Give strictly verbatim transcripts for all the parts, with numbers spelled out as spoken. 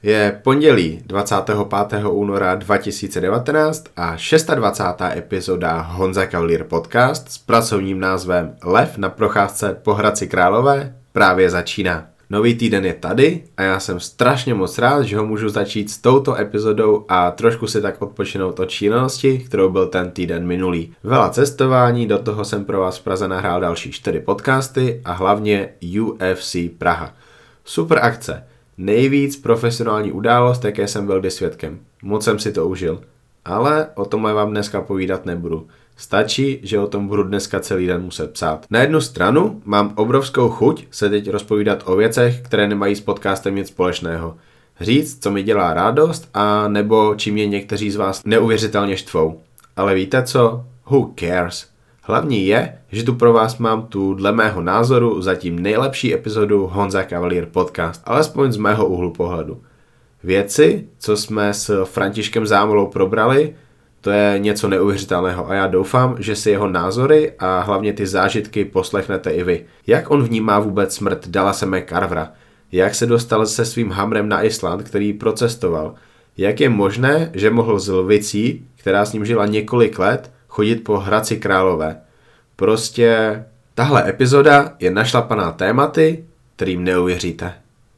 Je pondělí dvacátého pátého února dva tisíce devatenáct a dvacátá šestá epizoda Honza Cavalier Podcast s pracovním názvem Lev na procházce po Hradci Králové právě začíná. Nový týden je tady a já jsem strašně moc rád, že ho můžu začít s touto epizodou a trošku si tak odpočinout od šílenosti, kterou byl ten týden minulý. Vela cestování, do toho jsem pro vás v Praze nahrál další čtyři podcasty a hlavně U F C Praha. Super akce. Nejvíc profesionální událost, jaké jsem byl kdy svědkem. Moc jsem si to užil. Ale o tomhle vám dneska povídat nebudu. Stačí, že o tom budu dneska celý den muset psát. Na jednu stranu mám obrovskou chuť se teď rozpovídat o věcech, které nemají s podcastem nic společného. Říct, co mi dělá radost, a nebo čím mě někteří z vás neuvěřitelně štvou. Ale víte co? Who cares? Hlavní je, že tu pro vás mám tu dle mého názoru zatím nejlepší epizodu Honza Cavalier Podcast, alespoň z mého úhlu pohledu. Věci, co jsme s Františkem Zámolou probrali, to je něco neuvěřitelného a já doufám, že si jeho názory a hlavně ty zážitky poslechnete i vy. Jak on vnímá vůbec smrt Dallase McCarvera? Jak se dostal se svým hamrem na Island, který procestoval? Jak je možné, že mohl s lvicí, která s ním žila několik let, chodit po Hradci Králové? Prostě tahle epizoda je našlapaná tématy, kterým neuvěříte.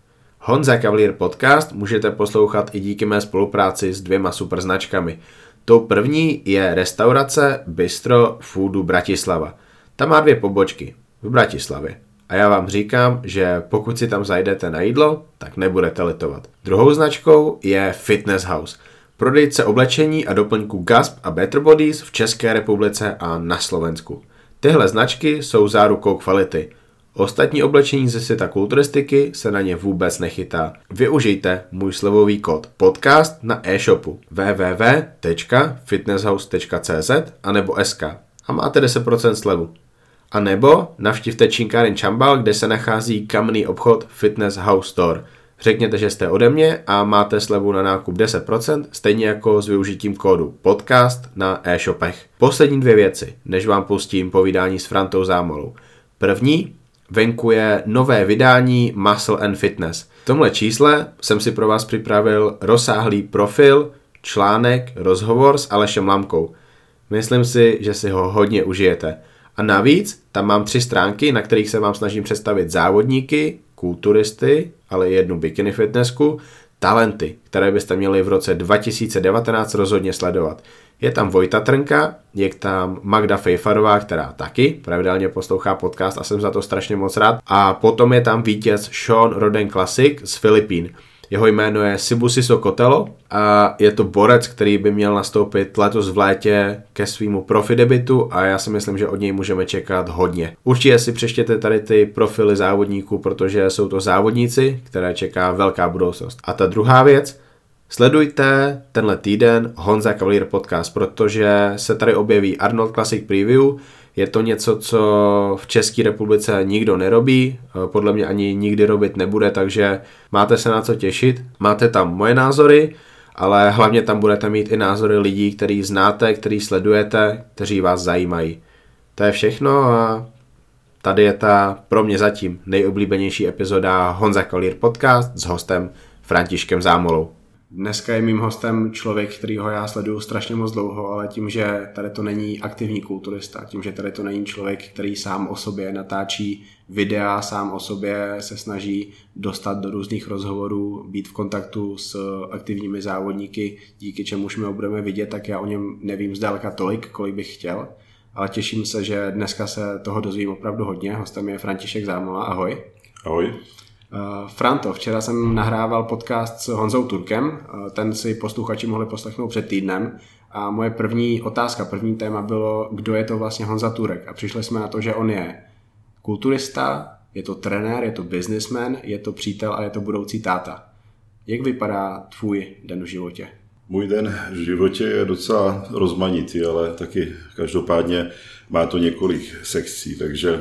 Honza Cavalier Podcast můžete poslouchat i díky mé spolupráci s dvěma super značkami. Tou první je restaurace Bistro Foodu Bratislava. Ta má dvě pobočky v Bratislavě. A já vám říkám, že pokud si tam zajdete na jídlo, tak nebudete litovat. Druhou značkou je Fitness House. Prodejce oblečení a doplňků Gasp a Better Bodies v České republice a na Slovensku. Tyhle značky jsou zárukou kvality. Ostatní oblečení ze světa kulturistiky se na ně vůbec nechytá. Využijte můj slevový kód podcast na e-shopu w w w tečka fitnesshouse tečka c z anebo S K a máte deset procent slevu. A nebo navštivte činkáren Čambal, kde se nachází kamenný obchod Fitness House Store. Řekněte, že jste ode mě a máte slevu na nákup deset procent, stejně jako s využitím kódu podcast na e-shopech. Poslední dvě věci, než vám pustím povídání s Frantou Zámolou. První, venku je nové vydání Muscle and Fitness. V tomhle čísle jsem si pro vás připravil rozsáhlý profil, článek, rozhovor s Alešem Lamkou. Myslím si, že si ho hodně užijete. A navíc tam mám tři stránky, na kterých se vám snažím představit závodníky, kulturisty, ale i jednu bikini fitnessku, talenty, které byste měli v roce dva tisíce devatenáct rozhodně sledovat. Je tam Vojta Trnka, je tam Magda Fejfarová, která taky pravidelně poslouchá podcast a jsem za to strašně moc rád. A potom je tam vítěz Sean Roden Classic z Filipín. Jeho jméno je Sibusiso Kotelo a je to borec, který by měl nastoupit letos v létě ke svýmu profi debutu a já si myslím, že od něj můžeme čekat hodně. Určitě si přečtěte tady ty profily závodníků, protože jsou to závodníci, které čeká velká budoucnost. A ta druhá věc, sledujte tenhle týden Honza Cavalier Podcast, protože se tady objeví Arnold Classic Preview. Je to něco, co v České republice nikdo nerobí, podle mě ani nikdy robit nebude, takže máte se na co těšit. Máte tam moje názory, ale hlavně tam budete mít i názory lidí, který znáte, který sledujete, kteří vás zajímají. To je všechno a tady je ta pro mě zatím nejoblíbenější epizoda Honza Cavalier Podcast s hostem Františkem Zámolou. Dneska je mým hostem člověk, kterýho já sleduju strašně moc dlouho, ale tím, že tady to není aktivní kulturista, tím, že tady to není člověk, který sám o sobě natáčí videa, sám o sobě se snaží dostat do různých rozhovorů, být v kontaktu s aktivními závodníky, díky čemuž my ho budeme vidět, tak já o něm nevím zdaleka tolik, kolik bych chtěl, ale těším se, že dneska se toho dozvím opravdu hodně. Hostem je František Zámola, ahoj. Ahoj. Uh, Franto, včera jsem nahrával podcast s Honzou Turkem, uh, ten si posluchači mohli poslechnout před týdnem a moje první otázka, první téma bylo, kdo je to vlastně Honza Turek, a přišli jsme na to, že on je kulturista, je to trenér, je to businessman, je to přítel a je to budoucí táta. Jak vypadá tvůj den v životě? Můj den v životě je docela rozmanitý, ale taky každopádně má to několik sekcí, takže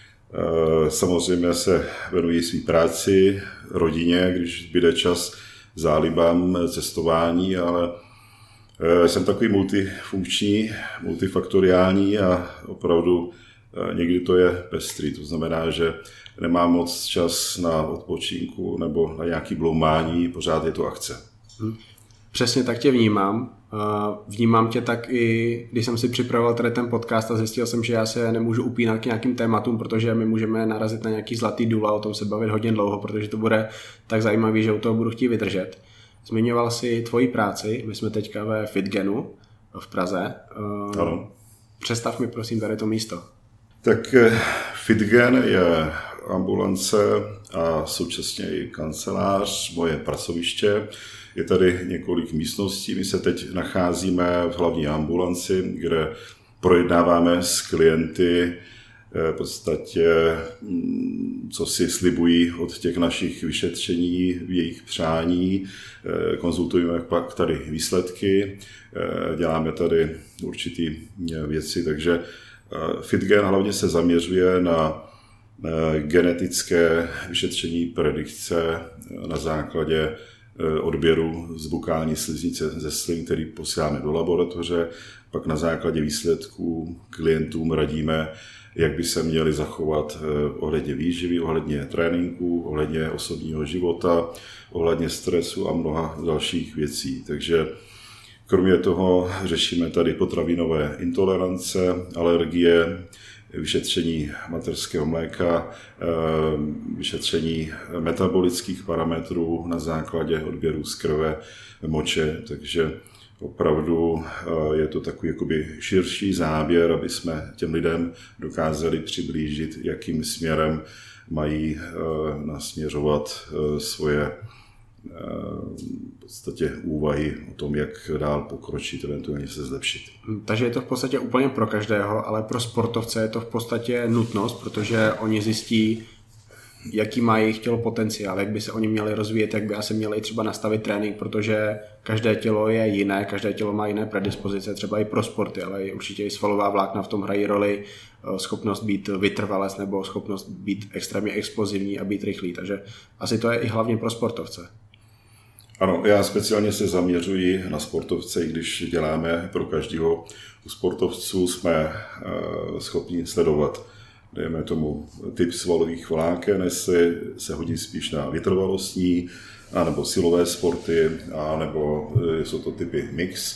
samozřejmě se věnuji své práci, rodině, když bude čas, zálibám, cestování, ale jsem takový multifunkční, multifaktoriální a opravdu někdy to je pestrý, to znamená, že nemá moc čas na odpočinku nebo na nějaký bloumání, pořád je to akce. Přesně tak tě vnímám. Vnímám tě tak i, když jsem si připravoval tady ten podcast a zjistil jsem, že já se nemůžu upínat k nějakým tématům, protože my můžeme narazit na nějaký zlatý důl a o tom se bavit hodně dlouho, protože to bude tak zajímavý, že u toho budu chtít vydržet. Zmiňoval jsi tvoji práci, my jsme teďka ve Fitgenu v Praze. Ano. Představ mi prosím tady to místo. Tak Fitgen je ambulance a současně i kancelář, moje pracoviště. Je tady několik místností. My se teď nacházíme v hlavní ambulanci, kde projednáváme s klienty v podstatě, co si slibují od těch našich vyšetření, jejich přání. Konzultujeme pak tady výsledky, děláme tady určitý věci, takže Fitgen hlavně se zaměřuje na genetické vyšetření predikce na základě odběru z bukální sliznice ze slin, který posíláme do laboratoře. Pak na základě výsledků klientům radíme, jak by se měli zachovat ohledně výživy, ohledně tréninku, ohledně osobního života, ohledně stresu a mnoha dalších věcí. Takže kromě toho řešíme tady potravinové intolerance, alergie, vyšetření mateřského mléka, vyšetření metabolických parametrů na základě odběru z krve, moče, takže opravdu je to takový jakoby širší záběr, aby jsme těm lidem dokázali přiblížit, jakým směrem mají nasměřovat svoje v podstatě úvahy o tom, jak dál pokročit, eventuálně se zlepšit. Takže je to v podstatě úplně pro každého, ale pro sportovce je to v podstatě nutnost, protože oni zjistí, jaký má jejich tělo potenciál, jak by se oni měli rozvíjet, jak by asi měli třeba nastavit trénink, protože každé tělo je jiné, každé tělo má jiné predispozice, třeba i pro sporty, ale určitě i svalová vlákna v tom hrají roli, schopnost být vytrvalec nebo schopnost být extrémně explozivní a být rychlý, takže asi to je i hlavně pro sportovce. Ano, já speciálně se zaměřuji na sportovce, i když děláme pro každého. U sportovců jsme schopni sledovat, dejme tomu, typ svalových vláken, jestli se hodí spíš na vytrvalostní, anebo silové sporty, anebo jsou to typy mix.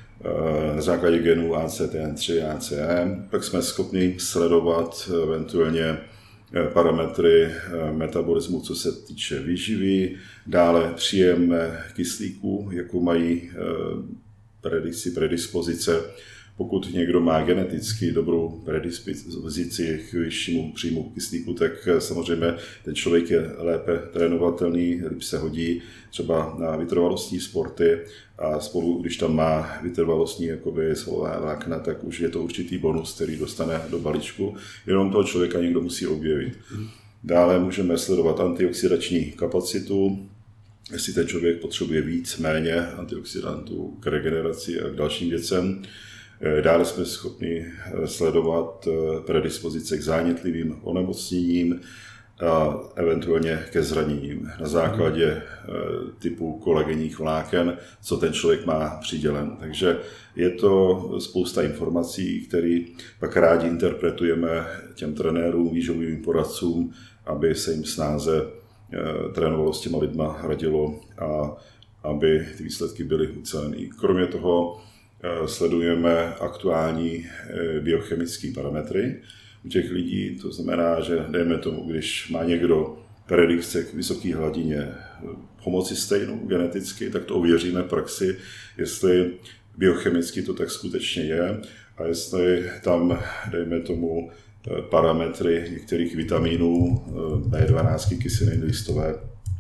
Na základě genů A C T N tři, A C E. Pak jsme schopni sledovat eventuálně parametry metabolismu, co se týče výživy, dále příjem kyslíku, jakou mají predikci, predispozice. Pokud někdo má geneticky dobrou predispozici k vyššímu příjmu kyslíku, tak samozřejmě ten člověk je lépe trénovatelný, líp se hodí třeba na vytrvalostní sporty a spolu, když tam má vytrvalostní jakoby svalová vlákna, tak už je to určitý bonus, který dostane do balíčku, jenom toho člověka někdo musí objevit. Dále můžeme sledovat antioxidační kapacitu, jestli ten člověk potřebuje víc, méně antioxidantů k regeneraci a k dalším věcem. Dále jsme schopni sledovat predispozice k zánětlivým onemocněním a eventuálně ke zraněním na základě typu kolagenních vláken, co ten člověk má přidělen. Takže je to spousta informací, které pak rádi interpretujeme těm trenérům, výživovým poradcům, aby se jim snáze trénovalo s těma lidma, radilo a aby ty výsledky byly ucelené. Kromě toho sledujeme aktuální biochemické parametry u těch lidí, to znamená, že dejme tomu, když má někdo predikce k vysoké hladině homocystejnu geneticky, tak to ověříme v praxi, jestli biochemicky to tak skutečně je a jestli tam, dejme tomu, parametry některých vitamínů B dvanáct, kyseliny listové,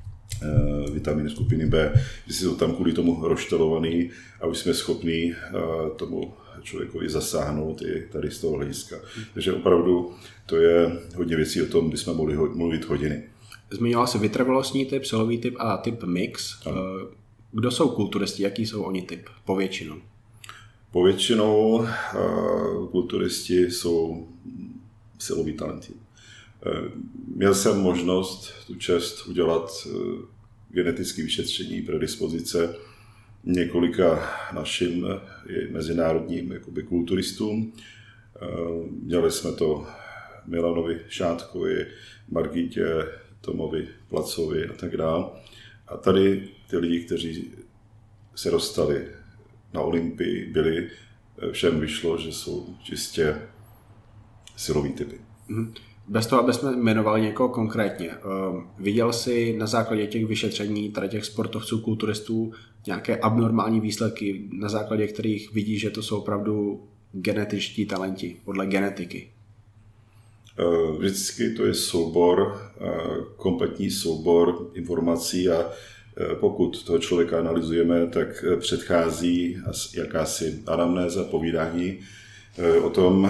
vitamíny skupiny B, že jsou tam kvůli tomu roštelovaný a už jsme schopni tomu člověkovi zasáhnout i tady z toho hlediska. Takže opravdu to je hodně věcí o tom, kdy jsme mohli mluvit hodiny. Zmiňoval jsi vytrvalostní typ, silový typ a typ mix. Ano. Kdo jsou kulturisti, jaký jsou oni typ povětšinou? Povětšinou kulturisti jsou siloví talenty. Měl jsem možnost, tu čest udělat genetické vyšetření predispozice několika našim mezinárodním jakoby, kulturistům. Dělali jsme to Milanovi Šátkovi, Margitě Tomovi Placovi a tak dále. A tady ty lidi, kteří se dostali na Olympii, byli, všem vyšlo, že jsou čistě silový typy. Bez toho, aby jsme jmenovali někoho konkrétně, viděl jsi na základě těch vyšetření tady těch sportovců, kulturistů nějaké abnormální výsledky, na základě kterých vidíš, že to jsou opravdu genetičtí talenti, podle genetiky? Vždycky to je soubor, kompletní soubor informací a pokud toho člověka analyzujeme, tak předchází jakási anamnéza, povídání o tom,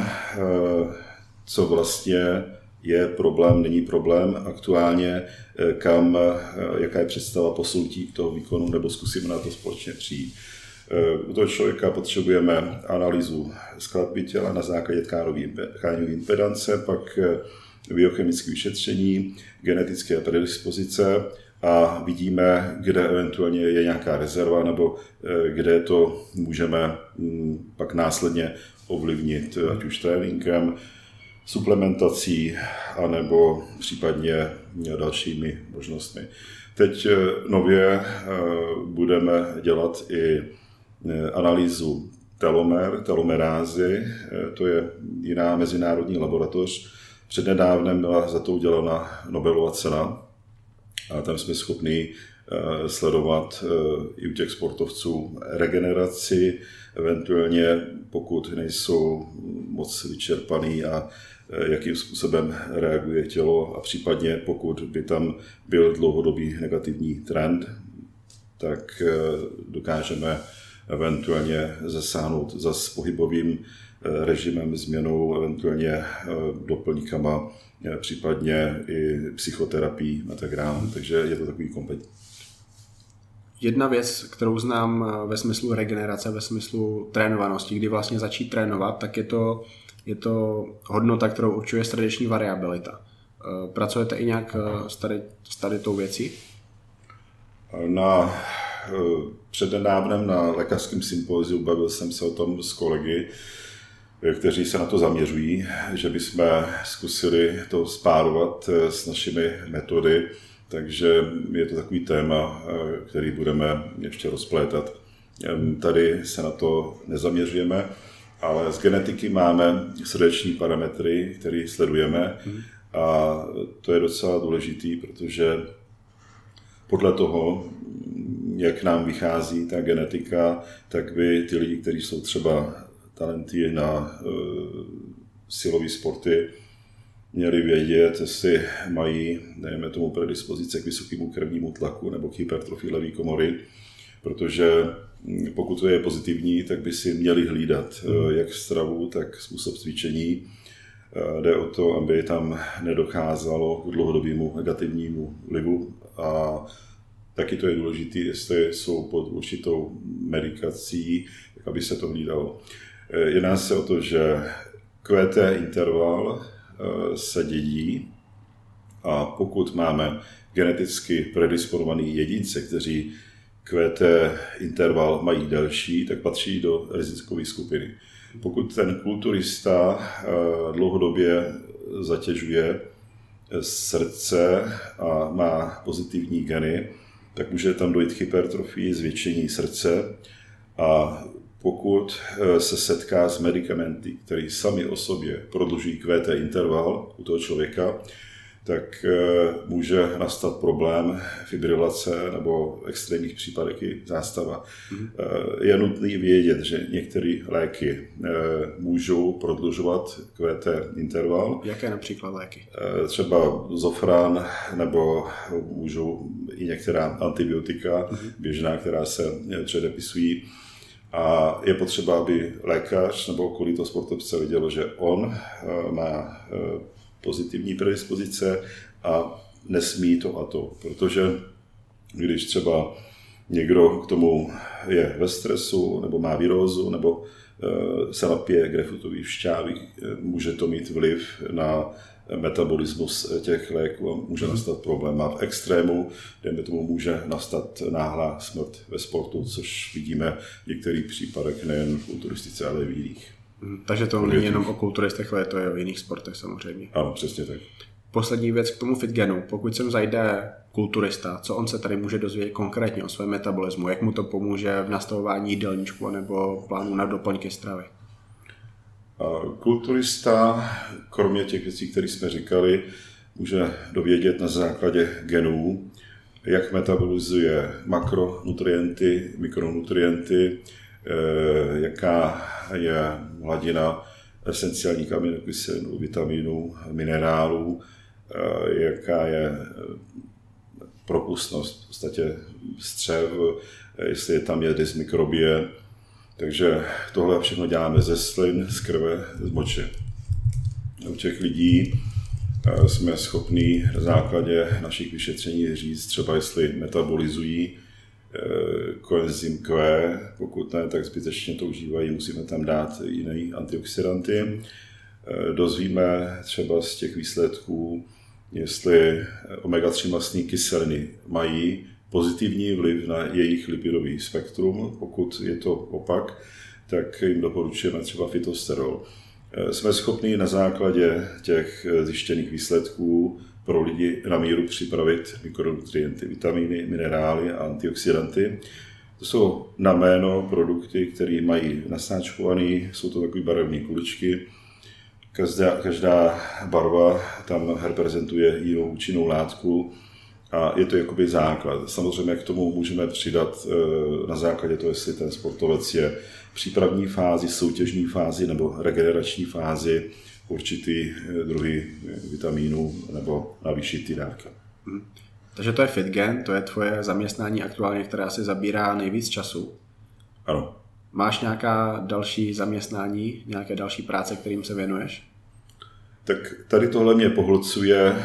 co vlastně je problém, není problém aktuálně, kam, jaká je představa posunutí toho výkonu, nebo zkusíme na to společně přijít. U toho člověka potřebujeme analýzu skladby těla na základě tkáňové impedance, pak biochemické vyšetření, genetické predispozice a vidíme, kde eventuálně je nějaká rezerva nebo kde to můžeme pak následně ovlivnit, ať už tréninkem, suplementací anebo případně dalšími možnostmi. Teď nově budeme dělat i analýzu telomer, telomerázy, to je jiná mezinárodní laboratoř. Přednedávnem byla za to udělána Nobelova cena a tam jsme schopni sledovat i u těch sportovců regeneraci, eventuálně pokud nejsou moc vyčerpaný a jakým způsobem reaguje tělo a případně pokud by tam byl dlouhodobý negativní trend, tak dokážeme eventuálně zasáhnout zas pohybovým režimem, změnou, eventuálně doplňkama, případně i psychoterapií a tak dále. Takže je to takový kompletní. Jedna věc, kterou znám ve smyslu regenerace, ve smyslu trénovanosti, kdy vlastně začít trénovat, tak je to, je to hodnota, kterou určuje srdeční variabilita. Pracujete i nějak s tady, s tady tou věcí? Na, přednedávnem na lékařském sympóziu bavil jsem se o tom s kolegy, kteří se na to zaměřují, že bychom zkusili to spárovat s našimi metody, takže je to takový téma, který budeme ještě rozplétat. Tady se na to nezaměřujeme, ale z genetiky máme srdeční parametry, které sledujeme a to je docela důležitý, protože podle toho, jak nám vychází ta genetika, tak by ty lidi, kteří jsou třeba talenty na uh, silové sporty, měli vědět, jestli mají, dejme tomu, predispozice k vysokému krevnímu tlaku nebo k hypertrofii levé komory, protože pokud to je pozitivní, tak by si měli hlídat uh, jak stravu, tak způsob cvičení. Uh, jde o to, aby tam nedocházelo k dlouhodobému negativnímu vlivu a taky to je důležité, jestli jsou pod určitou medikací, tak aby se to hlídalo. Jedná se o to, že Q T interval se dědí a pokud máme geneticky predisponovaný jedince, kteří Q T interval mají delší, tak patří do rizikové skupiny. Pokud ten kulturista dlouhodobě zatěžuje srdce a má pozitivní geny, tak může tam dojít k hypertrofii, zvětšení srdce a pokud se setká s medikamenty, které sami o sobě prodlužují Q T interval u toho člověka, tak může nastat problém fibrilace nebo v extrémních případech i zástava. Mm. Je nutné vědět, že některé léky můžou prodlužovat Q T interval. Jaké například léky? Třeba Zofran nebo můžou i některá antibiotika mm. běžná, která se předepisují. A je potřeba, aby lékař nebo okolí toho sportovce vidělo, že on má pozitivní predispozice a nesmí to a to, protože když třeba někdo k tomu je ve stresu nebo má virózu nebo se napije grapefruitové šťávy, může to mít vliv na metabolismus těch léků a může nastat problém. A v extrému, dejme tomu, může nastat náhlá smrt ve sportu, což vidíme v některých případech nejen v kulturistice, ale i v jiných. Hmm, takže to není jenom o kulturistech, ale to je o jiných sportech samozřejmě. Ano, přesně tak. Poslední věc k tomu FitGenu. Pokud sem zajde kulturista, co on se tady může dozvědět konkrétně o svém metabolismu? Jak mu to pomůže v nastavování jídelníčku nebo plánu na doplňky stravy? Kulturista, kromě těch věcí, které jsme říkali, může dovědět na základě genů, jak metabolizuje makronutrienty, mikronutrienty, jaká je hladina esenciálních aminokyselin, vitaminů, minerálů, jaká je propustnost v podstatě střev, jestli je tam je dysmikrobie. Takže tohle všechno děláme ze slin, z krve, z moči. U těch lidí jsme schopni na základě našich vyšetření říct, třeba jestli metabolizují koenzym Q, pokud ne, tak zbytečně to užívají, musíme tam dát jiné antioxidanty. Dozvíme třeba z těch výsledků, jestli omega tři mastné kyseliny mají pozitivní vliv na jejich lipidový spektrum. Pokud je to opak, tak jim doporučujeme třeba fytosterol. Jsme schopni na základě těch zjištěných výsledků pro lidi na míru připravit mikronutrienty, vitamíny, minerály a antioxidanty. To jsou na jméno produkty, které mají nasáčkované, jsou to takové barevné kuličky. Každá, každá barva tam reprezentuje jinou účinnou látku a je to jakoby základ. Samozřejmě k tomu můžeme přidat na základě toho, jestli ten sportovec je v přípravní fázi, soutěžní fázi nebo regenerační fázi, určitý druhy vitamínů nebo navýšit ty dávky. Hmm. Takže to je FitGen, to je tvoje zaměstnání aktuálně, které asi zabírá nejvíc času. Ano. Máš nějaká další zaměstnání, nějaké další práce, kterým se věnuješ? Tak tady tohle mě pohlcuje e,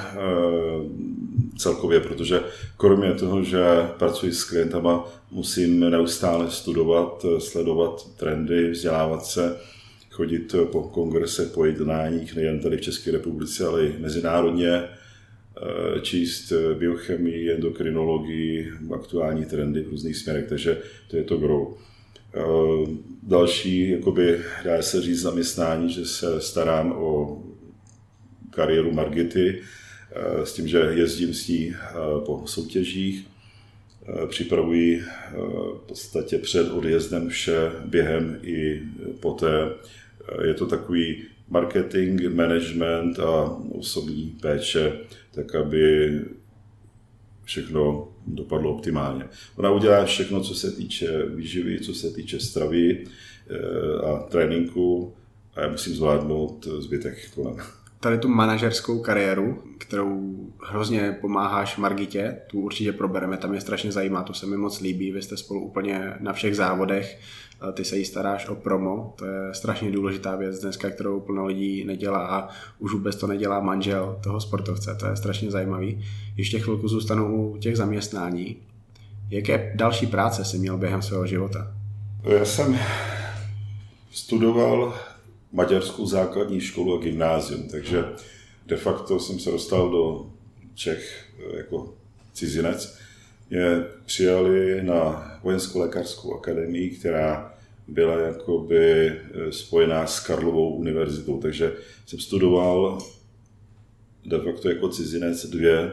celkově, protože kromě toho, že pracuji s klientama, musím neustále studovat, sledovat trendy, vzdělávat se, chodit po kongresech, po jednáních, nejen tady v České republice, ale i mezinárodně, číst biochemii, endokrinologii, aktuální trendy v různých směrech, takže to je to gro. Další, jakoby, dá se říct, zaměstnání, že se starám o kariéru Margity, s tím, že jezdím s ní po soutěžích, připravuji v podstatě před odjezdem vše, během i poté. Je to takový marketing, management a osobní péče, tak aby všechno dopadlo optimálně. Ona udělá všechno, co se týče výživy, co se týče stravy a tréninku a já musím zvládnout zbytek kolem. Tady tu manažerskou kariéru, kterou hrozně pomáháš Margitě, tu určitě probereme, tam je strašně zajímá, to se mi moc líbí, vy jste spolu úplně na všech závodech, ty se jí staráš o promo, to je strašně důležitá věc dneska, kterou plno lidí nedělá a už vůbec to nedělá manžel toho sportovce, to je strašně zajímavý. Ještě chvilku zůstanu u těch zaměstnání. Jaké další práce jsi měl během svého života? Já jsem studoval maďarskou základní školu a gymnázium, takže de facto jsem se dostal do Čech jako cizinec. Mě přijali na vojenskou lékařskou akademii, která byla jakoby spojená s Karlovou univerzitou, takže jsem studoval de facto jako cizinec dvě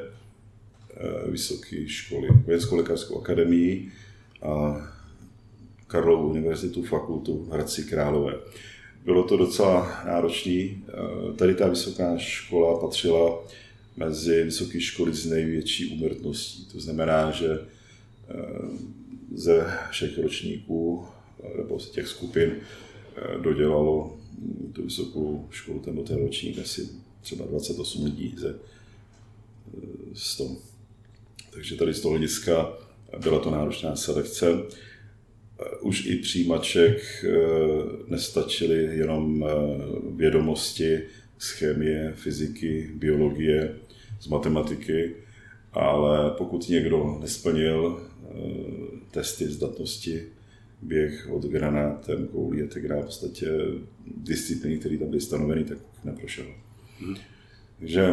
vysoké školy. Vojenskou lékařskou akademii a Karlovu univerzitu, fakultu v Hradci Králové. Bylo to docela náročné. Tady ta vysoká škola patřila mezi vysoké školy s největší úmrtností. To znamená, že ze všech ročníků nebo z těch skupin dodělalo tu vysokou školu, ten ten ročník asi třeba dvacet osm lidí ze sto. Takže tady z toho hlediska byla to náročná selekce. Už i přijímaček nestačily jenom vědomosti z chemie, fyziky, biologie, z matematiky, ale pokud někdo nesplnil testy zdatnosti, běh od granátem, koulí a tak dále, v podstatě disciplíny, které tam byly stanoveny, tak neprošel. Hmm. Takže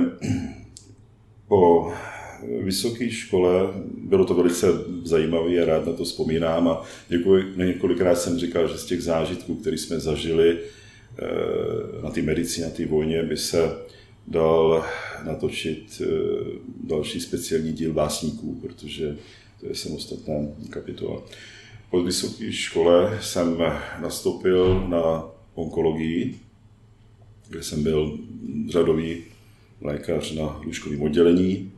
po vysoké škole bylo to velice zajímavé a rád na to vzpomínám a několik, několikrát jsem říkal, že z těch zážitků, které jsme zažili, na té medicíně, na té vojně by se dal natočit další speciální díl básníků, protože to je samostatná kapitola. Po vysoké škole jsem nastoupil na onkologii, kde jsem byl řadový lékař na lůžkovém oddělení.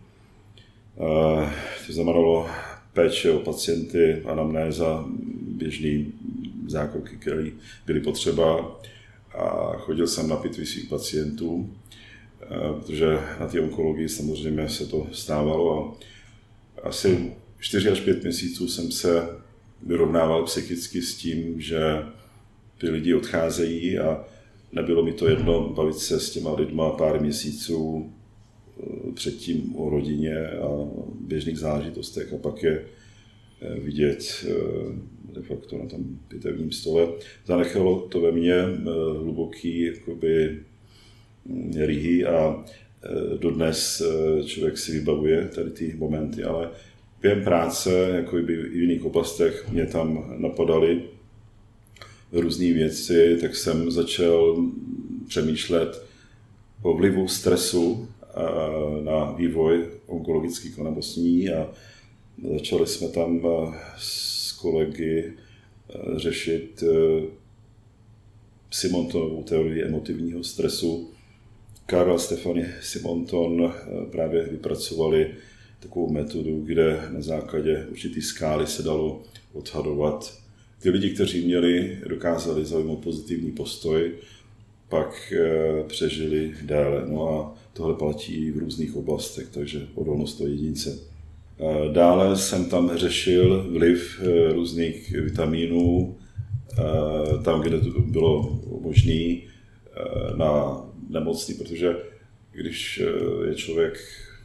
To znamenalo péče o pacienty, anamnéza, běžný zákroky, které byly potřeba. A chodil jsem na pitvy svých pacientů, protože na té onkologii samozřejmě se to stávalo. A asi čtyři až pět měsíců jsem se vyrovnával psychicky s tím, že ty lidi odcházejí a nebylo mi to jedno bavit se s těma lidma pár měsíců předtím o rodině a běžných záležitostech a pak je vidět de facto na tom pitevním stole. Zanechalo to ve mně hluboký jakoby rýhy a dodnes člověk si vybavuje tady ty momenty, ale během práce, jako by v jiných oblastech, mě tam napadaly různé věci, tak jsem začal přemýšlet o vlivu stresu na vývoj onkologických onemocnění a začali jsme tam s kolegy řešit Simontonovou teorii emotivního stresu. Karl a Stefanie Simonton právě vypracovali takovou metodu, kde na základě určitý skály se dalo odhadovat. Ty lidi, kteří měli, dokázali zaujmout pozitivní postoj, pak přežili déle. No a tohle platí v různých oblastech, takže odolnost toho jedince. Dále jsem tam řešil vliv různých vitamínů, tam, kde to bylo možné, na nemocný, protože když je člověk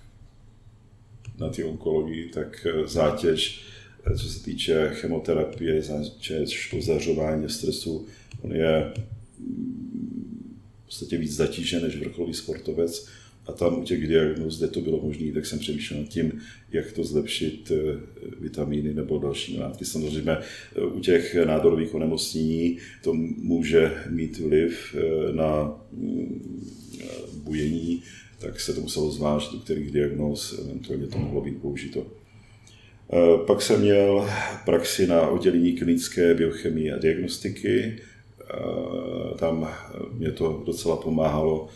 na té onkologii, tak zátěž, co se týče chemoterapie, zátěž ozařování stresu, on je v podstatě víc zatížen než vrcholový sportovec. A tam u těch diagnóz, kde to bylo možné, tak jsem přemýšlel nad tím, jak to zlepšit vitamíny nebo další látky. Samozřejmě u těch nádorových onemocnění to může mít vliv na bujení, tak se to muselo zvážit, u kterých diagnóz eventuálně to mohlo být použito. Pak jsem měl praxi na oddělení klinické biochemie a diagnostiky. Tam mě to docela pomáhalo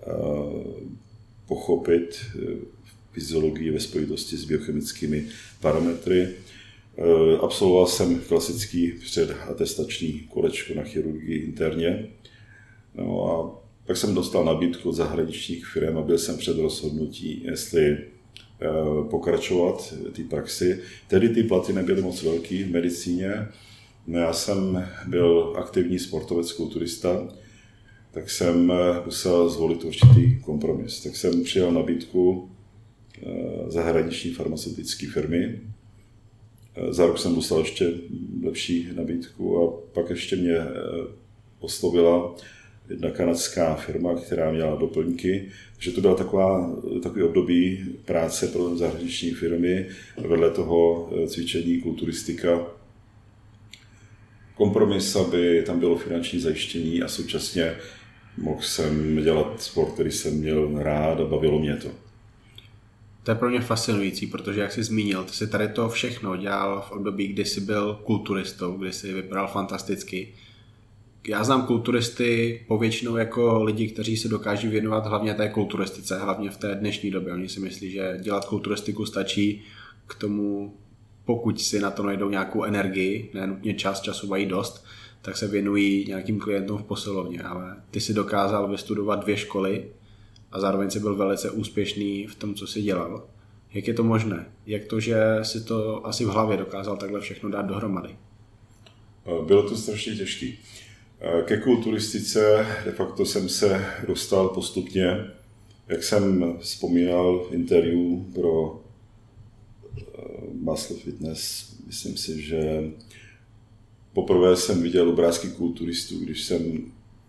pochopit fyziologii ve spojitosti s biochemickými parametry. Absolvoval jsem klasický předatestační kolečko na chirurgii interně. No a pak jsem dostal nabídku od zahraničních firm a byl jsem před rozhodnutí, jestli pokračovat té praxi. Tedy ty platy nebyly moc velký v medicíně. No já jsem byl aktivní sportovec, kulturista, tak jsem musel zvolit určitý kompromis. Tak jsem přijal nabídku zahraniční farmaceutické firmy. Za rok jsem dostal ještě lepší nabídku a pak ještě mě oslovila jedna kanadská firma, která měla doplňky. Takže to byla taková, takový období práce pro zahraniční firmy, vedle toho cvičení, kulturistika. Kompromis, aby tam bylo finanční zajištění a současně mohl jsem dělat sport, který jsem měl rád a bavilo mě to. To je pro mě fascinující, protože jak jsi zmínil, ty jsi tady to všechno dělal v období, kdy jsi byl kulturistou, kdy jsi vypadal fantasticky. Já znám kulturisty povětšinou jako lidi, kteří se dokáží věnovat hlavně té kulturistice, hlavně v té dnešní době. Oni si myslí, že dělat kulturistiku stačí k tomu, pokud si na to najdou nějakou energii, ne nutně čas, času mají dost, tak se věnují nějakým klientům v posilovně. Ale ty si dokázal vystudovat dvě školy a zároveň si byl velice úspěšný v tom, co si dělal. Jak je to možné? Jak to, že si to asi v hlavě dokázal takhle všechno dát dohromady? Bylo to strašně těžké. Ke kulturistice de facto jsem se dostal postupně, jak jsem vzpomínal v interview pro Muscle Fitness. Myslím si, že poprvé jsem viděl obrázky kulturistů, když jsem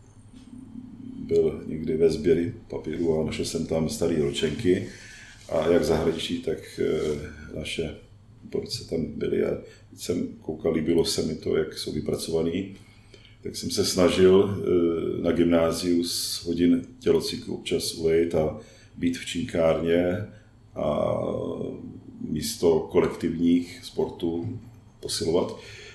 byl někdy ve sběru papíru a našel jsem tam staré ročenky a jak zahraničí, tak naše porce tam byly a jsem koukal, líbilo se mi to, jak jsou vypracovaný. tak jsem se snažil na gymnáziu z hodin tělocviku občas ulejt a být v činkárně a místo kolektivních sportů posilovat.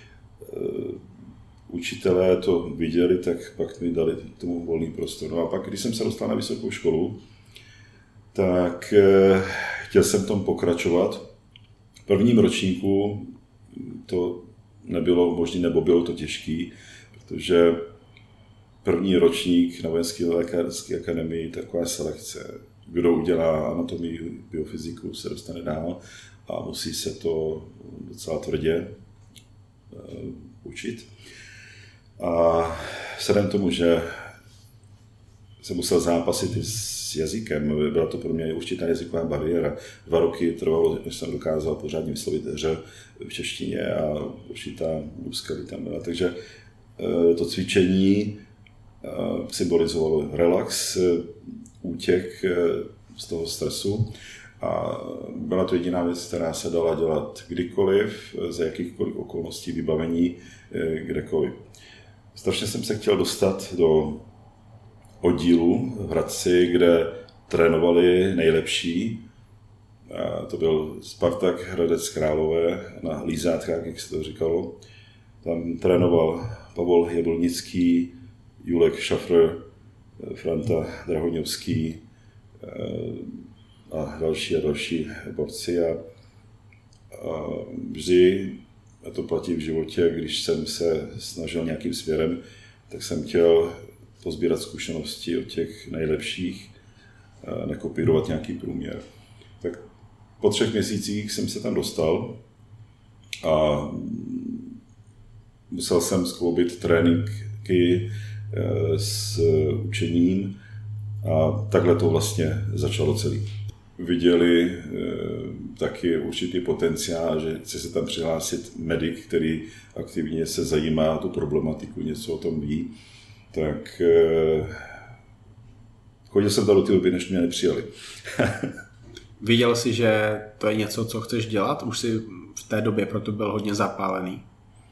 Učitelé to viděli, tak pak mi dali tomu volný prostor. No a pak, když jsem se dostal na vysokou školu, tak chtěl jsem v tom pokračovat. V prvním ročníku to nebylo možné, nebo bylo to těžké, protože první ročník na Vojenské lékařské akademii taková selekce. Kdo udělá anatomii, biofyziku, se dostane dál a musí se to docela tvrdě uh, učit. A vzhledem tomu, že jsem musel zápasit i s jazykem, byla to pro mě určitá jazyková bariéra. Dva roky trvalo, než jsem dokázal pořádně vyslovit hře v češtině a určitá úskalí tam byla. Takže to cvičení symbolizovalo relax, útěk z toho stresu a byla to jediná věc, která se dala dělat kdykoliv, za jakýchkoliv okolností, vybavení, kdekoliv. Strašně jsem se chtěl dostat do oddílu v Hradci, kde trénovali nejlepší. A to byl Spartak Hradec Králové na lízátkách, jak se to říkalo. Tam trénoval Pavol Jablonický, Julek Šafr, Franta Drahoňovský a další a další borci. A, a vždy, a to platí v životě, když jsem se snažil nějakým směrem, tak jsem chtěl pozbírat zkušenosti od těch nejlepších, nekopírovat nějaký průměr. Tak po třech měsících jsem se tam dostal a musel jsem skloubit tréninky s učením a takhle to vlastně začalo celý. Viděli e, taky určitý potenciál, že chce se tam přihlásit medic, který aktivně se zajímá o tu problematiku, něco o tom ví. Tak e, chodil jsem tam do té doby, než mě nepřijali. Viděl jsi, že to je něco, co chceš dělat? Už jsi v té době proto byl hodně zapálený?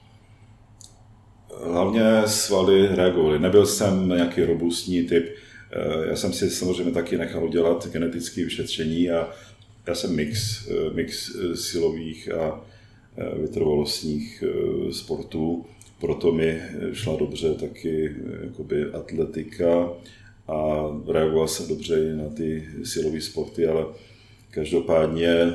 Hlavně svaly reagovaly. Nebyl jsem nějaký robustní typ. Já jsem si samozřejmě taky nechal udělat genetické vyšetření a já jsem mix, mix silových a vytrvalostních sportů. Proto mi šla dobře taky jakoby atletika a reagoval jsem dobře i na ty silové sporty, ale každopádně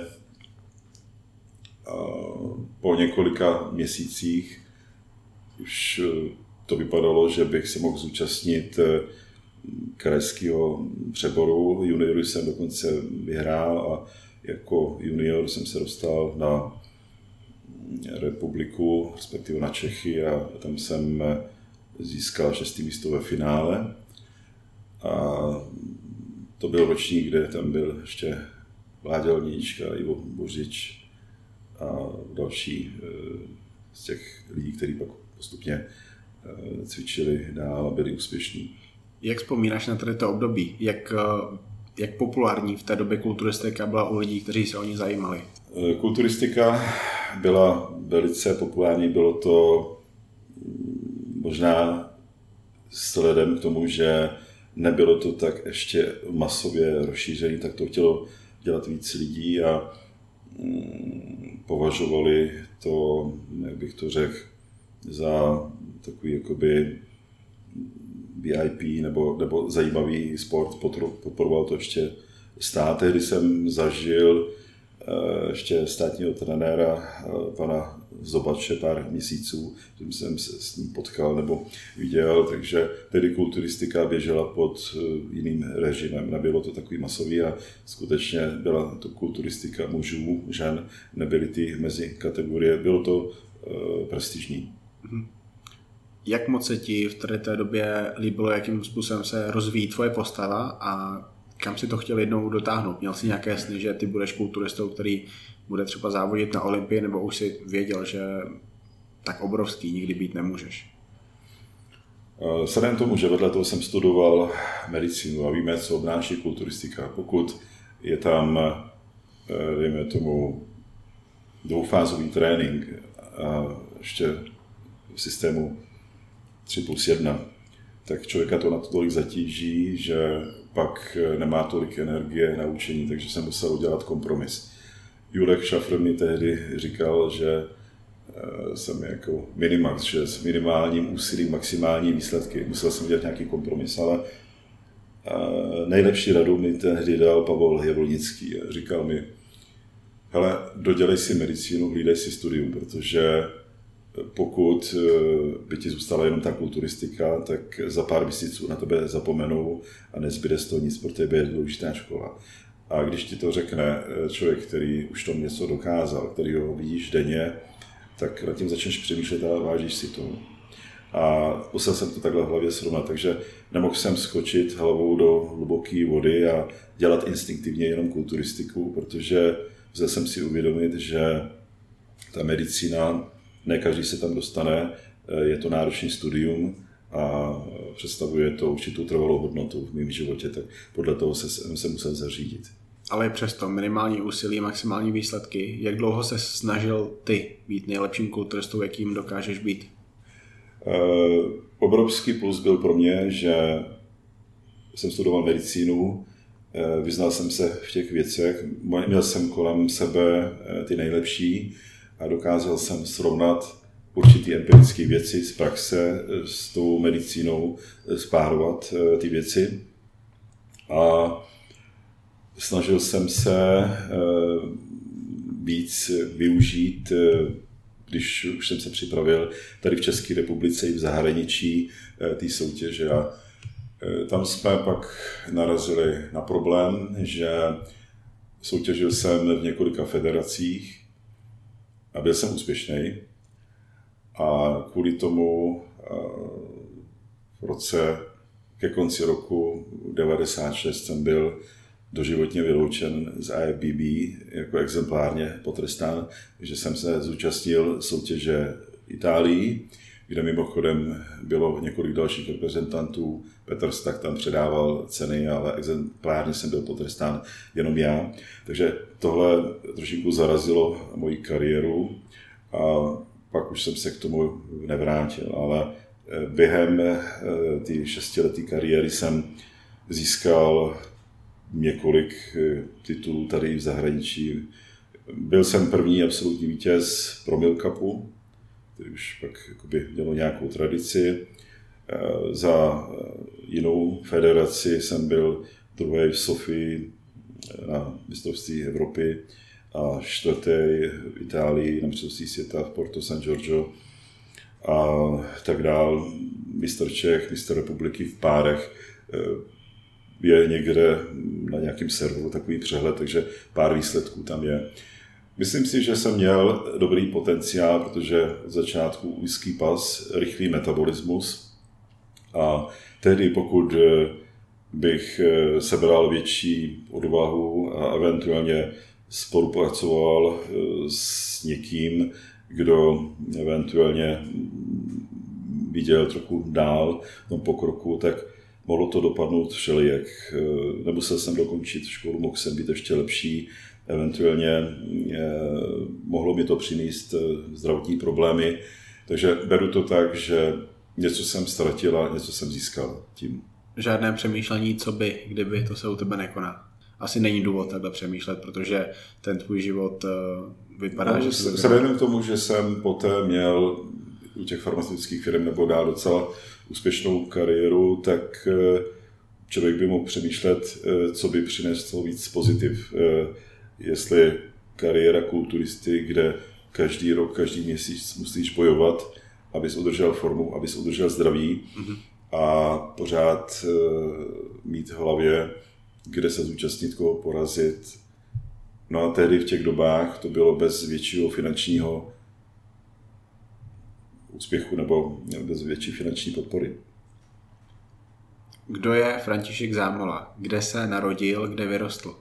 po několika měsících už to vypadalo, že bych se mohl zúčastnit krajského přeboru. Junioru jsem dokonce vyhrál a jako junior jsem se dostal na republiku, respektive na Čechy a tam jsem získal šestý místo ve finále. A to byl ročník, kde tam byl ještě Vláďa Lníčka, Ivo Bořič a další z těch lidí, kteří pak postupně cvičili dál a byli úspěšní. Jak vzpomínáš na tady to období? Jak, jak populární v té době kulturistika byla u lidí, kteří se o ní zajímali? Kulturistika byla velice populární, bylo to možná vzhledem k tomu, že nebylo to tak ještě masově rozšířené, tak to chtělo dělat víc lidí a považovali to, jak bych to řekl, za takový jakoby V I P nebo, nebo zajímavý sport, podporoval to ještě stát. Tehdy jsem zažil ještě státního trenéra, pana Zobače, pár měsíců, jsem se s ním potkal nebo viděl, takže tedy kulturistika běžela pod jiným režimem. Nebylo to takový masový a skutečně byla to kulturistika mužů, žen, nebyly ty mezi kategorie, bylo to prestižní. Jak moc se ti v té době líbilo, jakým způsobem se rozvíjí tvoje postava a kam si to chtěl jednou dotáhnout? Měl jsi nějaké sny, že ty budeš kulturistou, který bude třeba závodit na Olympii, nebo už si věděl, že tak obrovský nikdy být nemůžeš? Vzhledem tomu, že vedle toho jsem studoval medicínu a víme, co obnáší kulturistika. Pokud je tam, dejme tomu, dvoufázový trénink a ještě v systému tři plus jedna, tak člověka to natolik zatíží, že pak nemá tolik energie na učení, takže jsem musel udělat kompromis. Julek Šafr mi tehdy říkal, že jsem jako minimax, že s minimálním úsilím maximální výsledky. Musel jsem udělat nějaký kompromis, ale nejlepší radu mi tehdy dal Pavel Jablonický. Říkal mi, hele, dodělej si medicínu, hlídej si studium, protože pokud by ti zůstala jenom ta kulturistika, tak za pár měsíců na tebe zapomenou a nezbyde z toho nic, pro tebe je důležitá škola. A když ti to řekne člověk, který už tomu něco dokázal, který ho vidíš denně, tak nad tím začneš přemýšlet a vážíš si to. A musel jsem to takhle v hlavě srovnat, takže nemohl jsem skočit hlavou do hluboké vody a dělat instinktivně jenom kulturistiku, protože musel jsem si uvědomit, že ta medicína, ne každý se tam dostane, je to náročný studium a představuje to určitou trvalou hodnotu v mém životě, tak podle toho se, jsem se musel zařídit. Ale přesto minimální úsilí, maximální výsledky. Jak dlouho se snažil ty být nejlepším kulturistou, jakým dokážeš být? Uh, obrovský plus byl pro mě, že jsem studoval medicínu, uh, vyznal jsem se v těch věcech, měl jsem kolem sebe uh, ty nejlepší a dokázal jsem srovnat určitý empirické věci z praxe uh, s tou medicínou, uh, spárovat uh, ty věci. A snažil jsem se uh, víc využít, uh, když už jsem se připravil tady v České republice i v zahraničí té soutěže. A tam jsme pak narazili na problém, že soutěžil jsem v několika federacích a byl jsem úspěšný. A kvůli tomu v roce ke konci roku devadesát šest jsem byl doživotně vyloučen z I F B B, jako exemplárně potrestán, že jsem se zúčastnil soutěže Itálii, kde mimochodem bylo několik dalších reprezentantů. Petr Stach tam předával ceny, ale exemplárně jsem byl potrestán jenom já. Takže tohle trošku zarazilo moji kariéru a pak už jsem se k tomu nevrátil, ale během té šestileté kariéry jsem získal několik titulů tady v zahraničí. Byl jsem první absolutní vítěz pro Milk Cupu, který už pak jakoby mělo nějakou tradici. Za jinou federaci jsem byl druhý v Sofii na mistrovství Evropy a čtvrtý v Itálii na mistrovství světa v Porto San Giorgio a tak dál. Mistr Čech, mistr republiky v párech. Je někde na nějakém serveru takový přehled, takže pár výsledků tam je. Myslím si, že jsem měl dobrý potenciál, protože od začátku úzký pas, rychlý metabolismus a tehdy, pokud bych sebral větší odvahu a eventuálně spolupracoval s někým, kdo eventuálně viděl trochu dál v tom pokroku, tak mohlo to dopadnout všelijak. Nemusel jsem dokončit školu, mohl jsem být ještě lepší, eventuálně mohlo mi to přinést zdravotní problémy. Takže beru to tak, že něco jsem ztratil a něco jsem získal tím. Žádné přemýšlení, co by, kdyby, to se u tebe nekoná. Asi není důvod takhle přemýšlet, protože ten tvůj život vypadá, no, že... Se, se věnuju tomu, že jsem poté měl u těch farmaceutických firm nebo dál docela úspěšnou kariéru, tak člověk by mohl přemýšlet, co by přineslo víc pozitiv. Jestli kariéra kulturisty, kde každý rok, každý měsíc musíš bojovat, abys udržel formu, abys udržel zdraví mm-hmm. a pořád mít v hlavě, kde se zúčastnit, koho porazit. No a tehdy v těch dobách to bylo bez většího finančního úspěchu nebo bez větší finanční podpory. Kdo je František Zámola? Kde se narodil, kde vyrostl?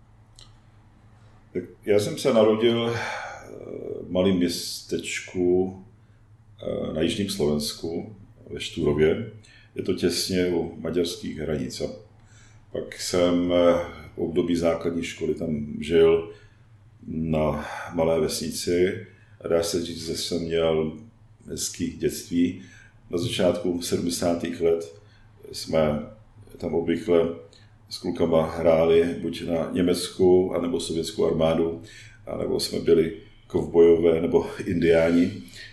Já jsem se narodil v malém městečku na jižním Slovensku, ve Štúrově. Je to těsně u maďarských hranic. Pak jsem v období základní školy tam žil na malé vesnici. Dá se říct, že jsem měl hezký dětství na začátku sedmdesátých let jsme tam obvykle s klukama hráli buď na německou, anebo sovětskou armádu, anebo jsme byli kovbojové nebo indiáni.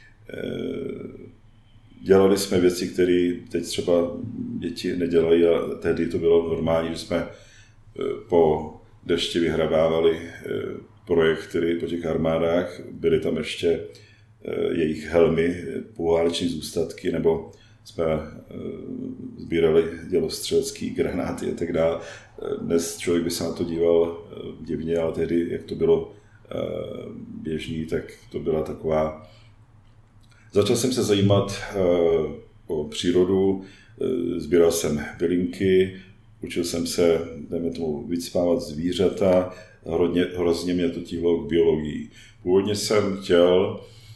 Dělali jsme věci, které teď třeba děti nedělají a tehdy to bylo normální, že jsme po dešti vyhrabávali projektory po těch armádách, byly tam ještě jejich helmy, pováleční zůstatky, nebo jsme sbírali dělostřelecké granáty a tak dále. Dnes člověk by se na to díval divně, ale tehdy, jak to bylo běžný, tak to byla taková... Začal jsem se zajímat o přírodu, sbíral jsem bylinky, učil jsem se, dejme tomu, vycpávat zvířata, hrozně, hrozně mě to tíhlo k biologii. Původně jsem chtěl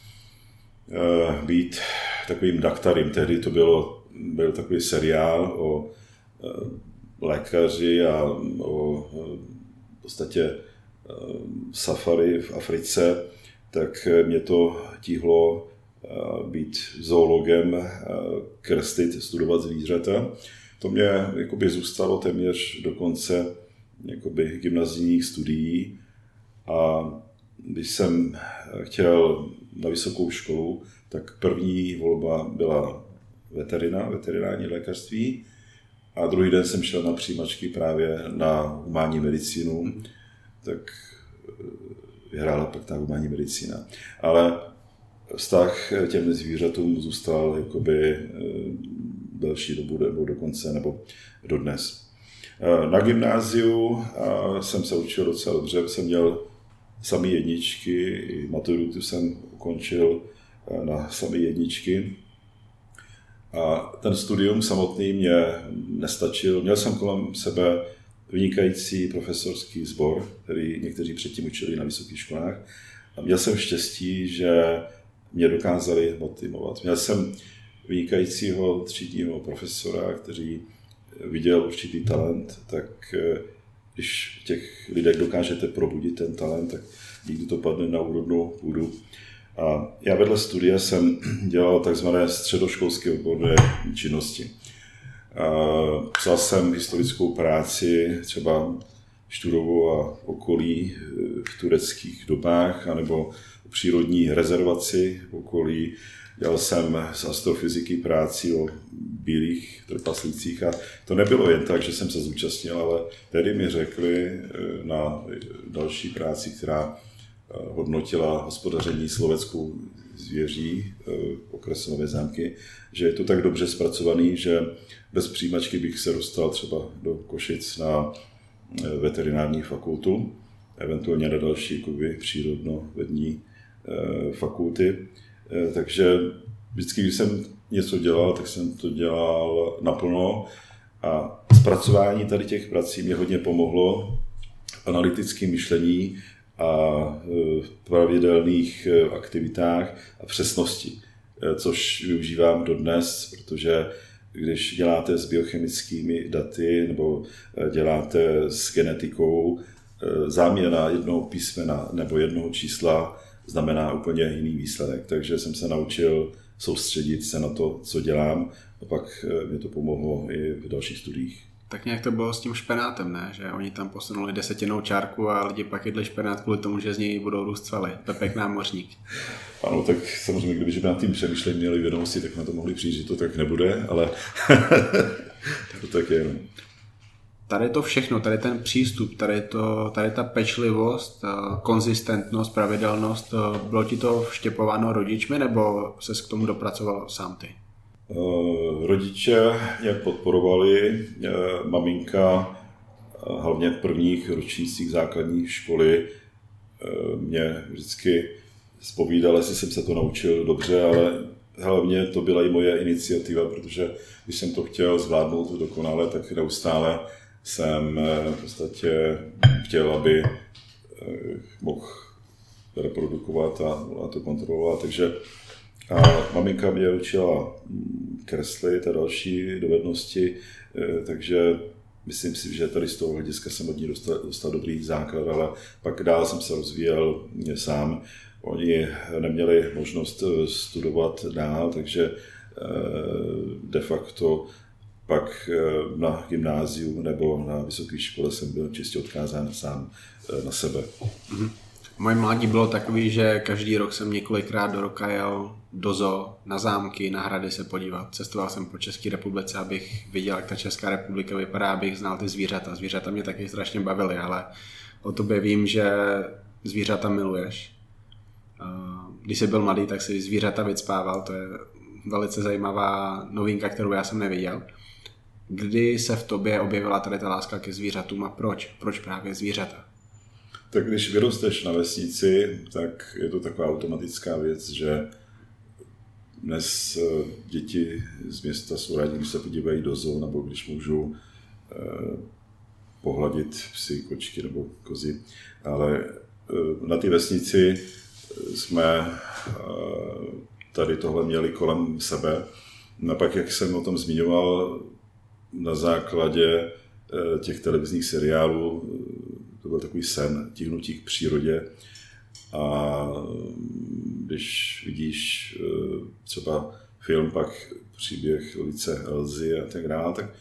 být takovým daktarem, tehdy to bylo, byl takový seriál o lékaři a o v podstatě safari v Africe, tak mě to tíhlo být zoologem, kreslit, studovat zvířata. To mě jakoby zůstalo téměř do konce jakoby gymnazijních studií a když jsem chtěl na vysokou školu, tak první volba byla veterina, veterinární lékařství a druhý den jsem šel na přijímačky právě na humánní medicínu, tak vyhrála pak ta humánní medicína. Ale vztah těm zvířatům zůstal jakoby delší dobu, nebo dokonce, nebo dodnes. Na gymnáziu jsem se učil docela dobře, jsem měl samé jedničky, i maturitu jsem ukončil na samé jedničky. A ten studium samotný mě nestačil. Měl jsem kolem sebe vynikající profesorský sbor, který někteří předtím učili na vysokých školách. A měl jsem štěstí, že mě dokázali motivovat. Měl jsem vynikajícího třídního profesora, který viděl určitý talent, tak když těch lidech dokážete probudit ten talent, tak nikdy to padne na úrodnou půdu. A já vedle studia jsem dělal takzvané středoškolské odborné činnosti. A psal jsem historickou práci, třeba Šturovu a okolí v tureckých dobách, anebo přírodní rezervaci v okolí. Dělal jsem z astrofyziky práci o bílých trpaslících a to nebylo jen tak, že jsem se zúčastnil, ale tehdy mi řekli na další práci, která hodnotila hospodaření s loveckou zvěří okresu Nové Zámky, že je to tak dobře zpracovaný, že bez přijímačky bych se dostal třeba do Košic na veterinární fakultu, eventuálně na další jakoby, přírodno-vědní fakulty. Takže vždycky, když jsem něco dělal, tak jsem to dělal naplno a zpracování tady těch prací mě hodně pomohlo v analytickém myšlení a pravidelných aktivitách a přesnosti, což využívám dodnes, protože když děláte s biochemickými daty nebo děláte s genetikou, záměna jednoho písmena nebo jednoho čísla znamená úplně jiný výsledek. Takže jsem se naučil soustředit se na to, co dělám a pak mě to pomohlo i v dalších studiích. Tak nějak to bylo s tím špenátem, ne? Že oni tam posunuli desetinou čárku a lidi pak jedli špenát kvůli tomu, že z něj budou růst svaly. Pepek námořník. Ano, tak samozřejmě, kdyby nad tím přemýšlení měli vědomosti, tak na to mohli přijít, že to tak nebude, ale to tak je. Tady to všechno, tady ten přístup, tady, to, tady ta pečlivost, konzistentnost, pravidelnost, bylo ti to vštěpováno rodičmi, nebo ses k tomu dopracoval sám ty? Rodiče mě podporovali, maminka hlavně v prvních ročnících základní školy mě vždycky zpovídala, jestli jsem se to naučil dobře, ale hlavně to byla i moje iniciativa, protože když jsem to chtěl zvládnout dokonale, tak neustále jsem v podstatě chtěl, aby mohl reprodukovat a, a to kontrolovat, takže a maminka mě učila kreslit a další dovednosti, takže myslím si, že tady z toho hlediska jsem od ní dostal, dostal dobrý základ, ale pak dál jsem se rozvíjel sám. Oni neměli možnost studovat dál, takže de facto pak na gymnáziu nebo na vysoké škole jsem byl čistě odkázán sám na sebe. Mm-hmm. Moje mládí bylo takový, že každý rok jsem několikrát do roka jel do zoo, na zámky, na hrady se podívat. Cestoval jsem po České republice, abych viděl, jak ta Česká republika vypadá, abych znal ty zvířata. Zvířata mě taky strašně bavily, ale o tobě vím, že zvířata miluješ. Když jsi byl mladý, tak si zvířata vycpával, to je velice zajímavá novinka, kterou já jsem neviděl. Kdy se v tobě objevila tady ta láska ke zvířatům a proč? Proč právě zvířata? Tak když vyrosteš na vesnici, tak je to taková automatická věc, že dnes děti z města jsou rádi, když se podívají do zoo, nebo když můžou eh, pohladit psy, kočky nebo kozy. Ale eh, na té vesnici jsme eh, tady tohle měli kolem sebe. A pak, jak jsem o tom zmiňoval, na základě eh, těch televizních seriálů, to byl takový sen, tíhnutí k přírodě. A když vidíš třeba film, pak příběh ulice Elzy a tak dále, tak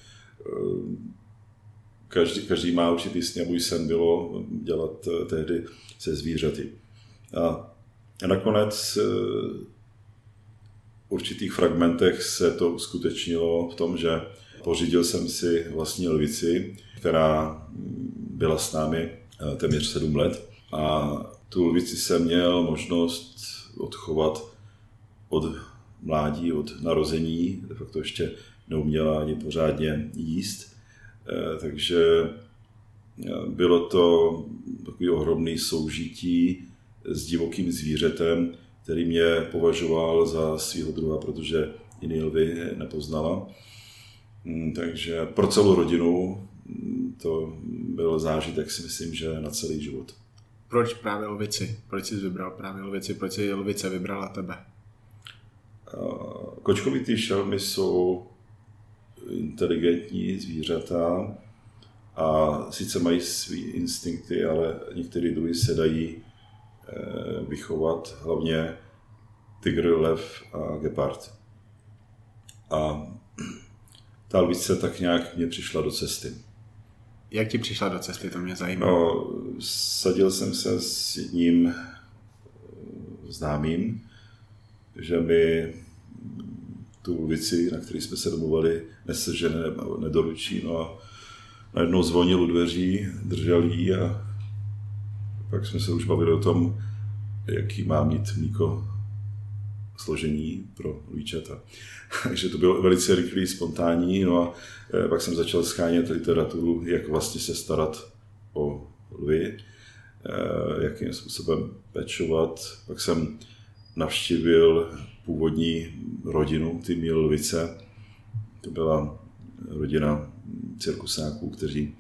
každý, každý má určitý sny a můj sen bylo dělat tehdy se zvířaty. A nakonec v určitých fragmentech se to uskutečnilo v tom, že pořídil jsem si vlastní lvici, která byla s námi téměř sedm let a tu lvici jsem měl možnost odchovat od mládí, od narození, de facto ještě neuměla ani pořádně jíst, takže bylo to takový ohromný soužití s divokým zvířetem, který mě považoval za svého druha, protože jiný lvy nepoznala. Takže pro celou rodinu to byl zážitek, si myslím, že na celý život. Proč právě lvici? Proč jsi vybral právě lvici? Proč jsi lvice vybrala tebe? Kočkovitý šelmy jsou inteligentní zvířata a sice mají svý instinkty, ale některé druhy se dají vychovat, hlavně tygr, lev a gepard. A ta lvice tak nějak mě přišla do cesty. Jak ti přišla do cesty, to mě zajímá. No, sadil jsem se s jedním známým, že mi tu lvici, na který jsme se domluvali, nesežene, nedoručí. No a najednou zvonil u dveří, držel jí a pak jsme se už bavili o tom, jaký má mít mlíko složení pro lvíčata. Takže to bylo velice rychlý, spontánní. No a pak jsem začal shánět literaturu, jak vlastně se starat o lvy, jakým způsobem pečovat. Pak jsem navštívil původní rodinu, ty měl lvice. To byla rodina cirkusáků, kteří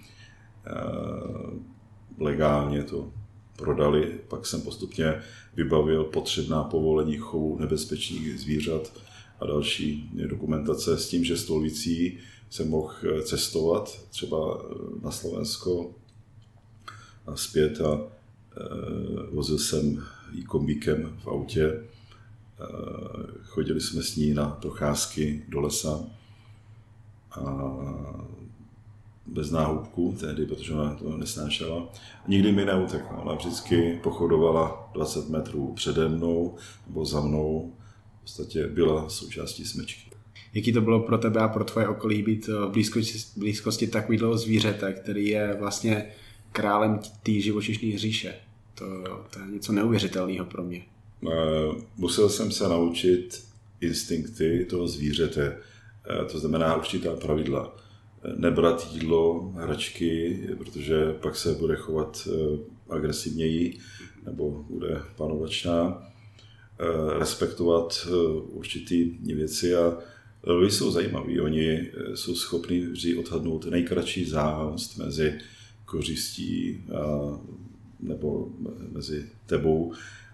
legálně to prodali. Pak jsem postupně vybavil potřebná povolení chovu nebezpečných zvířat a další dokumentace s tím, že s tou lvicí jsem mohl cestovat třeba na Slovensko a zpět a e, vozil jsem jí kombíkem v autě. E, chodili jsme s ní na procházky do lesa a bez náhubku tehdy, protože ona to nesnášela. Nikdy mi neutekla, ona vždycky pochodovala dvacet metrů přede mnou nebo za mnou. V podstatě byla součástí smečky. Jaký to bylo pro tebe a pro tvoje okolí být v blízkosti, blízkosti takového zvířete, který je vlastně králem té živočišné říše? To, to je něco neuvěřitelného pro mě. Musel jsem se naučit instinkty toho zvířete, to znamená určitá pravidla. Nebrat jídlo, hračky, protože pak se bude chovat agresivněji nebo bude panovačná. Respektovat určitý věci a lvy jsou zajímaví. Oni jsou schopni vždy odhadnout nejkratší záhost mezi kořistí a, nebo mezi tebou.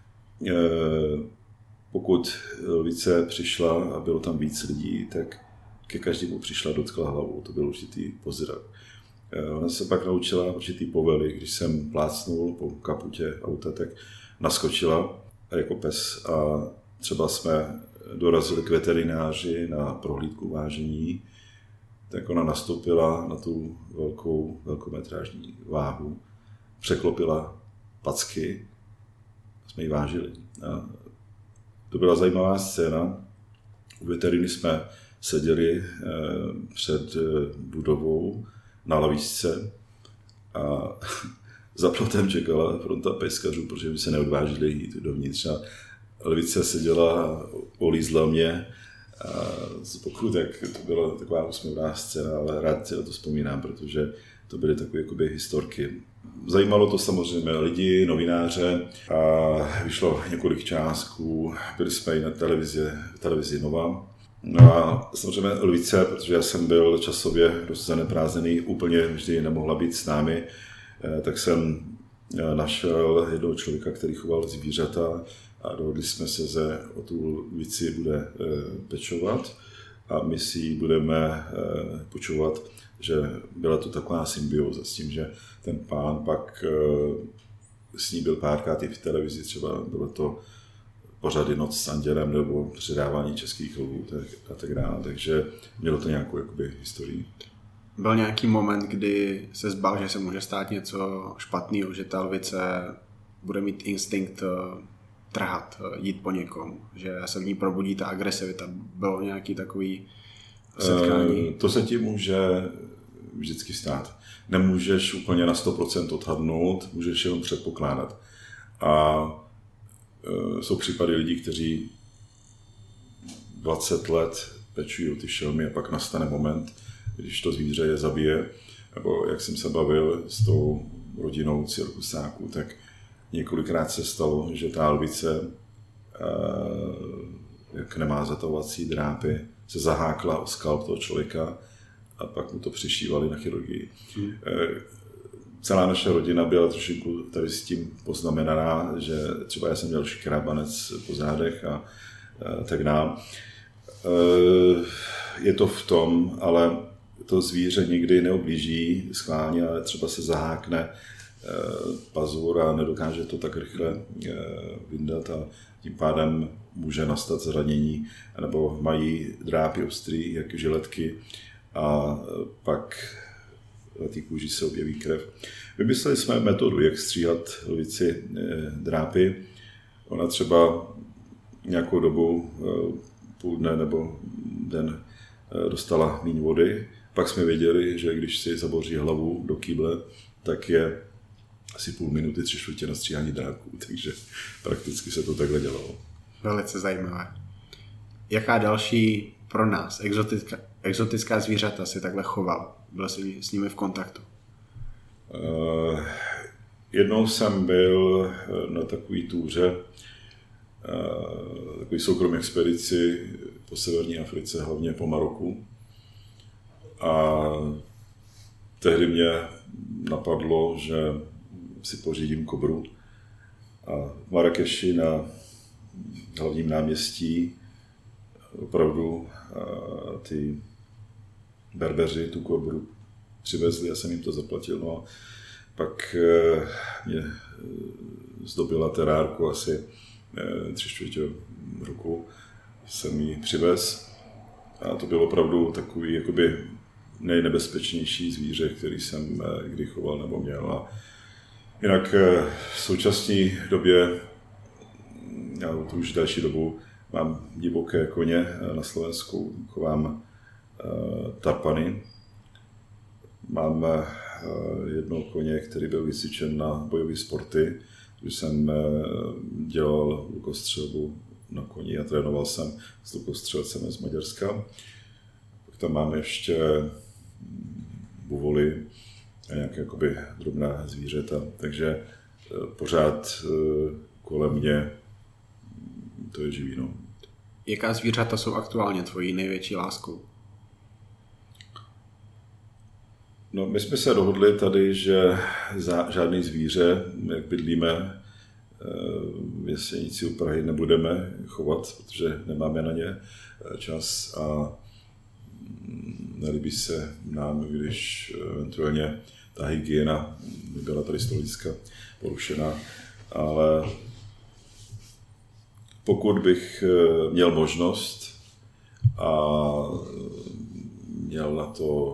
Pokud lvice přišla a bylo tam víc lidí, tak ke každému přišla, dotkla hlavou. To byl určitý pozdrav. Ona se pak naučila určitý povely. Když jsem plácnul po kaputě auta, tak naskočila jako pes a třeba jsme dorazili k veterináři na prohlídku vážení, tak ona nastoupila na tu velkou, velkometrážní váhu, překlopila packy a jsme ji vážili. A to byla zajímavá scéna. U veteriny jsme seděli před budovou na lavičce a za plotem čekala fronta pejskařů, protože by se neodvážili jít dovnitř. A lvice seděla, olízla mě a z boku, tak to byla taková úsměvná scéna, ale rád si na to vzpomínám, protože to byly takové jakoby historky. Zajímalo to samozřejmě lidi, novináře a vyšlo několik článků, byli jsme i na televizi, televizi Nova. No a samozřejmě lvice, protože já jsem byl časově dost zaneprázdněný, úplně vždy nemohla být s námi, tak jsem našel jednoho člověka, který choval zvířata a dohodli jsme se, že o tu lvici bude pečovat a my si ji budeme půjčovat, že byla to taková symbióza s tím, že ten pán pak s ní byl párkrát i v televizi, třeba bylo to pořady Noc s andělem nebo předávání českých lvů a tak dále, takže mělo to nějakou jakoby historii. Byl nějaký moment, kdy se zbál, že se může stát něco špatného, že ta lvice bude mít instinkt trhat, jít po někom, že se v ní probudí ta agresivita. Bylo nějaký takový setkání? E, to se ti může vždycky stát. Nemůžeš úplně na sto procent odhadnout, můžeš jenom předpokládat. A e, jsou případy lidí, kteří dvacet let pečují ty šelmy a pak nastane moment, když to zvíře je zabije, nebo jak jsem se bavil s tou rodinou cirkusáků, tak několikrát se stalo, že ta lvice, jak nemá zatavovací drápy, se zahákla o skalp toho člověka a pak mu to přišívali na chirurgii. Hmm. Celá naše rodina byla trošku tady s tím poznamenaná, že třeba já jsem měl škrábanec po zádech a tak dále. Je to v tom, ale to zvíře nikdy neoblíží schválně, ale třeba se zahákne pazur a nedokáže to tak rychle vyndat a tím pádem může nastat zranění, nebo mají drápy ostrý, jak žiletky a pak na té kůži se objeví krev. Vymysleli jsme metodu, jak stříhat lvici drápy. Ona třeba nějakou dobu, půl dne nebo den dostala míň vody. Pak jsme věděli, že když si zaboří hlavu do kýble, tak je asi půl minuty, tři čtvrtě na stříhání drápů, takže prakticky se to takhle dělalo. Velice zajímavé. Jaká další pro nás exotická, exotická zvířata si takhle choval? Byl jsi s nimi v kontaktu? Uh, jednou jsem byl na takové túře, uh, takový soukromý expedici po severní Africe, hlavně po Maroku. A tehdy mě napadlo, že si pořídím kobru. A v Marrakeši na hlavním náměstí opravdu ty berbeři tu kobru přivezli, já jsem jim to zaplatil. No a pak mě zdobila terárku asi tři čtvrtě roku, jsem ji přivez. A to bylo opravdu takový jakoby nejnebezpečnější zvíře, který jsem kdy choval nebo měl. A jinak v současné době, já to už další dobu, mám divoké koně na Slovensku, chovám tarpany. Mám jednoho koně, který byl vycvičen na bojové sporty, když jsem dělal lukostřelbu na koni a trénoval jsem s lukostřelcem z Maďarska. Pak tam máme ještě buvoly a nějaké jakoby drobná zvířata, takže pořád kolem mě to je živý. No. Jaká zvířata jsou aktuálně tvojí největší láskou? No, my jsme se dohodli tady, že za žádný zvíře, jak bydlíme v Jesenici u Prahy, nebudeme chovat, protože nemáme na ně čas a nelíbí se nám, když eventuálně ta hygiena byla tady z hlediska porušená, ale pokud bych měl možnost a měl na to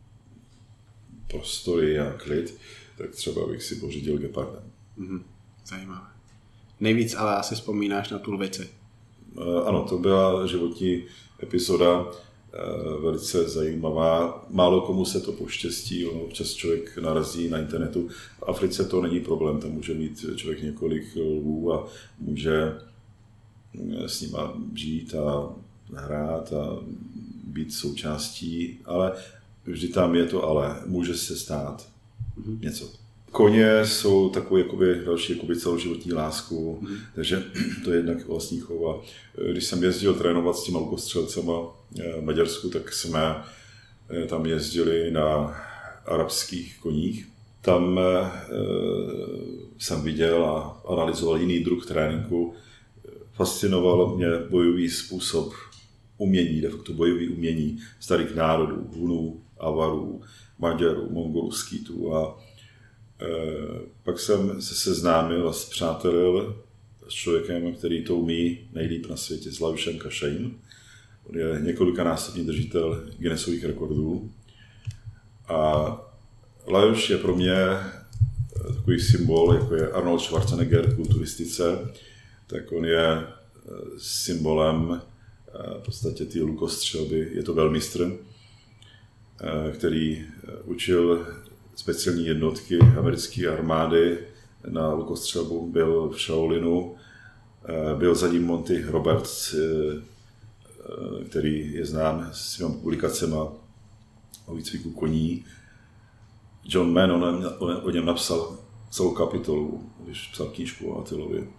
prostory a klid, tak třeba bych si pořídil geparda. Mm-hmm. Zajímavé. Nejvíc ale asi vzpomínáš na tu lvici. Ano, to byla životní epizoda, velice zajímavá. Málo komu se to poštěstí, ono občas člověk narazí na internetu. V Africe to není problém, tam může mít člověk několik lvů a může s nima žít a hrát a být součástí, ale vždy tam je to ale, může se stát mm-hmm. něco. Koně jsou takový jakoby, další jakoby celoživotní lásku, mm. takže to je jednak vlastní chov. A když jsem jezdil trénovat s těma lukostřelcema v Maďarsku, tak jsme tam jezdili na arabských koních. Tam e, jsem viděl a analyzoval jiný druh tréninku. Fascinoval mě bojový způsob umění, de facto bojový umění starých národů, Hunů, Avarů, Maďarů, Mongolů, Skýtů a pak jsem se seznámil a zpřátelil s člověkem, který to umí nejlíp na světě, s Lajušem Kašajím. On je několikanásobný držitel Guinnessových rekordů. A Lajuš je pro mě takový symbol, jako je Arnold Schwarzenegger v kulturistice, tak on je symbolem v podstatě ty lukostřelby. Je to velmistr, který učil speciální jednotky americké armády na lukostřelbu, byl v Shaolinu, byl za ním Monty Roberts, který je znám svými publikacemi o výcviku koní. John Mann on o něm napsal celou kapitolu, když psal knížku o Attilovi.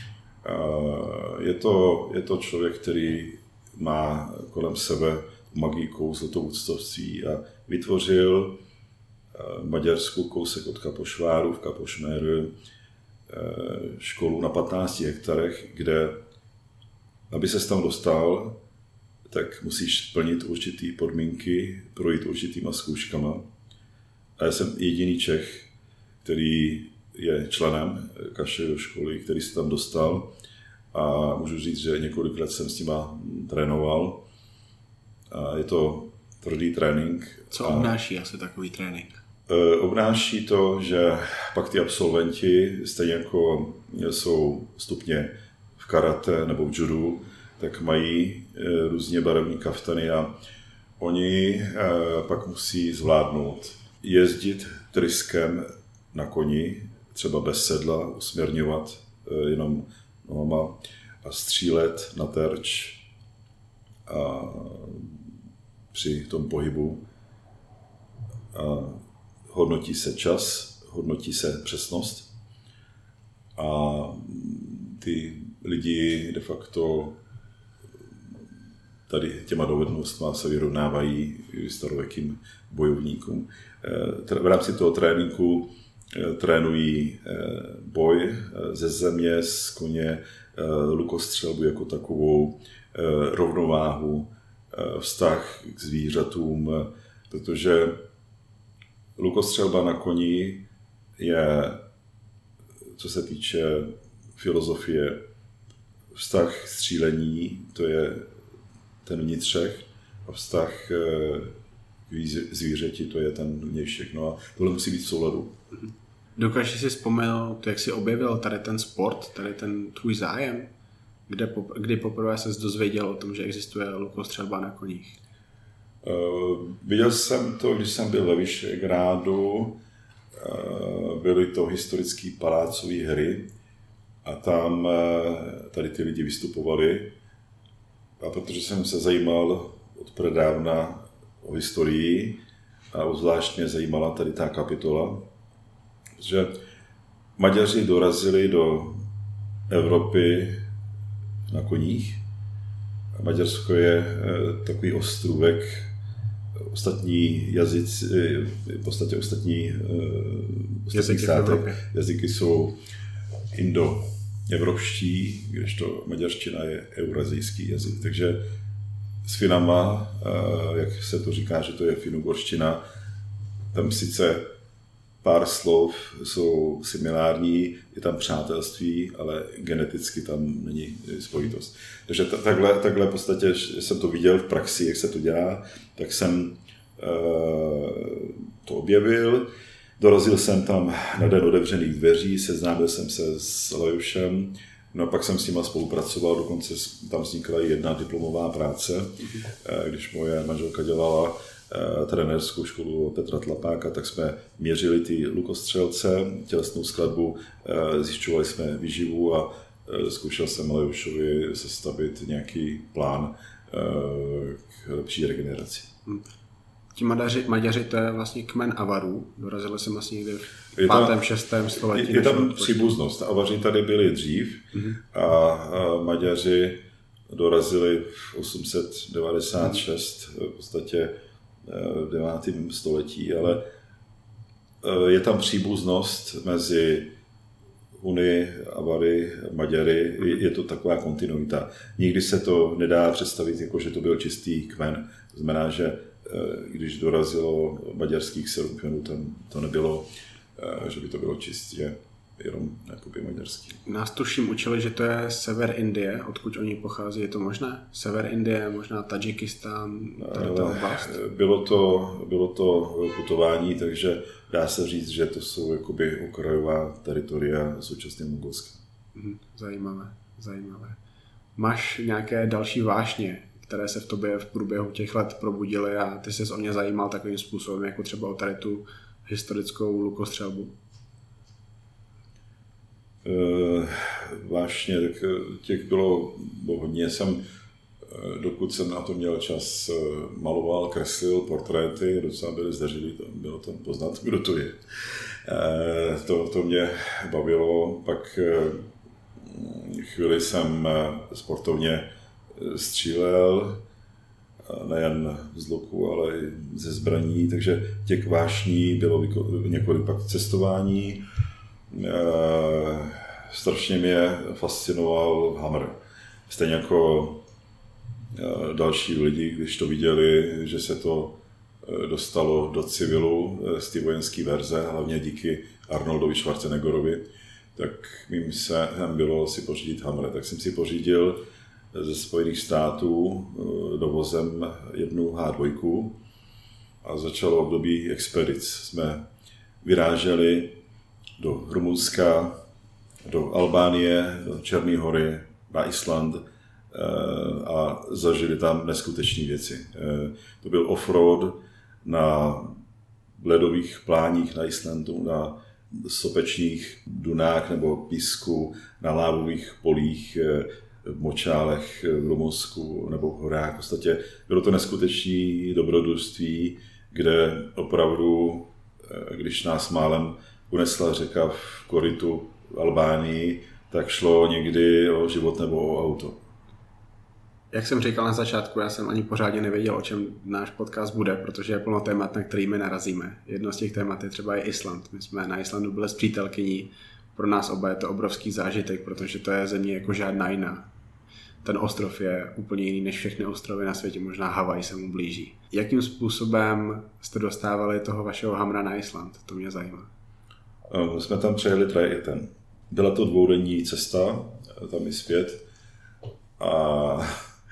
Je to, je to člověk, který má kolem sebe magii, kouzlo, to úctovství a vytvořil v Maďarsku kousek od Kapošváru v Kapošméru školu na patnácti hektarech, kde, aby ses tam dostal, tak musíš splnit určitý podmínky, projít určitýma zkouškama. A já jsem jediný Čech, který je členem Kašejovy školy, který se tam dostal a můžu říct, že několik let jsem s nima trénoval. A je to tvrdý trénink. Co obnáší asi takový trénink? Obnáší to, že pak ty absolventi, stejně jako jsou stupně v karate nebo v judu, tak mají různě barevní kaftany a oni pak musí zvládnout jezdit tryskem na koni, třeba bez sedla, usměrňovat jenom nohama a střílet na terč a při tom pohybu. A hodnotí se čas, hodnotí se přesnost a ty lidi de facto tady těma dovednostmi se vyrovnávají starověkým bojovníkům. V rámci toho tréninku trénují boj ze země, z koně, lukostřelbu jako takovou, rovnováhu, vztah k zvířatům, protože lukostřelba na koni je, co se týče filozofie, vztah střílení, to je ten vnitřek, a vztah k zvířeti, to je ten vnějšek. No a tohle musí být v souladu. Dokážeš si vzpomenout, jak jsi objevil tady ten sport, tady ten tvůj zájem? Kde, kdy poprvé ses dozvěděl o tom, že existuje lukostřelba na koních? Uh, viděl jsem to, když jsem byl ve Vyšegrádu, uh, byly to historické palácové hry a tam uh, tady ty lidi vystupovali a protože jsem se zajímal od pradávna o historii a obzvlášť mě zajímala tady ta kapitola, že Maďaři dorazili do Evropy na koních. Maďarsko je takový ostrůvek, ostatní jazyci, v podstatě ostatní, ostatní státy, jazyky jsou indoevropští, kdežto maďarština je eurazijský jazyk. Takže s Finama, jak se to říká, že to je finugorština, tam sice pár slov jsou similární, je tam přátelství, ale geneticky tam není spojitost. Takže t- takhle, takhle v podstatě jsem to viděl v praxi, jak se to dělá, tak jsem e, to objevil. Dorazil jsem tam na den otevřených dveří, seznámil jsem se s Lajošem, no a pak jsem s nima spolupracoval, dokonce tam vznikla i jedna diplomová práce, když moje manželka dělala trenérskou školu Petra Tlapáka, tak jsme měřili ty lukostřelce, tělesnou skladbu, zjišťovali jsme výživu a zkoušel jsem Lajošovi sestavit nějaký plán k lepší regeneraci. Ti Maďaři, Maďaři, to je vlastně kmen Avarů. Dorazili jsem vlastně někdy v pátém, šestém století. Je tam příbuznost. Avaři tady byli dřív mm-hmm. a Maďaři dorazili v osm set devadesát šest, mm-hmm. v podstatě v devátém století, ale je tam příbuznost mezi Unii, Avary, Maďary, je to taková kontinuita. Nikdy se to nedá představit, jako že to byl čistý kmen. To znamená, že když dorazilo maďarských sedm kmenů, tam to nebylo, že by to bylo čistě jenom jakoby maďarský. Nás tuším učili, že to je sever Indie, odkud oni pochází, je to možné? Sever Indie, možná Tadžikistán, tady ta oblast? Bylo to, bylo to putování, takže dá se říct, že to jsou jakoby okrajová teritoria současného Mongolska. Zajímavé, zajímavé. Máš nějaké další vášně, které se v tobě v průběhu těch let probudily a ty ses o ně zajímal takovým způsobem, jako třeba o tady tu historickou lukostřelbu? E, vážně, tak těch bylo hodně. Jsem, dokud jsem na to měl čas, maloval, kreslil portréty, docela byly zdařilý, to bylo tam poznat, kdo to je. E, to, to mě bavilo, pak chvíli jsem sportovně střílel, nejen z luku, ale i ze zbraní, takže těch vášní bylo několik pak cestování. E, strašně mě fascinoval Hamr. Stejně jako e, další lidi, když to viděli, že se to e, dostalo do civilu e, z té vojenské verze, hlavně díky Arnoldovi Schwarzeneggerovi, tak mým se bylo si pořídit Hamr. Tak jsem si pořídil ze Spojených států dovozem jednu há dva a začalo období expedic. Jsme vyráželi do Rumunska, do Albánie, do Černé Hory, na Island a zažili tam neskutečné věci. To byl offroad na ledových pláních na Islandu, na sopečných dunách nebo písku, na lávových polích, v močálech v Rumunsku nebo v horách. V podstatě bylo to neskutečné dobrodružství, kde opravdu, když nás málem unesla řeka v korytu v Albánii, tak šlo někdy o život nebo o auto. Jak jsem říkal na začátku, já jsem ani pořádně nevěděl, o čem náš podcast bude, protože je plno témat, na kterými narazíme. Jedno z těch témat je třeba i Island. My jsme na Islandu byli s přítelkyní. Pro nás oba je to obrovský zážitek, protože to je země jako žádná jiná. Ten ostrov je úplně jiný než všechny ostrovy na světě, možná Havaj se mu blíží. Jakým způsobem jste dostávali toho vašeho Hamra na Island? To mě zajímá. My jsme tam přejeli trajektem. Byla to dvoudenní cesta, tam i zpět. A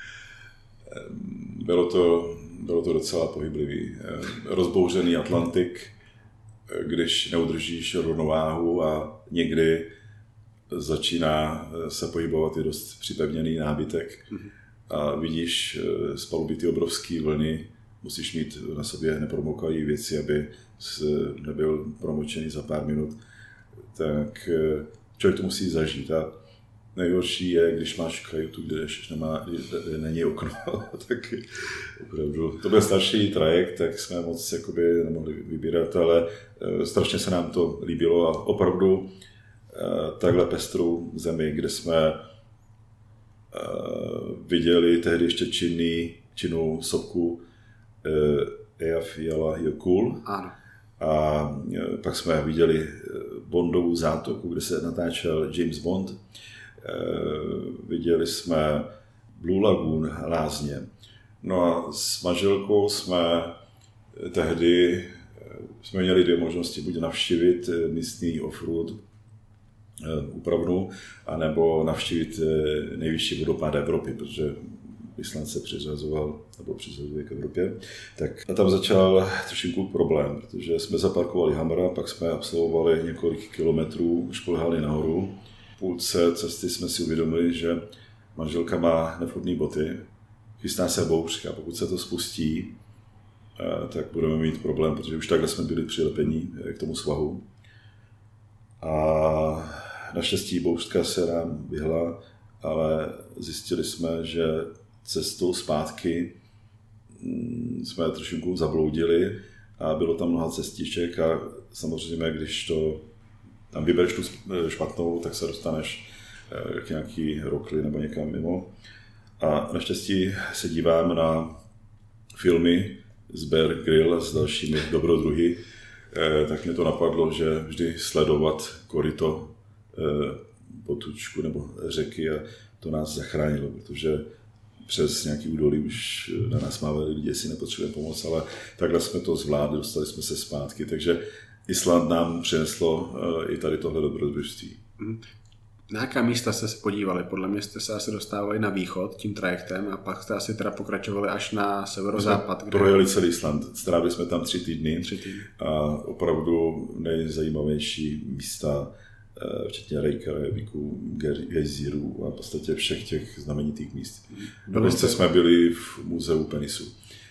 bylo to, bylo to docela pohyblivý. Rozbouřený Atlantik, když neudržíš rovnováhu a někdy začíná se pohybovat i dost připevněný nábytek a vidíš z paluby ty obrovské vlny, musíš mít na sobě nepromokavé věci, aby nebyl promočený za pár minut, tak člověk to musí zažít. A nejhorší je, když máš kajutu, kde ještě nemá, kde není okno, tak opravdu. To byl starší trajekt, tak jsme moc jakoby nemohli vybírat, ale strašně se nám to líbilo a opravdu takhle pestrou zemi, kde jsme viděli tehdy ještě činný, činnou sopku Eyjafjallajökull. Ano. A pak jsme viděli Bondovu zátoku, kde se natáčel James Bond. Viděli jsme Blue Lagoon lázně. No a s manželkou jsme tehdy jsme měli dvě možnosti, buď navštívit místní offroad úpravnu, anebo navštívit nejvyšší vodopád Evropy, protože Island se přiřazoval, nebo přiřazuje k Evropě. Tak a tam začal trošku problém, protože jsme zaparkovali Hamra, pak jsme absolvovali několik kilometrů, šplhali nahoru. V půlce cesty jsme si uvědomili, že manželka má nevhodné boty, chystá se bouřka, pokud se to spustí, tak budeme mít problém, protože už takhle jsme byli přilepení k tomu svahu. A naštěstí bouřka se nám vyhla, ale zjistili jsme, že cestou zpátky jsme trošku zabloudili a bylo tam mnoha cestiček a samozřejmě, když to tam vybereš tu špatnou, tak se dostaneš k nějaký rokli nebo někam mimo. A naštěstí se dívám na filmy z Bear Grylls a s dalšími dobrodruhy, tak mi to napadlo, že vždy sledovat koryto potučku nebo řeky a to nás zachránilo, protože přes nějaký údolí už na nás mávali lidi, jestli nepotřebujeme pomoc, ale takhle jsme to zvládli, dostali jsme se zpátky, takže Island nám přineslo i tady tohle dobrodružství. Na jaká místa jste se podívali? Podle mě jste se asi dostávali na východ tím trajektem a pak jste asi teda pokračovali až na severozápad. Kde... Projeli celý Island, strávili jsme tam tři týdny, tři týdny. A opravdu nejzajímavější místa, včetně Reykjavíku, gejzírů a v podstatě všech těch znamenitých míst. Dokonce jsme byli v muzeu penisu.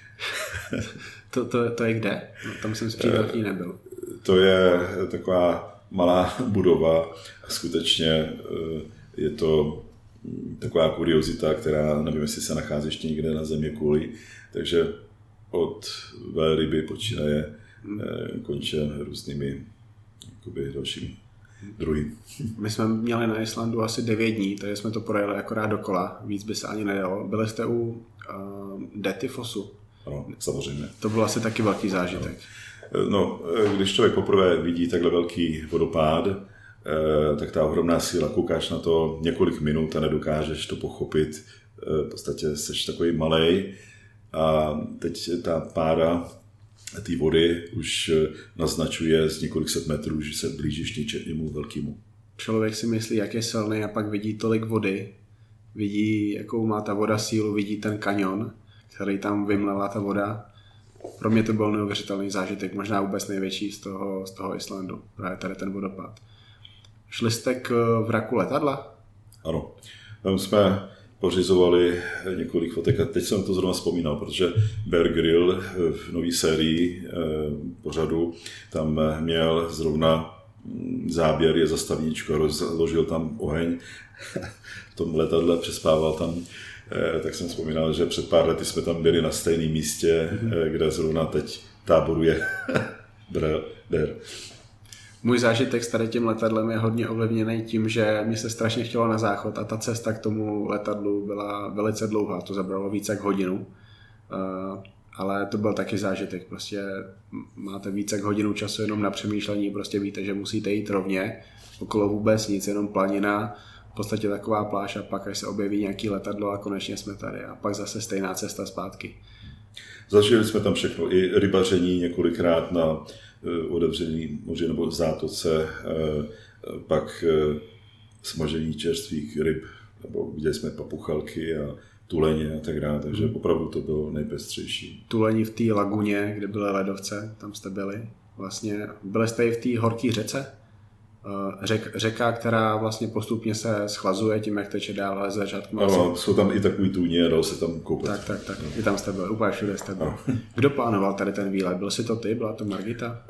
to, to, to je kde? No, tam jsem zpřívatní nebyl. To je taková malá budova a skutečně je to taková kuriozita, která nevím, jestli se nachází ještě někde na země kouli, takže od velryby počínaje konče různými jakoby, dalšími druhy. My jsme měli na Islandu asi devět dní, takže jsme to projeli akorát dokola, víc by se ani nedalo. Byli jste u uh, Dettifossu. Ano, samozřejmě. To byl asi taky velký zážitek. No. No, když člověk poprvé vidí takhle velký vodopád, tak ta ohromná síla, koukáš na to několik minut a nedokážeš to pochopit. V podstatě seš takový malej a teď ta pára té vody už naznačuje z několik set metrů, že se blížíš něčemu velkému. Člověk si myslí, jak je silný a pak vidí tolik vody, vidí, jakou má ta voda sílu, vidí ten kanion, který tam vymlela ta voda. Pro mě to byl neuvěřitelný zážitek, možná vůbec největší z toho, z toho Islandu, právě tady ten vodopád. Šli jste k vraku letadla? Ano, tam jsme pořizovali několik fotek a teď jsem to zrovna vzpomínal, protože Bear Grylls v nové sérii eh, pořadu tam měl zrovna záběr, je zastavníčko, rozložil tam oheň, v tom letadle přespával tam, eh, tak jsem vzpomínal, že před pár lety jsme tam byli na stejném místě, eh, kde zrovna teď táboruje Bear. Můj zážitek s tady tím letadlem je hodně ovlivněný tím, že mi se strašně chtělo na záchod a ta cesta k tomu letadlu byla velice dlouhá, to zabralo více jak hodinu, ale to byl taky zážitek, prostě máte více jak hodinu času jenom na přemýšlení, prostě víte, že musíte jít rovně, okolo vůbec nic, jenom planina, v podstatě taková pláž a pak až se objeví nějaký letadlo a konečně jsme tady a pak zase stejná cesta zpátky. Zažili jsme tam všechno, i rybaření několikrát na otevřený moře nebo v zátoce, pak smažení čerstvých ryb, nebo viděli jsme papuchalky a tuleně a tak dále, takže opravdu to bylo nejpestřejší. Tuleni v té laguně, kde byly ledovce, tam jste byli. Vlastně byli jste i v té horké řece? Řek, řeka, která vlastně postupně se schlazuje tím, jak teče dál, ale začátku. Ano, jsou tam i takový tůně, dalo se tam koupat. Tak, tak, tak. I tam jste byli, úplně všude jste byli. Kdo plánoval tady ten výlet? Byl jsi to ty? Byla to Margita?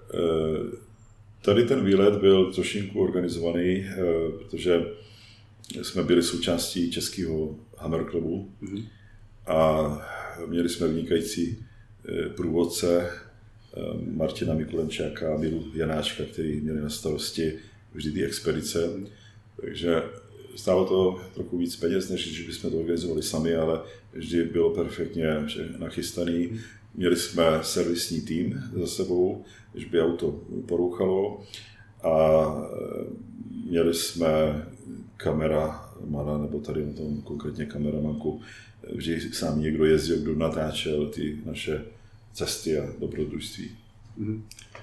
Tady ten výlet byl trošinku organizovaný, protože jsme byli součástí českého Hammer Clubu mm-hmm. a měli jsme vynikající průvodce Martina Mikulenčáka a Milu Janáčka, který měli na starosti vždy ty expedice. Takže stálo to trochu víc peněz, než když bychom to organizovali sami, ale vždy bylo perfektně nachystaný. Měli jsme servisní tým za sebou, když by auto porouchalo a měli jsme kameramana, nebo tady na tom konkrétně kameramanku, vždy sám někdo jezdil, kdo natáčel ty naše cesty a dobrodružství.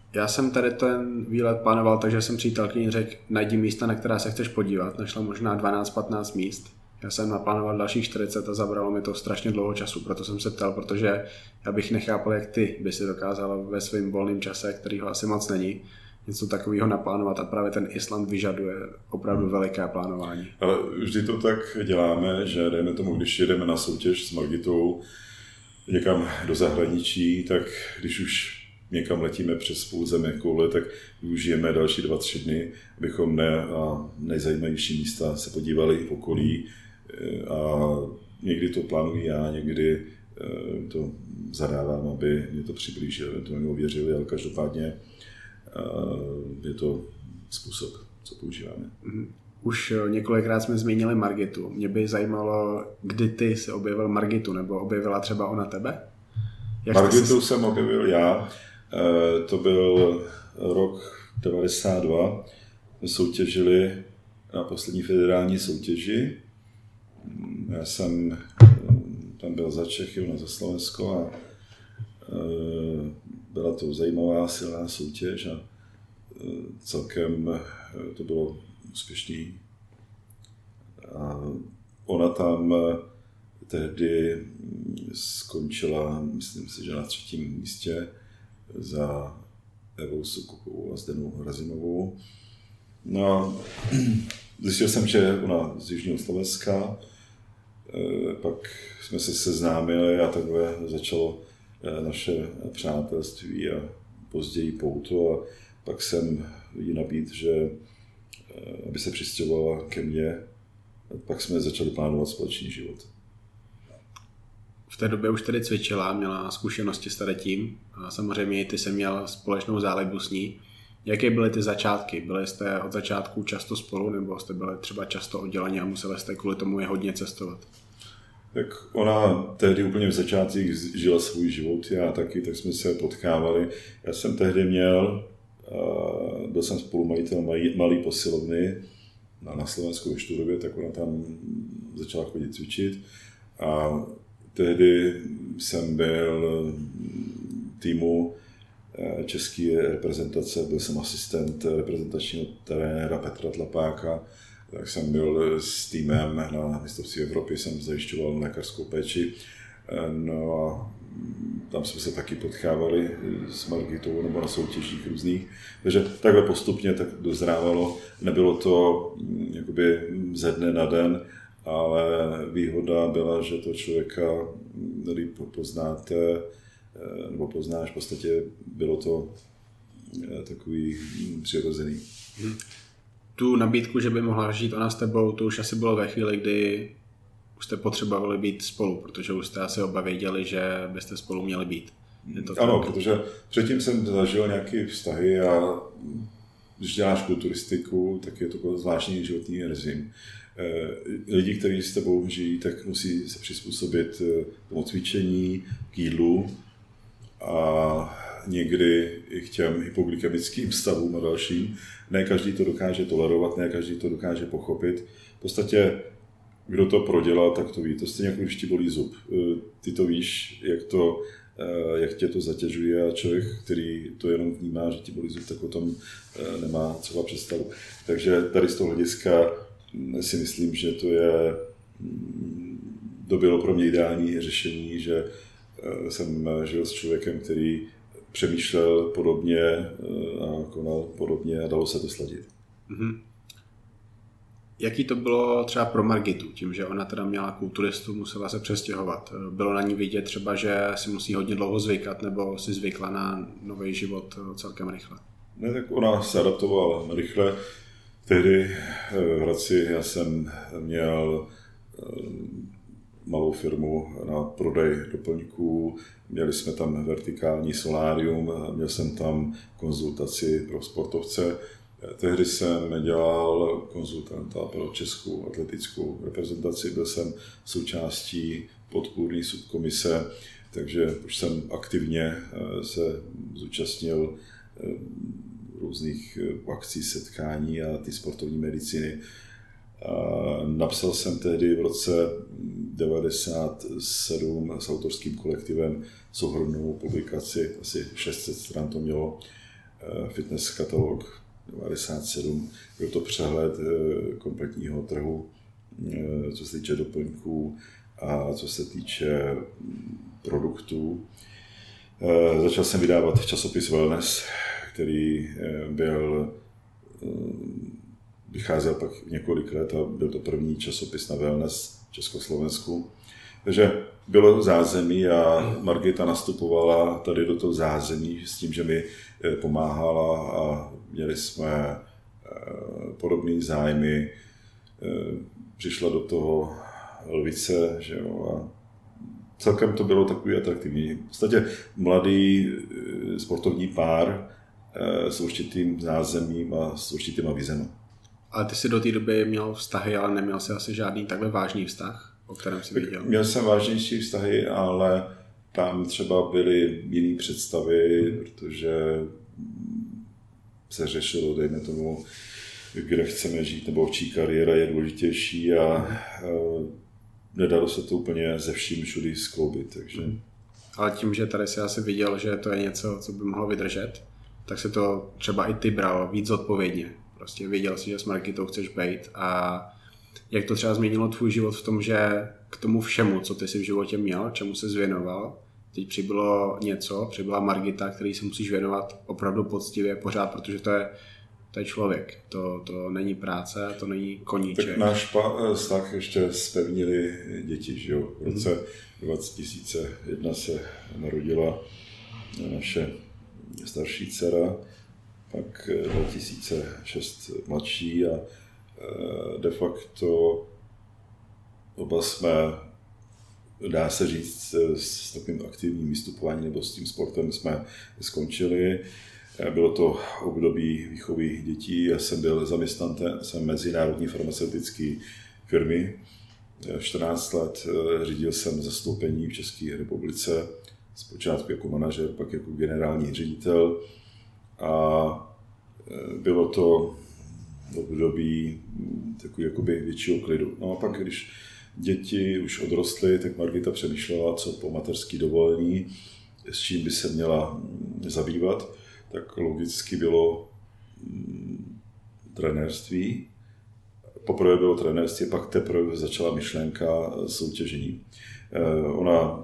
Já jsem tady ten výlet plánoval, takže jsem přítelkyni řekl, najdi místa, na která se chceš podívat. Našla možná dvanáct patnáct míst. Já jsem naplánoval dalších čtyřicet a zabralo mi to strašně dlouho času, proto jsem se ptal, protože já bych nechápal, jak ty by si dokázala ve svém volném čase, kterýho asi moc není, něco takového naplánovat a právě ten Island vyžaduje opravdu veliké plánování. Ale vždy to tak děláme, že dejme tomu, když jedeme na soutěž s Margitou někam do zahraničí, tak když už někam letíme přes půl země koule, tak využijeme další dva, tři dny, abychom ne, na nejzajímavější místa se podívali v okolí a někdy to plánuji já, někdy to zadávám, aby mě to přiblížili, to mi ověřili, ale každopádně je to způsob, co používáme. Už několikrát jsme zmínili Margitu. Mě by zajímalo, kdy ty se objevil Margitu, nebo objevila třeba ona tebe? Jak Margitu jsi... jsem objevil já. To byl rok devadesát dva. My soutěžili na poslední federální soutěži. Já jsem tam byl za Čechy, ona za Slovensko a byla to zajímavá, silná soutěž a celkem to bylo úspěšný. A ona tam tehdy skončila, myslím si, že na třetím místě za Evou Soukupovou a Zdenou Razimovou. No a zjistil jsem, že ona z Jižního Slovenska, pak jsme se seznámili a takhle začalo naše přátelství a později pouto a pak jsem jí nabídl, že aby se přistěhovala ke mně, pak jsme začali plánovat společný život. V té době už tedy cvičila, měla zkušenosti s tady tím a samozřejmě ty jsi měl společnou zálibu s ní. Jaké byly ty začátky? Byli jste od začátku často spolu nebo jste byli třeba často odděleni a museli jste kvůli tomu je hodně cestovat? Tak ona tehdy úplně v začátcích žila svůj život, já taky, tak jsme se potkávali. Já jsem tehdy měl, byl jsem spolumajitel malý posilovny na Slovensku ve Štúrově, tak ona tam začala chodit cvičit a tehdy jsem byl týmu české reprezentace, byl jsem asistent reprezentačního trenéra Petra Tlapáka, tak jsem byl s týmem na mistrovství Evropy, jsem zajišťoval lékařskou péči. No a tam jsme se taky potkávali s Margitou nebo na soutěžích různých. Takže takhle postupně tak dozrávalo. Nebylo to jakoby ze dne na den, ale výhoda byla, že to člověka líp poznáte, nebo poznáš, v podstatě bylo to takový přirozený. Hmm. Tu nabídku, že by mohla žít ona s tebou, to už asi bylo ve chvíli, kdy už jste potřebovali být spolu, protože už jste asi oba věděli, že byste spolu měli být. Je to ano, tak? Protože předtím jsem zažil nějaké vztahy a když děláš kulturistiku, tak je to zvláštní životní režim. Lidi, kteří s tebou žijí, tak musí se přizpůsobit tomu cvičení, k jídlu a někdy i k těm hypoglykemickým stavům a dalším. Ne každý to dokáže tolerovat, ne každý to dokáže pochopit. V podstatě, kdo to prodělal, tak to ví. To stejně jako když ti bolí zub. Ty to víš, jak, to, jak tě to zatěžuje a člověk, který to jenom vnímá, že ti bolí zub, tak o tom nemá třeba představu. Takže tady z toho hlediska si myslím, že to je, to bylo pro mě ideální řešení, že jsem žil s člověkem, který přemýšlel podobně a konal podobně a dalo se to sladit. Mm-hmm. Jaký to bylo třeba pro Margitu, tím, že ona teda měla kulturistu, musela se přestěhovat? Bylo na ní vidět třeba, že si musí hodně dlouho zvykat, nebo si zvykla na nový život celkem rychle? Ne, tak ona se adaptovala rychle. Tehdy v Hradci já jsem měl malou firmu na prodej doplňků, měli jsme tam vertikální solárium, měl jsem tam konzultaci pro sportovce. Tehdy jsem dělal konzultanta pro českou atletickou reprezentaci, byl jsem součástí podpůrné subkomise, takže už jsem aktivně se zúčastnil různých akcí, setkání a ty sportovní medicíny. Napsal jsem tehdy v roce devadesát sedm s autorským kolektivem souhrnnou publikaci, asi šest set stran to mělo, fitness katalog devadesát sedm. Byl to přehled kompletního trhu, co se týče doplňků a co se týče produktů. Začal jsem vydávat časopis Wellness, který byl, vycházel pak několik let a byl to první časopis na wellness v Československu. Takže bylo zázemí a Margita nastupovala tady do toho zázemí s tím, že mi pomáhala a měli jsme podobné zájmy. Přišla do toho Lvice, že jo, a celkem to bylo takový atraktivní. V podstatě mladý sportovní pár s určitým zázemím a s určitýma vizema. Ale ty jsi do té doby měl vztahy, ale neměl jsi asi žádný takhle vážný vztah, o kterém jsi viděl? Měl jsem vážnější vztahy, ale tam třeba byly jiné představy, protože se řešilo, dejme tomu, kde chceme žít, nebo čí kariéra je důležitější a, a nedalo se to úplně ze vším všudy skloubit. Takže. Ale tím, že tady si asi viděl, že to je něco, co by mohlo vydržet, tak se to třeba i ty bral víc zodpovědně. Prostě věděl si, že s Margitou chceš být a jak to třeba změnilo tvůj život v tom, že k tomu všemu, co ty si v životě měl, čemu se zvěnoval, teď přibylo něco, přibyla Margita, který se musíš věnovat opravdu poctivě pořád, protože to je, to je člověk, to, to není práce, to není koníček. Tak náš vztah ještě zpevnili děti, že jo. V roce dva tisíce jedna se narodila naše starší dcera, pak dva tisíce šest mladší a de facto oba jsme, dá se říct, s takovým aktivním vystupováním nebo s tím sportem jsme skončili. Bylo to období výchovy dětí, já jsem byl zaměstnantem jsem mezinárodní farmaceutické firmy. čtrnáct let řídil jsem zastoupení v České republice, zpočátku jako manažer, pak jako generální ředitel a bylo to období takový jakoby většího klidu. No a pak, když děti už odrostly, tak Margita přemýšlela, co po mateřský dovolení, s čím by se měla zabývat, tak logicky bylo trenérství. Poprvé bylo trenérství, pak teprve začala myšlenka soutěžení. Ona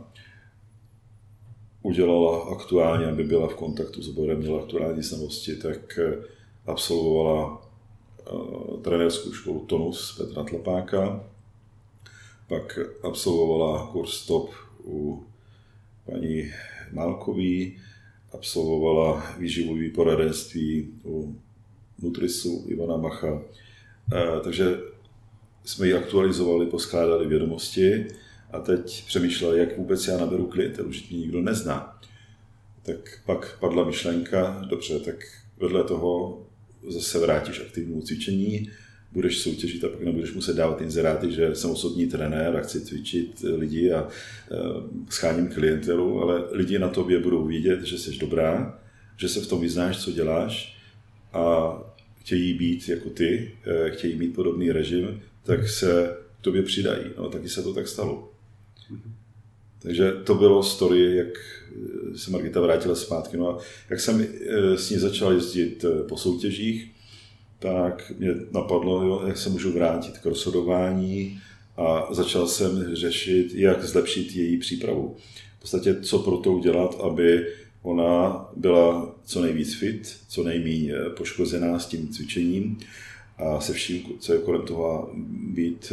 udělala aktuálně, aby byla v kontaktu s oborem, měla aktuální znalosti, tak absolvovala trenérskou školu Tonus Petra Tlapáka, pak absolvovala kurz Top u paní Málkový, absolvovala výživové poradenství u Nutrisu Ivana Macha. Takže jsme ji aktualizovali, poskládali vědomosti a teď přemýšlela, jak vůbec já naberu klientelu, že mě nikdo nezná. Tak pak padla myšlenka, dobře, tak vedle toho zase vrátíš aktivnímu cvičení, budeš soutěžit a pak nebudeš muset dávat inzeráty, že jsem osobní trenér a chci cvičit lidi a scháním klientelu, ale lidi na tobě budou vidět, že jsi dobrá, že se v tom vyznáš, co děláš a chtějí být jako ty, chtějí mít podobný režim, tak se k tobě přidají. No, taky se to tak stalo. Takže to bylo story, jak se Margita vrátila zpátky. No a jak jsem s ní začal jezdit po soutěžích, tak mě napadlo, jo, jak se můžu vrátit k rozhodování a začal jsem řešit, jak zlepšit její přípravu. V podstatě, co pro to udělat, aby ona byla co nejvíc fit, co nejméně poškozená s tím cvičením a se vším, co je kolem toho být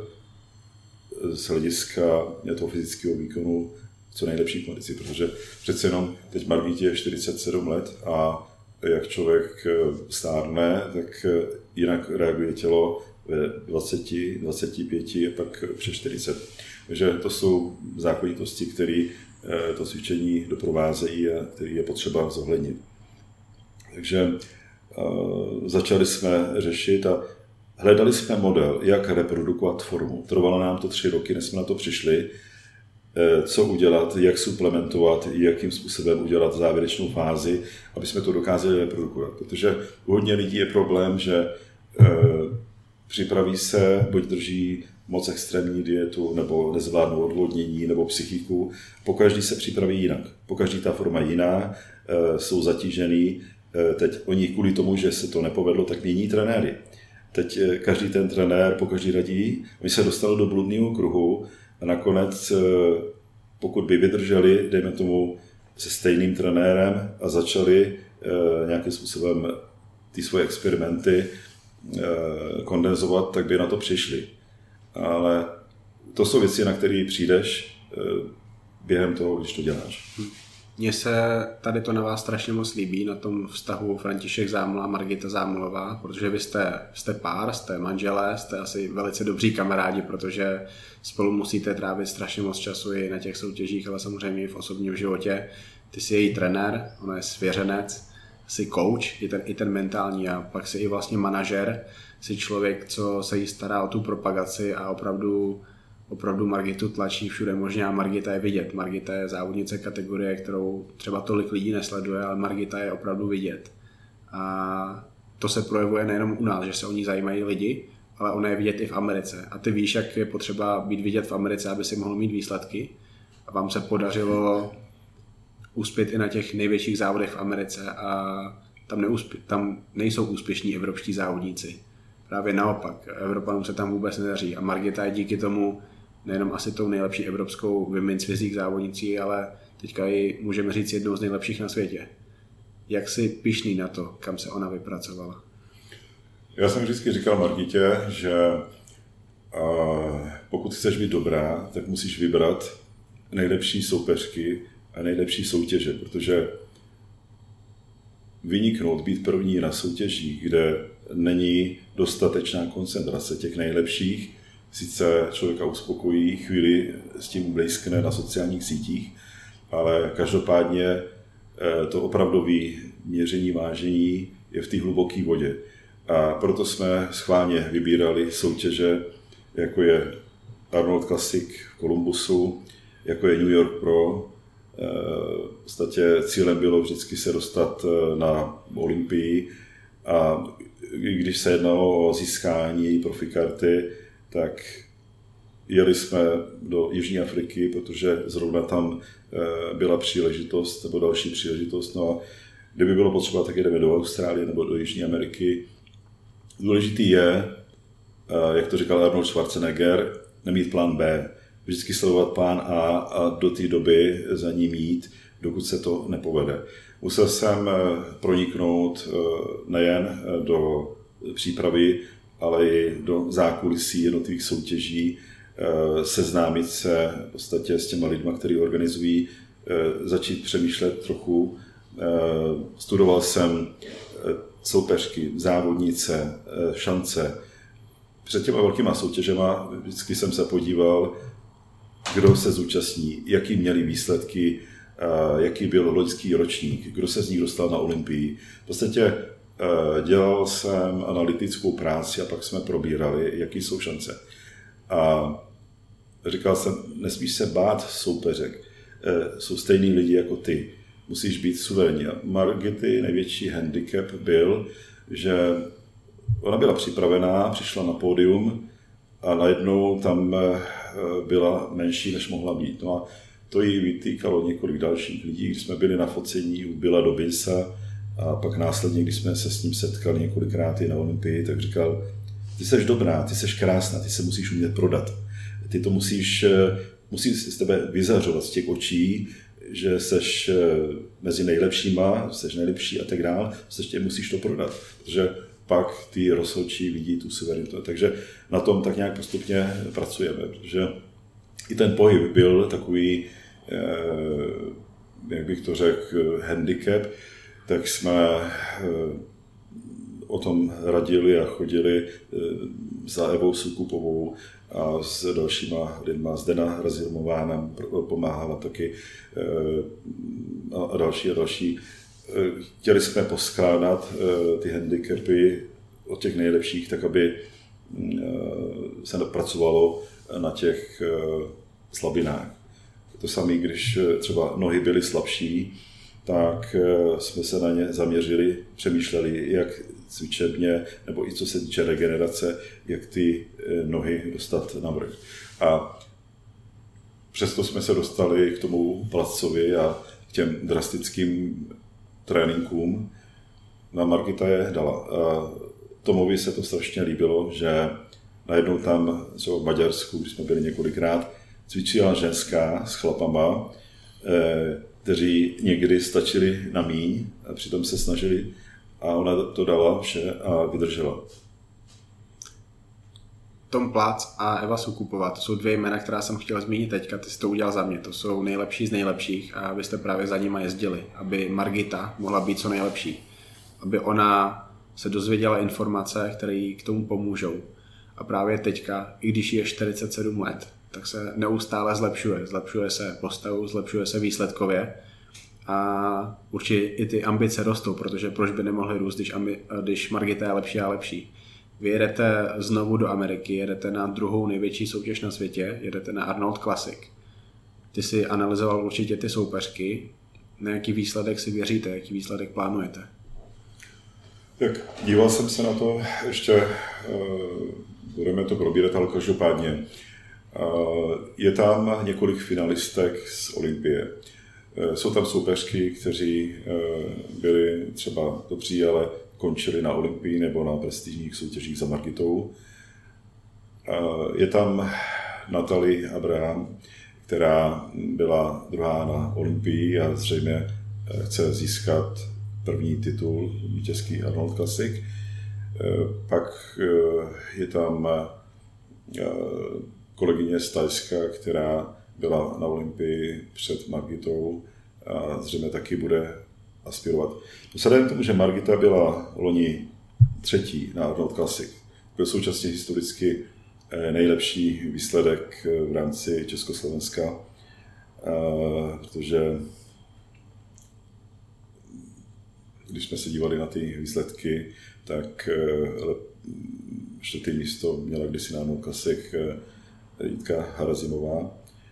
z hlediska toho fyzického výkonu co nejlepší kondici, protože přece jenom teď Margitě je čtyřicet sedm let a jak člověk stárne, tak jinak reaguje tělo ve dvaceti, dvaceti pěti a pak přes čtyřicet. Takže to jsou zákonitosti, které to cvičení doprovázejí a které je potřeba zohlednit. Takže uh, začali jsme řešit a hledali jsme model, jak reprodukovat formu. Trvalo nám to tři roky, než jsme na to přišli, co udělat, jak suplementovat, jakým způsobem udělat závěrečnou fázi, aby jsme to dokázali reprodukovat. Protože u hodně lidí je problém, že e, připraví se, buď drží moc extrémní dietu, nebo nezvládnou odvodnění, nebo psychiku. Pokaždý se připraví jinak. Pokaždý ta forma jiná, e, jsou zatížený Teď oni kvůli tomu, že se to nepovedlo, tak mění trenéry. Teď každý ten trenér po každý radí, oni se dostali do bludného kruhu a nakonec, pokud by vydrželi, dejme tomu, se stejným trenérem a začali nějakým způsobem ty svoje experimenty kondenzovat, tak by na to přišli. Ale to jsou věci, na které přijdeš během toho, když to děláš. Mně se tady to na vás strašně moc líbí, na tom vztahu František Zámol a Margita Zámolová, protože vy jste, jste pár, jste manželé, jste asi velice dobří kamarádi, protože spolu musíte trávit strašně moc času i na těch soutěžích, ale samozřejmě i v osobním životě. Ty jsi její trenér, ona je svěřenec, jsi coach, i ten, i ten mentální, a pak jsi i vlastně manažer, jsi člověk, co se jí stará o tu propagaci a opravdu Opravdu Margitu tlačí všude možně a Margita je vidět. Margita je závodnice kategorie, kterou třeba tolik lidí nesleduje, ale Margita je opravdu vidět. A to se projevuje nejenom u nás, že se o ní zajímají lidi, ale ona je vidět i v Americe. A ty víš, jak je potřeba být vidět v Americe, aby si mohl mít výsledky. A vám se podařilo uspět i na těch největších závodech v Americe a tam, neuspě- tam nejsou úspěšní evropští závodníci. Právě naopak, Evropanům se tam vůbec nedaří a Margita je díky tomu nejenom asi tou nejlepší evropskou women's physique závodnicí, ale teďka ji můžeme říct jednou z nejlepších na světě. Jak jsi pyšný na to, kam se ona vypracovala? Já jsem vždycky říkal Margitě, že pokud chceš být dobrá, tak musíš vybrat nejlepší soupeřky a nejlepší soutěže, protože vyniknout, být první na soutěžích, kde není dostatečná koncentrace těch nejlepších, sice člověka uspokojí, chvíli s tím blízkne na sociálních sítích, ale každopádně to opravdové měření, vážení je v té hluboké vodě. A proto jsme schválně vybírali soutěže, jako je Arnold Classic v Columbusu, jako je New York Pro. V podstatě cílem bylo vždycky se dostat na Olympii a když se jednalo o získání profikarty, tak jeli jsme do Jižní Afriky, protože zrovna tam byla příležitost, nebo další příležitost. No a kdyby bylo potřeba, tak jedeme do Austrálie nebo do Jižní Ameriky. Důležitý je, jak to říkal Arnold Schwarzenegger, nemít plán B. Vždycky sledovat plán A a do té doby za ním jít, dokud se to nepovede. Musel jsem proniknout nejen do přípravy, ale i do zákulisí jednotlivých soutěží, seznámit se v podstatě s těma lidma, kteří organizují, začít přemýšlet trochu. Studoval jsem soupeřky, závodnice, šance. Před těma velkýma soutěžema vždycky jsem se podíval, kdo se zúčastní, jaký měli výsledky, jaký byl loňský ročník, kdo se z nich dostal na Olympii. V podstatě dělal jsem analytickou práci a pak jsme probírali, jaký jsou šance. A říkal jsem, nesmíš se bát soupeřek, jsou stejný lidi jako ty, musíš být suverénní. Margity největší handicap byl, že ona byla připravená, přišla na pódium a najednou tam byla menší, než mohla být. No a to jí vytýkalo několik dalších lidí, když jsme byli na focení u Billa Dobbinsa a pak následně, když jsme se s ním setkali několikrát i na Olympii, tak říkal, ty seš dobrá, ty seš krásná, ty se musíš umět prodat. Ty to musíš, musíš z tebe vyzařovat z těch očí, že seš mezi nejlepšíma, seš nejlepší a tak dál, prostě musíš to prodat, protože pak ty rozhodčí vidí tu suverenitu. Takže na tom tak nějak postupně pracujeme, protože i ten pohyb byl takový, jak bych to řekl, handicap, tak jsme o tom radili a chodili za Evou Sukupovou a s dalšíma lidma. Zdena Razilmová nám pomáhala taky a další a další. Chtěli jsme poskládat ty handicapy od těch nejlepších, tak aby se pracovalo na těch slabinách. To samé, když třeba nohy byly slabší, tak jsme se na ně zaměřili, přemýšleli, jak cvičebně, nebo i co se týče regenerace, jak ty nohy dostat na vrch. A přesto jsme se dostali k tomu Plascovi a k těm drastickým tréninkům. na Margita je dala. Tomovi se to strašně líbilo, že najednou tam, co v Maďarsku, když jsme byli několikrát, cvičila ženská s chlapama, kteří někdy stačili na míň a přitom se snažili a ona to dala vše a vydržela. Tom Plác a Eva Soukupová, to jsou dvě jména, která jsem chtěl zmínit teďka, ty jsi to udělal za mě, to jsou nejlepší z nejlepších a vy jste právě za nima jezdili, aby Margita mohla být co nejlepší, aby ona se dozvěděla informace, které k tomu pomůžou. A právě teďka, i když je čtyřicet sedm let, tak se neustále zlepšuje. Zlepšuje se postavu, zlepšuje se výsledkově a určitě i ty ambice rostou, protože proč by nemohly růst, když, ambi- když Margita je lepší a lepší. Vy jedete znovu do Ameriky, jedete na druhou největší soutěž na světě, jedete na Arnold Classic. Ty si analyzoval určitě ty soupeřky, na jaký výsledek si věříte, jaký výsledek plánujete? Tak díval jsem se na to, ještě budeme to probírat, ale každopádně. Je tam několik finalistek z Olympie. Jsou tam soupeřky, kteří byli třeba dobří, ale končili na Olympii nebo na prestižních soutěžích za Margitou. Je tam Natalie Abraham, která byla druhá na Olympii a zřejmě chce získat první titul, vítězský Arnold Classic. Pak je tam kolegyně z Thajska, která byla na Olympii před Margitou a zřejmě taky bude aspirovat. Vzhledem k tomu, že Margita byla loni třetí na Arnold Classic, byl současně historicky nejlepší výsledek v rámci Československa, protože když jsme se dívali na ty výsledky, tak čtvrté místo měla kdysi na Arnold Classic Jitka Harazimová.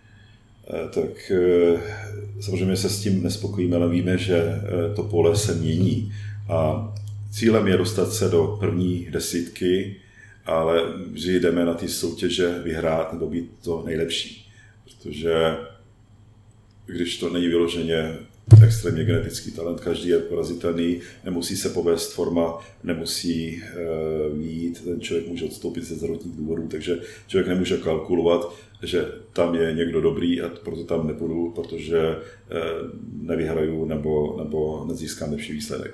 Tak samozřejmě se s tím nespokojíme, ale víme, že to pole se mění a cílem je dostat se do první desítky, ale vždy jdeme na ty soutěže vyhrát nebo být to nejlepší, protože když to není vyloženě extrémně genetický talent, každý je porazitelný, nemusí se povést forma, nemusí mít, ten člověk může odstoupit ze zdravotních důvodů, takže člověk nemůže kalkulovat, že tam je někdo dobrý a proto tam nepůjdu, protože nevyhraju nebo, nebo nezískám lepší výsledek.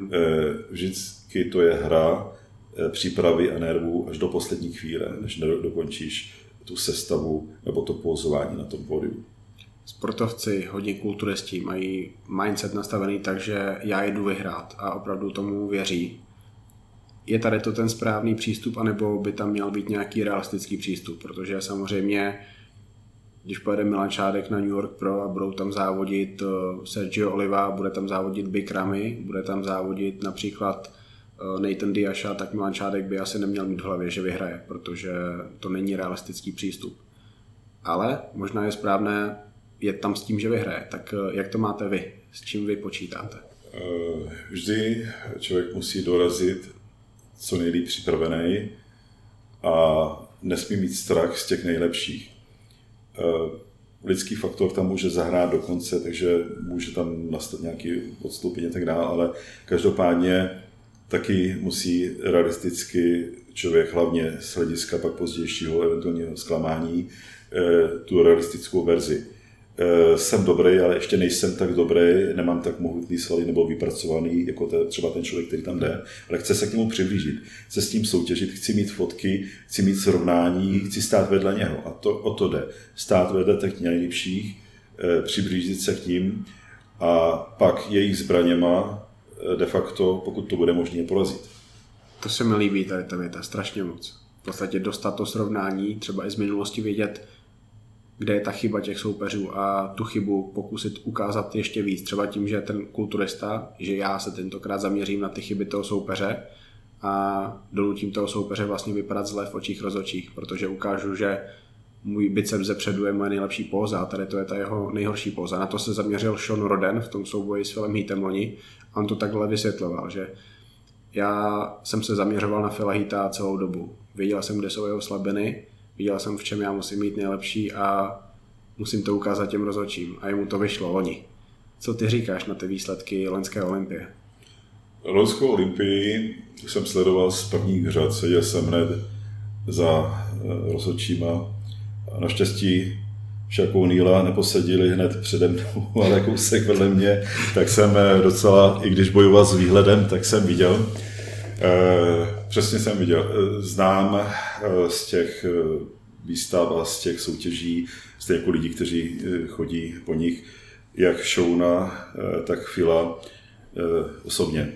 Vždycky to je hra přípravy a nervů až do poslední chvíle, než dokončíš tu sestavu nebo to pózování na tom pódiu. Sportovci, hodně kulturisti mají mindset nastavený tak, že já jedu vyhrát a opravdu tomu věří. Je tady to ten správný přístup, anebo by tam měl být nějaký realistický přístup, protože samozřejmě, když pojede Milan Šádek na New York Pro a budou tam závodit Sergio Oliva, bude tam závodit Big Ramy, bude tam závodit například Nathan Diasha, tak Milan Šádek by asi neměl mít v hlavě, že vyhraje, protože to není realistický přístup. Ale možná je správné je tam s tím, že vyhraje. Tak jak to máte vy? S čím vy počítáte? Vždy člověk musí dorazit co nejlíp připravený a nesmí mít strach z těch nejlepších. Lidský faktor tam může zahrát do konce, takže může tam nastat nějaký odstoupení a tak dále, ale každopádně taky musí realisticky člověk, hlavně z hlediska pak pozdějšího eventuálního zklamání, tu realistickou verzi. Jsem dobrý, ale ještě nejsem tak dobrý, nemám tak mohutný svaly nebo vypracovaný, jako te, třeba ten člověk, který tam jde, ale chce se k němu přiblížit, chce s tím soutěžit, chci mít fotky, chci mít srovnání, chci stát vedle něho a to, o to jde. Stát vedle těch nejlepších, přiblížit se k ním a pak jejich zbraněma de facto, pokud to bude možné, porazit. To se mi líbí tady ta věta, strašně moc. V podstatě dostat to srovnání, třeba i z minulosti vědět, kde je ta chyba těch soupeřů a tu chybu pokusit ukázat ještě víc. Třeba tím, že ten kulturista, že já se tentokrát zaměřím na ty chyby toho soupeře a donutím toho soupeře vlastně vypadat zle v očích rozhodčích, protože ukážu, že můj biceps zepředu je moje nejlepší póza a tady to je ta jeho nejhorší póza. Na to se zaměřil Sean Roden v tom souboji s Philem Heatem loni a on to takhle vysvětloval, že já jsem se zaměřoval na Phila Heata celou dobu. Věděl jsem, kde jsou jeho slabiny, viděl jsem, v čem já musím mít nejlepší a musím to ukázat těm rozhodčím. A jemu to vyšlo loni. Co ty říkáš na ty výsledky loňské olympie? Loňskou olympii jsem sledoval z prvních řad, seděl jsem hned za rozhodčíma. Naštěstí Shaquille O'Neala neposadili hned přede mnou, ale kousek vedle mě, tak jsem docela, i když bojoval s výhledem, tak jsem viděl. Přesně jsem viděl. Znám z těch výstav a z těch soutěží, z těch jako lidí, kteří chodí po nich, jak Shona, tak Phila osobně.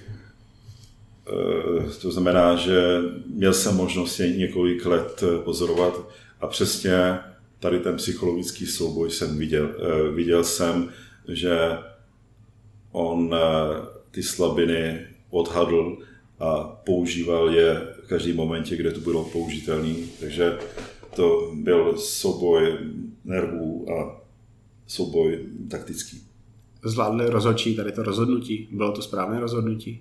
To znamená, že měl jsem možnost několik let pozorovat a přesně tady ten psychologický souboj jsem viděl. Viděl jsem, že on ty slabiny odhadl a používal je v každém momentě, kde to bylo použitelné. Takže to byl souboj nervů a souboj taktický. Zvládli rozhodčí tady to rozhodnutí? Bylo to správné rozhodnutí?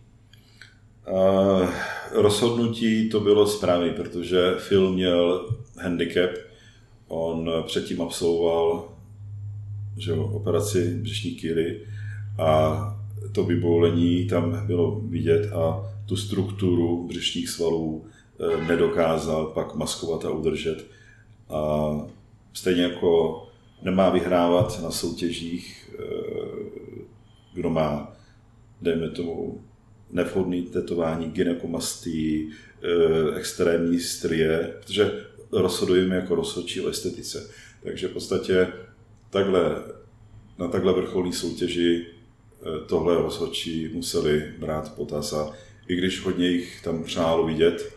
Uh, rozhodnutí to bylo správné, protože Phil měl handicap. On předtím absolvoval že jo, operaci břišní kýry a to vyboulení tam bylo vidět a tu strukturu břišních svalů nedokázal pak maskovat a udržet. A stejně jako nemá vyhrávat na soutěžích, kdo má, dejme tomu, nevhodný tetování, gynekomastii, extrémní strie, protože rozhodujeme jako rozhodčí o estetice. Takže v podstatě takhle, na takhle vrcholné soutěži tohle rozhodčí museli brát potaz a i když hodně jich tam přálo vidět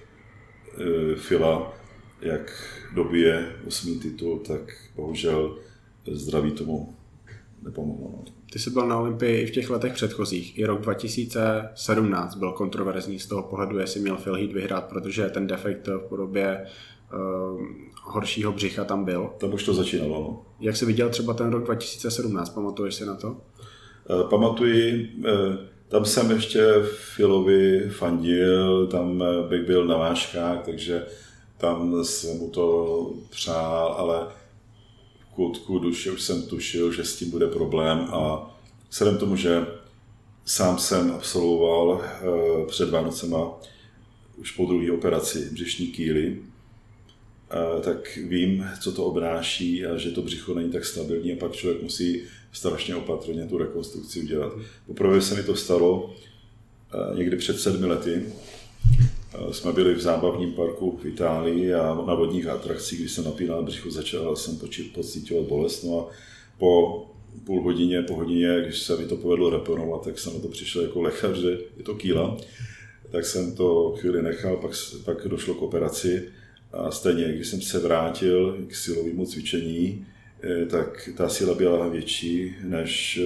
Phila, jak dobije osmý titul, tak bohužel zdraví tomu nepomohlo. Ty jsi byl na Olympii i v těch letech předchozích. I rok dva tisíce sedmnáct byl kontroverzní z toho pohledu, jestli měl Phil Heath vyhrát, protože ten defekt v podobě uh, horšího břicha tam byl. Tam už to začínalo. No. Jak jsi viděl třeba ten rok dva tisíce sedmnáct? Pamatuješ si na to? Uh, pamatuji, uh, tam jsem ještě Philovi fandil, tam bych byl na vážkách, takže tam jsem mu to přál, ale v koutku duše už jsem tušil, že s tím bude problém a vzhledem tomu, že sám jsem absolvoval uh, před Vánocema už po druhé operaci břišní kýly, uh, tak vím, co to obnáší a že to břicho není tak stabilní a pak člověk musí strašně opatrně tu rekonstrukci udělat. Poprvé se mi to stalo uh, někdy před sedmi lety. Uh, jsme byli v zábavním parku v Itálii a na vodních atrakcích, když jsem napínal břicho, začal jsem pocítovat bolest. No a po půl hodině, po hodině, když se mi to povedlo reponovat, tak jsem na to přišel jako lékař, že je to kýla. Tak jsem to chvíli nechal, pak, pak došlo k operaci a stejně, když jsem se vrátil k silovému cvičení, tak ta síla byla větší, než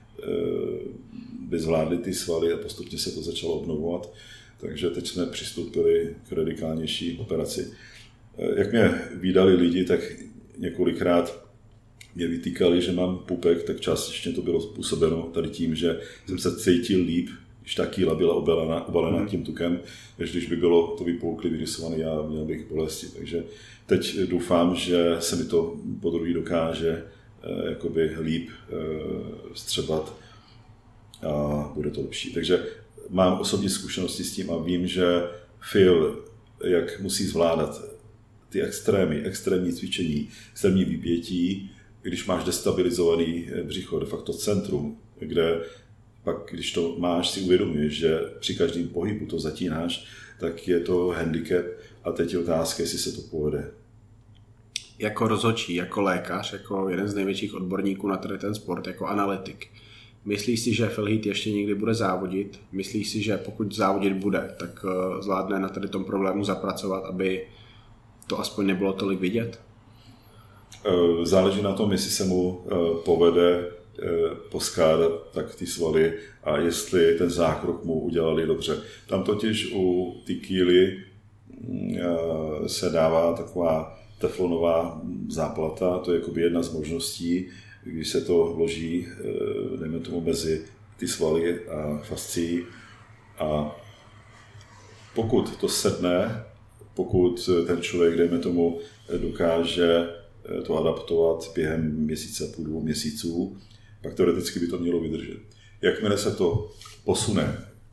by zvládly ty svaly a postupně se to začalo obnovovat. Takže teď jsme přistoupili k radikálnější operaci. Jak mě vídali lidi, tak několikrát mě vytýkali, že mám pupek, tak částečně to bylo způsobeno tady tím, že jsem se cítil líp, když ta kýla byla obalená, obalená mm. tím tukem, než když by bylo to vypoukli, vyrysovaný a měl bych bolesti. Takže teď doufám, že se mi to po druhý dokáže eh, jakoby líp eh, střebat a bude to lepší. Takže mám osobní zkušenosti s tím a vím, že Phil, jak musí zvládat ty extrémy, extrémní cvičení, extrémní vypětí, když máš destabilizovaný břicho, de facto centrum, kde pak, když to máš, si uvědomuješ, že při každém pohybu to zatínáš, tak je to handicap a teď je otázka, jestli se to povede. Jako rozhodčí, jako lékař, jako jeden z největších odborníků na tady ten sport, jako analytik, myslíš si, že Phil Heath ještě někdy bude závodit? Myslíš si, že pokud závodit bude, tak zvládne na tady tom problému zapracovat, aby to aspoň nebylo tolik vidět? Záleží na tom, jestli se mu povede poskládat tak ty svaly a jestli ten zákrok mu udělali dobře. Tam totiž u ty kýly se dává taková teflonová záplata, to je jakoby jedna z možností, když se to vloží, dejme tomu, mezi ty svaly a fascii. A pokud to sedne, pokud ten člověk, dejme tomu, dokáže to adaptovat během měsíce a půl, dvou měsíců, pak teoreticky by to mělo vydržet. Jakmile se to posune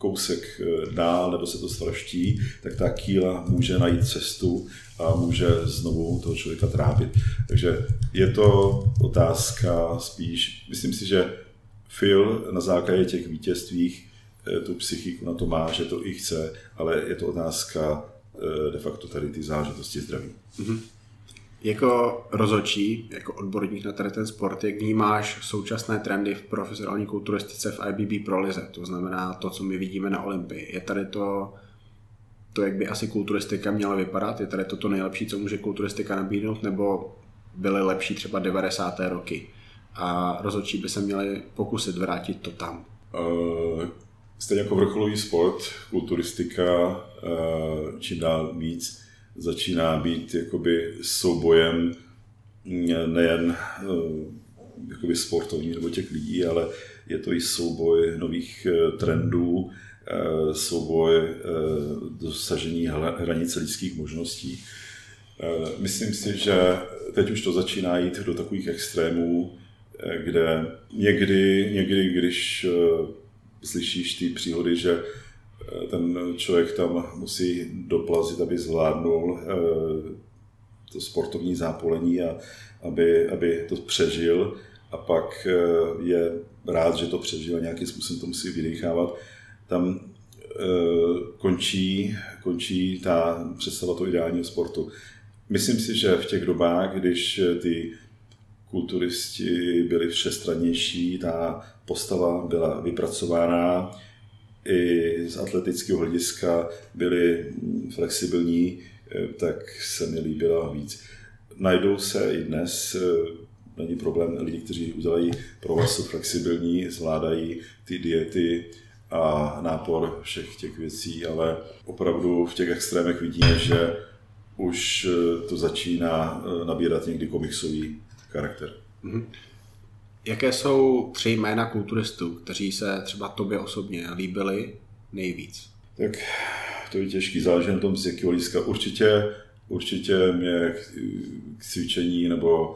kousek dál nebo se to straští, tak ta kýla může najít cestu a může znovu toho člověka trápit. Takže je to otázka spíš, myslím si, že Phil na základě těch vítězstvích tu psychiku na to má, že to i chce, ale je to otázka de facto tady ty záležitosti zdraví. Mm-hmm. Jako rozhodčí, jako odborník na tady ten sport, jak vnímáš současné trendy v profesionální kulturistice v I B B Pro lize, to znamená to, co my vidíme na Olympii. Je tady to, to, jak by asi kulturistika měla vypadat? Je tady to to nejlepší, co může kulturistika nabídnout, nebo byly lepší třeba devadesáté roky a rozhodčí by se měli pokusit vrátit to tam? Uh, stejně jako vrcholový sport, kulturistika uh, čím dál víc začíná být jakoby soubojem nejen jakoby sportovní nebo těch lidí, ale je to i souboj nových trendů, souboj dosažení hranice lidských možností. Myslím si, že teď už to začíná jít do takových extrémů, kde někdy, někdy když slyšíš ty příhody, že ten člověk tam musí doplazit, aby zvládnul to sportovní zápolení a aby, aby to přežil a pak je rád, že to přežil a nějakým způsobem to musí vydechávat. Tam končí, končí ta představa toho ideálního sportu. Myslím si, že v těch dobách, když ty kulturisti byli všestrannější, ta postava byla vypracována, i z atletického hlediska byli flexibilní, tak se mi líbila víc. Najdou se i dnes, není problém, lidi, kteří udělají pro vás jsou flexibilní, zvládají ty diety a nápor všech těch věcí, ale opravdu v těch extrémech vidíme, že už to začíná nabírat někdy komiksový charakter. Mm-hmm. Jaké jsou tři jména kulturistů, kteří se třeba tobě osobně líbili nejvíc? Tak to je těžký, záleží na tom, z jakého hlediska. Určitě, určitě mě k cvičení nebo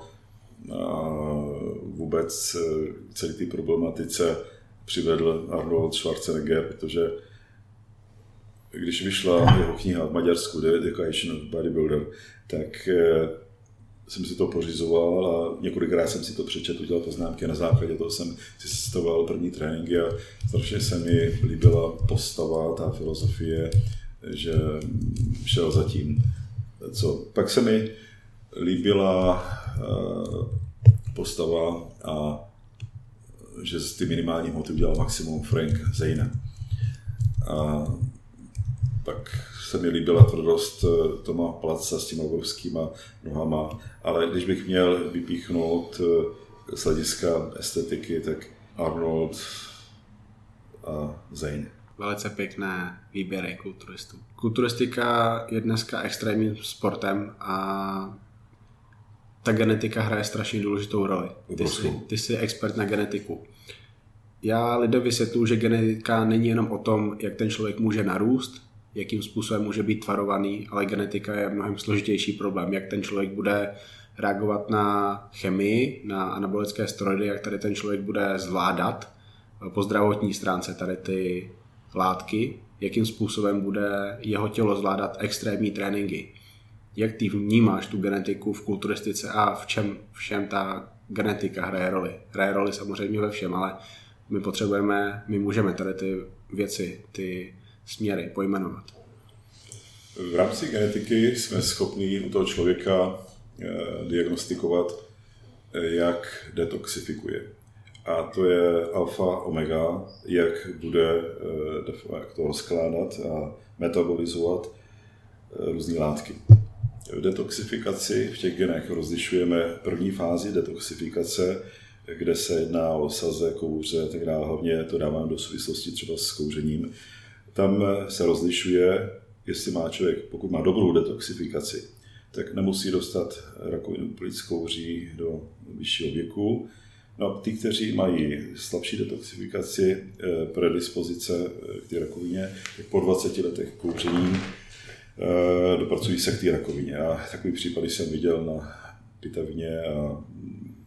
vůbec k celé té problematice přivedl Arnold Schwarzenegger, protože když vyšla jeho kniha v Maďarsku The Education of Bodybuilder, tak jsem si to pořizoval a několikrát jsem si to přečetl, udělal poznámky a na základě toho jsem si sestavoval první tréninky a strašně se mi líbila postava, ta filozofie, že šel za tím, co. Pak se mi líbila postava a že z ty minimální hmoty udělal maximum Frank Zane. A pak se mi líbila tvrdost Toma Platza s těma obrovskýma nohama, ale když bych měl vypíchnout z hlediska estetiky, tak Arnold a Zane. Velice pěkné výběry kulturistů. Kulturistika je dneska extrémním sportem a ta genetika hraje strašně důležitou roli. Ty jsi, ty jsi expert na genetiku. Já lidem vysvětluji, že genetika není jenom o tom, jak ten člověk může narůst, jakým způsobem může být tvarovaný, ale genetika je mnohem složitější problém, jak ten člověk bude reagovat na chemii, na anabolické steroidy, jak tady ten člověk bude zvládat po zdravotní stránce tady ty látky, jakým způsobem bude jeho tělo zvládat extrémní tréninky. Jak ty vnímáš tu genetiku v kulturistice a v čem všem ta genetika hraje roli? Hraje roli samozřejmě ve všem, ale my potřebujeme, my můžeme tady ty věci, ty směry pojmenovat. V rámci genetiky jsme schopni u toho člověka diagnostikovat, jak detoxifikuje. A to je alfa omega, jak bude jak to rozkládat a metabolizovat různé látky. V detoxifikaci v těch genech rozlišujeme první fázi detoxifikace, kde se jedná o saze, kouře a tak dále. Hlavně to dávám do souvislosti třeba s kouřením. Tam se rozlišuje, jestli má člověk, pokud má dobrou detoxifikaci, tak nemusí dostat rakovinu plic kouří do vyššího věku. No a ty, kteří mají slabší detoxifikaci, predispozice k té rakovině, tak po dvaceti letech kouření dopracují se k té rakovině. A takový případy jsem viděl na Pitavině a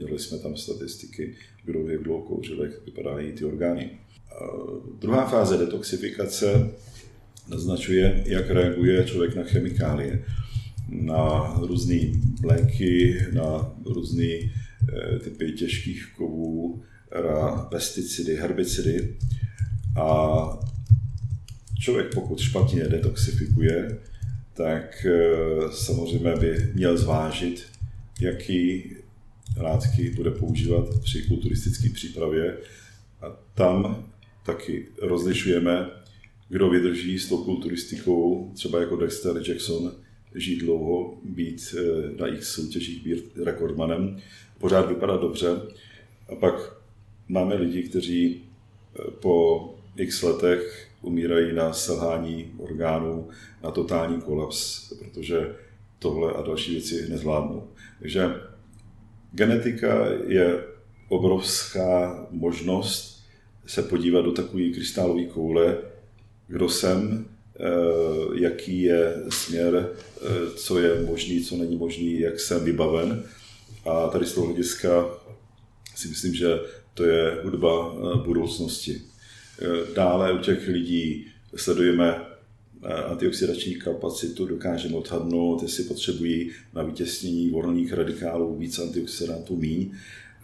dělali jsme tam statistiky, kdo jak dlouho kouřil, jak vypadají ty orgány. A druhá fáze detoxifikace naznačuje, jak reaguje člověk na chemikálie, na různé léky, na různé typy těžkých kovů, na pesticidy, herbicidy. A člověk, pokud špatně detoxifikuje, tak samozřejmě by měl zvážit, jaký látky bude používat při kulturistické přípravě. A tam taky rozlišujeme, kdo vydrží s tou kulturistikou, třeba jako Dexter Jackson, žít dlouho, být na x soutěžích, být rekordmanem, pořád vypadá dobře. A pak máme lidi, kteří po x letech umírají na selhání orgánů, na totální kolaps, protože tohle a další věci nezvládnou. Takže genetika je obrovská možnost se podívat do takové krystálové koule, kdo jsem, jaký je směr, co je možný, co není možný, jak jsem vybaven. A tady z toho hlediska si myslím, že to je hudba budoucnosti. Dále u těch lidí sledujeme antioxidační kapacitu, dokážeme odhadnout, jestli potřebují na vytěsnění volných radikálů víc antioxidantů, míň.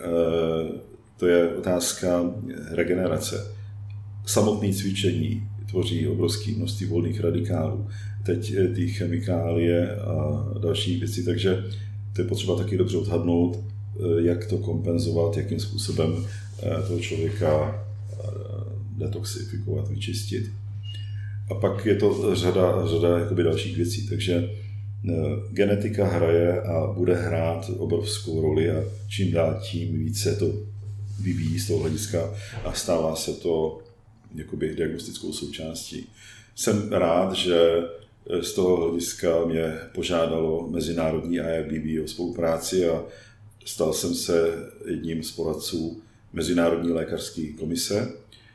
To je otázka regenerace. Samotné cvičení tvoří obrovské množství volných radikálů. Teď ty chemikálie a další věci, takže to je potřeba taky dobře odhadnout, jak to kompenzovat, jakým způsobem toho člověka detoxifikovat, vyčistit. A pak je to řada, řada jakoby dalších věcí, takže genetika hraje a bude hrát obrovskou roli a čím dál tím více to vyvíjí z toho hlediska a stává se to jakoby diagnostickou součástí. Jsem rád, že z toho hlediska mě požádalo Mezinárodní I A B B o spolupráci a stal jsem se jedním z poradců Mezinárodní lékařské komise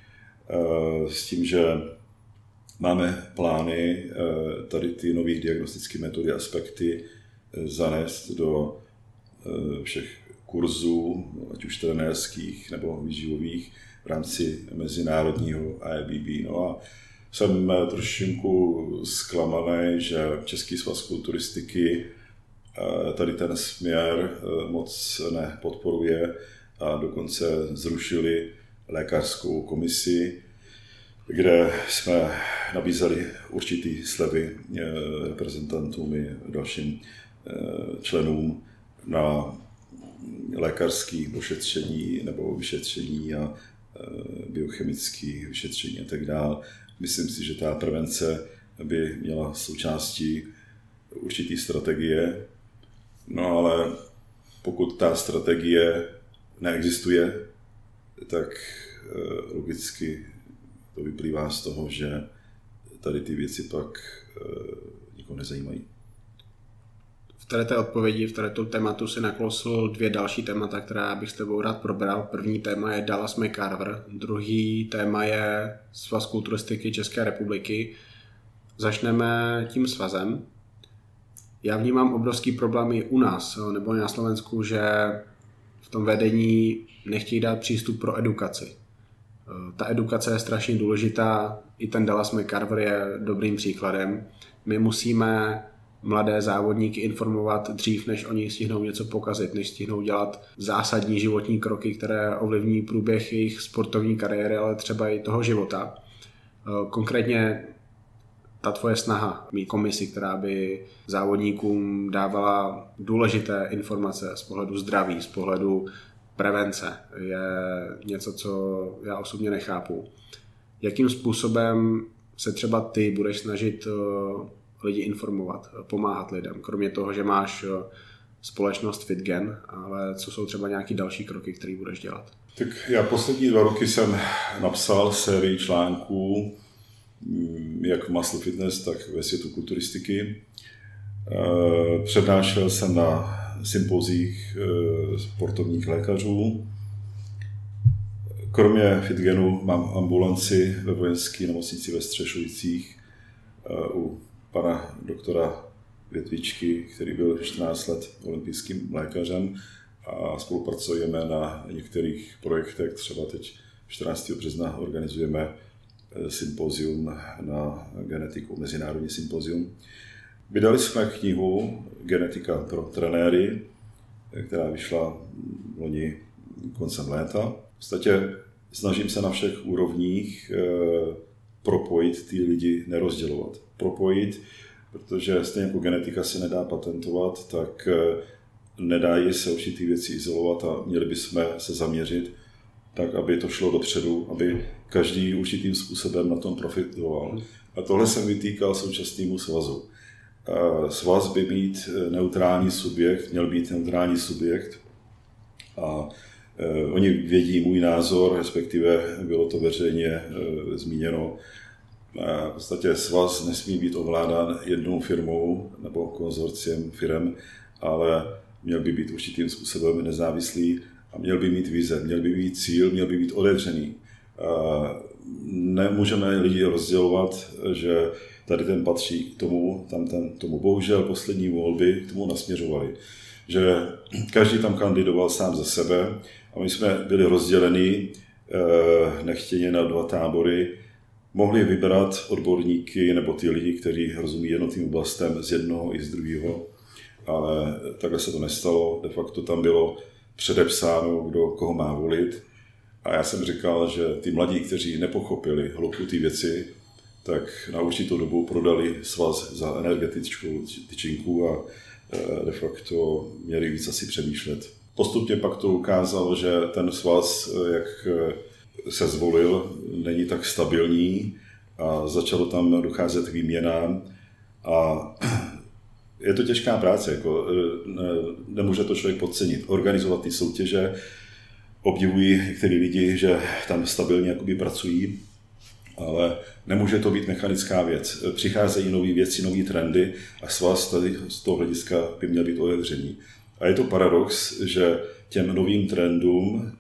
s tím, že máme plány tady ty nové diagnostické metody, aspekty zanést do všech kurzů, ať už trenérských nebo výživových, v rámci mezinárodního I A B B. No a jsem trošinku zklamaný, že Český svaz kulturistiky tady ten směr moc nepodporuje a dokonce zrušili lékařskou komisi, kde jsme nabízeli určitý slevy reprezentantům i dalším členům na lékařské ošetření nebo vyšetření a biochemické vyšetření a tak dále. Myslím si, že ta prevence by měla součástí určitý strategie, no ale pokud ta strategie neexistuje, tak logicky to vyplývá z toho, že tady ty věci pak nikoho nezajímají. V této odpovědi, v této tématu si nakousl dvě další témata, která bych s tebou rád probral. První téma je Dallas McCarver, druhý téma je Svaz kulturistiky České republiky. Začneme tím svazem. Já vnímám obrovský problém i u nás, nebo na Slovensku, že v tom vedení nechtějí dát přístup pro edukaci. Ta edukace je strašně důležitá, i ten Dallas McCarver je dobrým příkladem. My musíme mladé závodníky informovat dřív, než oni stihnou něco pokazit, než stihnou dělat zásadní životní kroky, které ovlivní průběh jejich sportovní kariéry, ale třeba i toho života. Konkrétně ta tvoje snaha mít komisi, která by závodníkům dávala důležité informace z pohledu zdraví, z pohledu prevence, je něco, co já osobně nechápu. Jakým způsobem se třeba ty budeš snažit lidi informovat, pomáhat lidem, kromě toho, že máš společnost FitGen, ale co jsou třeba nějaké další kroky, které budeš dělat? Tak já poslední dva roky jsem napsal sérii článků, jak v Muscle Fitness, tak ve světu kulturistiky. Přednášel jsem na sympozích sportovních lékařů. Kromě FitGenu mám ambulanci ve vojenské nemocnici ve Střešovicích u pana doktora Větvičky, který byl čtrnáct let olympijským lékařem a spolupracujeme na některých projektech. Třeba teď čtrnáctého března organizujeme sympozium na genetiku, mezinárodní sympozium. Vydali jsme knihu Genetika pro trenéry, která vyšla loni koncem léta. V podstatě snažím se na všech úrovních propojit ty lidi, nerozdělovat. Propojit, protože stejně jako genetika se nedá patentovat, tak nedá se určitý věci izolovat a měli bychom se zaměřit tak, aby to šlo dopředu, aby každý určitým způsobem na tom profitoval. A tohle jsem vytýkal současnému svazu. Svaz by mít neutrální subjekt, měl být neutrální subjekt a oni vědí můj názor, respektive bylo to veřejně zmíněno. V podstatě svaz nesmí být ovládán jednou firmou nebo konzorciem firem, ale měl by být určitým způsobem nezávislý a měl by mít vize, měl by mít cíl, měl by být otevřený. Nemůžeme lidi rozdělovat, že tady ten patří k tomu, tam ten tomu. Bohužel poslední volby k tomu nasměřovaly, že každý tam kandidoval sám za sebe a my jsme byli rozděleni nechtěně na dva tábory. Mohli vybrat odborníky nebo ty lidi, kteří rozumí jednotlivým oblastem z jednoho i z druhého, ale takhle se to nestalo. De facto tam bylo předepsáno, kdo koho má volit. A já jsem říkal, že ty mladí, kteří nepochopili hloubku ty věci, tak na určitou dobu prodali svaz za energetickou tyčinku a de facto měli víc asi přemýšlet. Postupně pak to ukázalo, že ten svaz, jak se zvolil, není tak stabilní a začalo tam docházet k výměnám a je to těžká práce, jako nemůže to člověk podcenit. Organizovat ty soutěže, obdivují některý lidi, že tam stabilně jakoby pracují, ale nemůže to být mechanická věc. Přicházejí nové věci, nové trendy a svaz tady z toho hlediska by měl být otevřený. A je to paradox, že těm novým trendům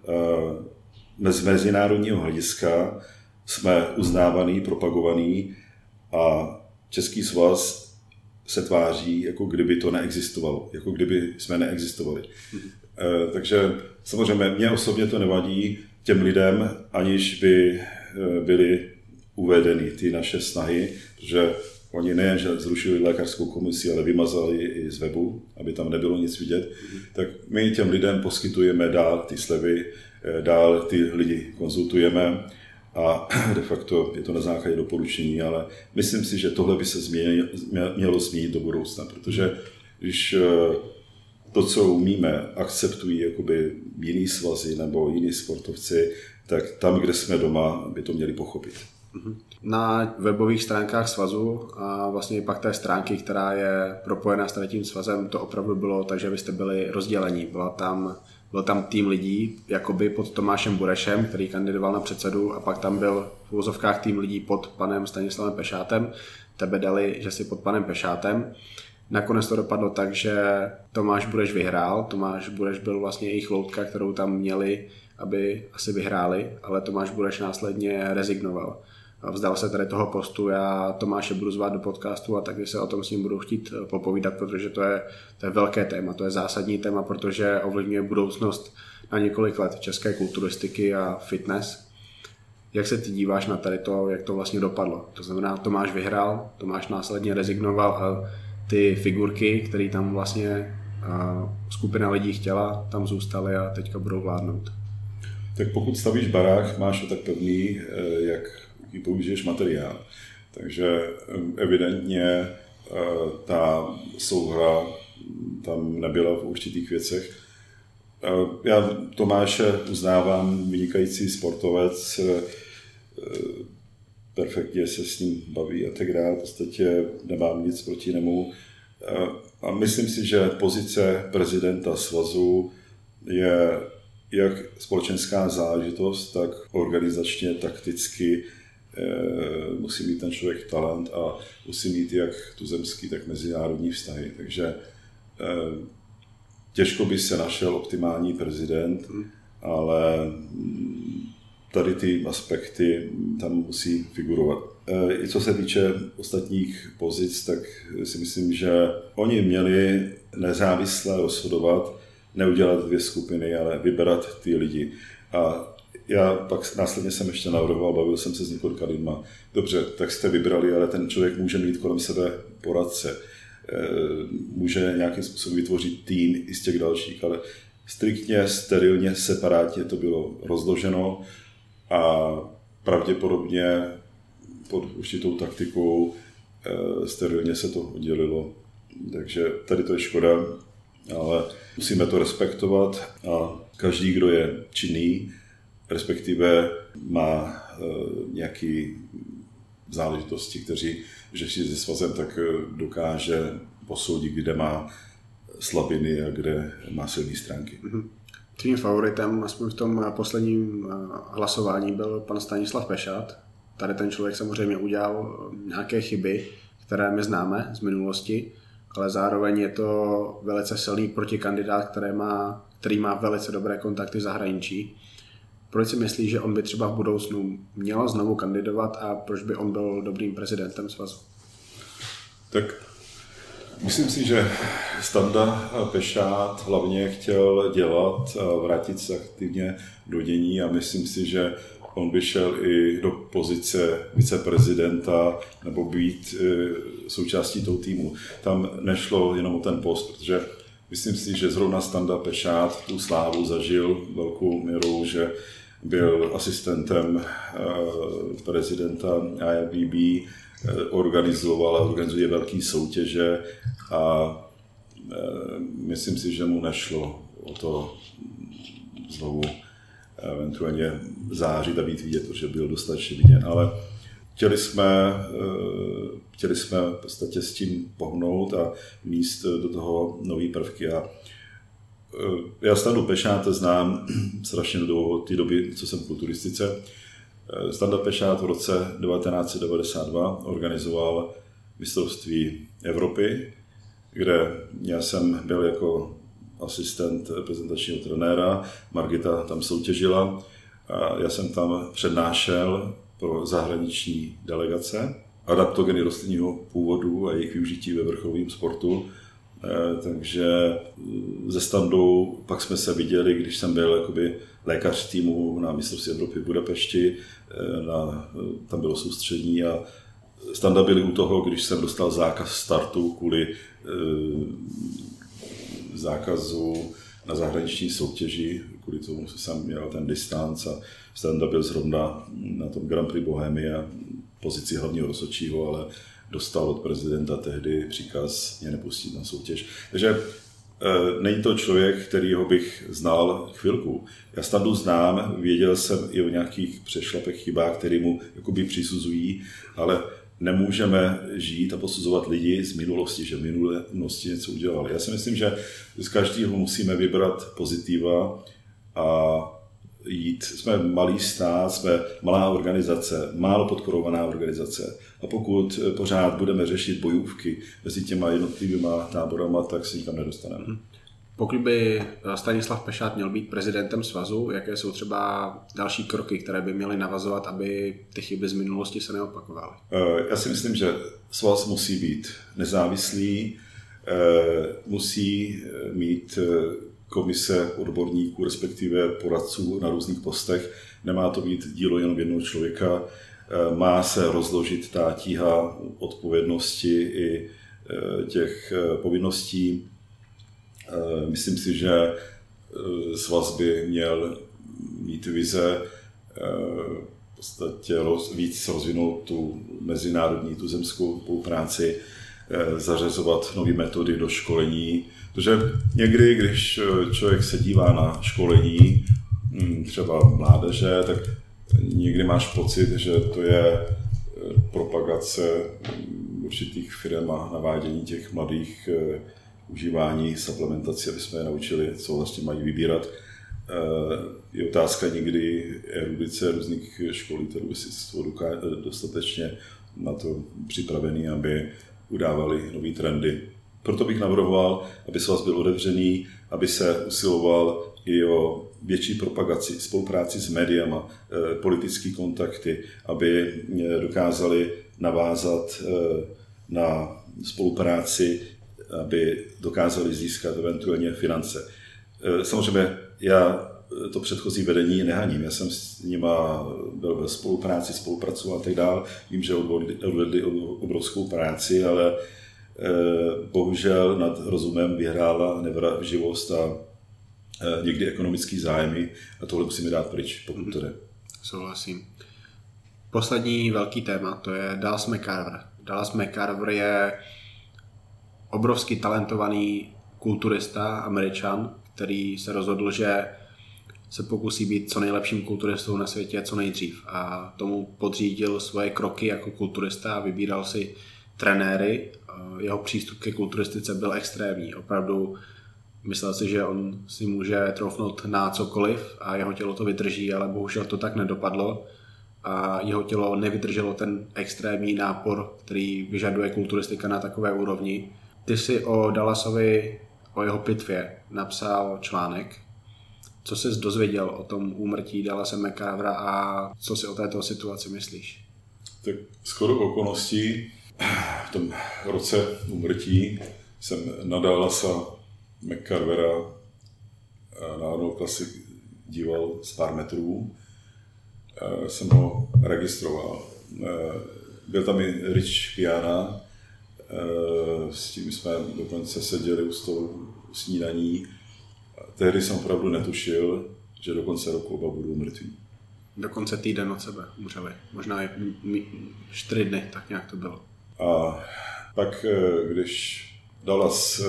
z mezinárodního hlediska jsme uznávaný, propagovaný a Český svaz se tváří, jako kdyby to neexistovalo, jako kdyby jsme neexistovali. Mm-hmm. E, takže samozřejmě mě osobně to nevadí těm lidem, aniž by byly uvedeny ty naše snahy, protože oni nejen, že zrušili lékařskou komisi, ale vymazali i z webu, aby tam nebylo nic vidět, mm-hmm. tak my těm lidem poskytujeme dál ty slevy, dál ty lidi konzultujeme a de facto je to na základě doporučení, ale myslím si, že tohle by se změnilo, mělo změnit do budoucna, protože když to, co umíme, akceptují jakoby jiný svazy nebo jiní sportovci, tak tam, kde jsme doma, by to měli pochopit. Na webových stránkách svazu a vlastně pak té stránky, která je propojená s tím svazem, to opravdu bylo tak, že vy jste byli rozdělení. Byla tam, byl tam tým lidí, jakoby pod Tomášem Burešem, který kandidoval na předsedu, a pak tam byl v uvozovkách tým lidí pod panem Stanislavem Pešátem. Tebe dali, že jsi pod panem Pešátem. Nakonec to dopadlo tak, že Tomáš Bureš vyhrál. Tomáš Bureš byl vlastně jejich loutka, kterou tam měli, aby asi vyhráli, ale Tomáš Bureš následně rezignoval. Vzdal se tady toho postu, já Tomáše budu zvát do podcastu a taky se o tom s ním budu chtít popovídat, protože to je, to je velké téma, to je zásadní téma, protože ovlivňuje budoucnost na několik let české kulturistiky a fitness. Jak se ty díváš na tady to, jak to vlastně dopadlo? To znamená, Tomáš vyhrál, Tomáš následně rezignoval a ty figurky, které tam vlastně skupina lidí chtěla, tam zůstaly a teďka budou vládnout. Tak pokud stavíš barák, máš to tak pevný, jak použiješ materiál. Takže evidentně ta souhra tam nebyla v určitých věcech. Já Tomáše uznávám, vynikající sportovec, perfektně se s ním baví a tak dále, v podstatě nemám nic proti němu. A myslím si, že pozice prezidenta svazu je jak společenská záležitost, tak organizačně, takticky musí mít ten člověk talent a musí mít jak tuzemský, tak mezinárodní vztahy. Takže těžko by se našel optimální prezident, ale tady ty aspekty tam musí figurovat. I co se týče ostatních pozic, tak si myslím, že oni měli nezávisle rozhodovat neudělat dvě skupiny, ale vybrat ty lidi. A já pak následně jsem ještě navrhoval, bavil jsem se s několika lidma. Dobře, tak jste vybrali, ale ten člověk může mít kolem sebe poradce. Může nějakým způsobem vytvořit tým i z těch dalších, ale striktně, sterilně, separátně to bylo rozloženo a pravděpodobně pod určitou taktikou sterilně se to oddělilo. Takže tady to je škoda, ale musíme to respektovat a každý, kdo je činný, respektive má nějaké záležitosti, kteří řeší se svazem, tak dokáže posoudit, kde má slabiny a kde má silné stránky. Mm-hmm. Tvým favoritem, aspoň v tom posledním hlasování, byl pan Stanislav Pešát. Tady ten člověk samozřejmě udělal nějaké chyby, které my známe z minulosti, ale zároveň je to velice silný protikandidát, který má, který má velice dobré kontakty v zahraničí. Proč si myslíš, že on by třeba v budoucnu měl znovu kandidovat a proč by on byl dobrým prezidentem svazu? Tak myslím si, že Standa Pešát hlavně chtěl dělat a vrátit se aktivně do dění a myslím si, že on by šel i do pozice viceprezidenta nebo být součástí toho týmu. Tam nešlo jenom o ten post, protože myslím si, že zrovna Standa Pešát tu slávu zažil velkou měrou, že byl asistentem prezidenta I F B B, organizoval a organizuje velké soutěže a myslím si, že mu nešlo o to znovu eventuálně zářit a být vidět, protože byl dostatečně vidět, ale chtěli jsme, chtěli jsme v podstatě s tím pohnout a vníst do toho nový prvky. A já Standu Pešáta znám strašně dlouho od té doby, co jsem v kulturistice. Standa Pešát v roce devatenáct set devadesát dva organizoval mistrovství Evropy, kde já jsem byl jako asistent reprezentačního trenéra, Margita tam soutěžila a já jsem tam přednášel pro zahraniční delegace adaptogeny rostlinního původu a jejich využití ve vrcholovém sportu. Takže se Standou pak jsme se viděli, když jsem byl jakoby lékař týmu na mistrovství Evropy v Budapešti, na, tam bylo soustřední a Standa byli u toho, když jsem dostal zákaz startu kvůli e, zákazu na zahraniční soutěži, kvůli tomu jsem měl ten distanc a Standa byl zrovna na tom Grand Prix Bohemia pozici hlavního rozhodčího, ale dostal od prezidenta tehdy příkaz mě nepustit na soutěž. Takže e, není to člověk, kterýho bych znal chvilku. Já Standu znám, věděl jsem i o nějakých přešlapech, chybách, které mu jakoby přisuzují, ale nemůžeme žít a posuzovat lidi z minulosti, že v minulosti něco udělali. Já si myslím, že z každého musíme vybrat pozitiva a jít. Jsme malý stát, jsme malá organizace, málo podporovaná organizace a pokud pořád budeme řešit bojůvky mezi těma jednotlivýma táborama, tak se nikam nedostaneme. Pokud by Stanislav Pešát měl být prezidentem svazu, jaké jsou třeba další kroky, které by měly navazovat, aby ty chyby z minulosti se neopakovaly? Já si myslím, že svaz musí být nezávislý, musí mít komise odborníků, respektive poradců na různých postech. Nemá to být dílo jenom jednoho člověka, má se rozložit ta tíha odpovědnosti i těch povinností. Myslím si, že svaz by měl mít vize, v podstatě víc rozvinout tu mezinárodní, tu zemskou spolupráci, zařazovat nové metody do školení. Protože někdy, když člověk se dívá na školení, třeba mládeže, tak někdy máš pocit, že to je propagace určitých firm a navádění těch mladých užívání supplementací, aby jsme je naučili, co vlastně mají vybírat. Je otázka někdy erudice různých školitelů, jestli jsou dostatečně na to připravený, aby udávali nové trendy. Proto bych navrhoval, aby svaz byl otevřený, aby se usiloval i o větší propagaci, spolupráci s médiama, politické kontakty, aby dokázali navázat na spolupráci, aby dokázali získat eventuálně finance. Samozřejmě já to předchozí vedení nehaním. Já jsem s nima byl ve spolupráci, spolupracoval a tak dál. Vím, že odvedli obrovskou práci, ale bohužel nad rozumem vyhrála nevraživost a někdy ekonomický zájmy a tohle musíme dát pryč, pokud to jde. Souhlasím. Poslední velký téma, to je Dallas McCarver. Dallas McCarver je obrovsky talentovaný kulturista, Američan, který se rozhodl, že se pokusí být co nejlepším kulturistou na světě co nejdřív. A tomu podřídil svoje kroky jako kulturista a vybíral si trenéry. Jeho přístup ke kulturistice byl extrémní. Opravdu myslel si, že on si může troufnout na cokoliv a jeho tělo to vydrží, ale bohužel to tak nedopadlo. A jeho tělo nevydrželo ten extrémní nápor, který vyžaduje kulturistika na takové úrovni. Ty jsi o Dallasovi, o jeho pitvě napsal článek. Co jsi dozvěděl o tom úmrtí Dallase McCarvera a co si o této situaci myslíš? Tak skoro okolností v tom roce úmrtí jsem na Dallasa McCarvera na Arnold Classic díval z pár metrů. Jsem ho registroval. Byl tam i Rich Piana, s tím jsme dokonce seděli u stolu snídaní. Tehdy jsem opravdu netušil, že do konce roku oba budou mrtví. Dokonce týden od sebe umřeli. Možná i čtyři dny, tak nějak to bylo. A pak, když Dallas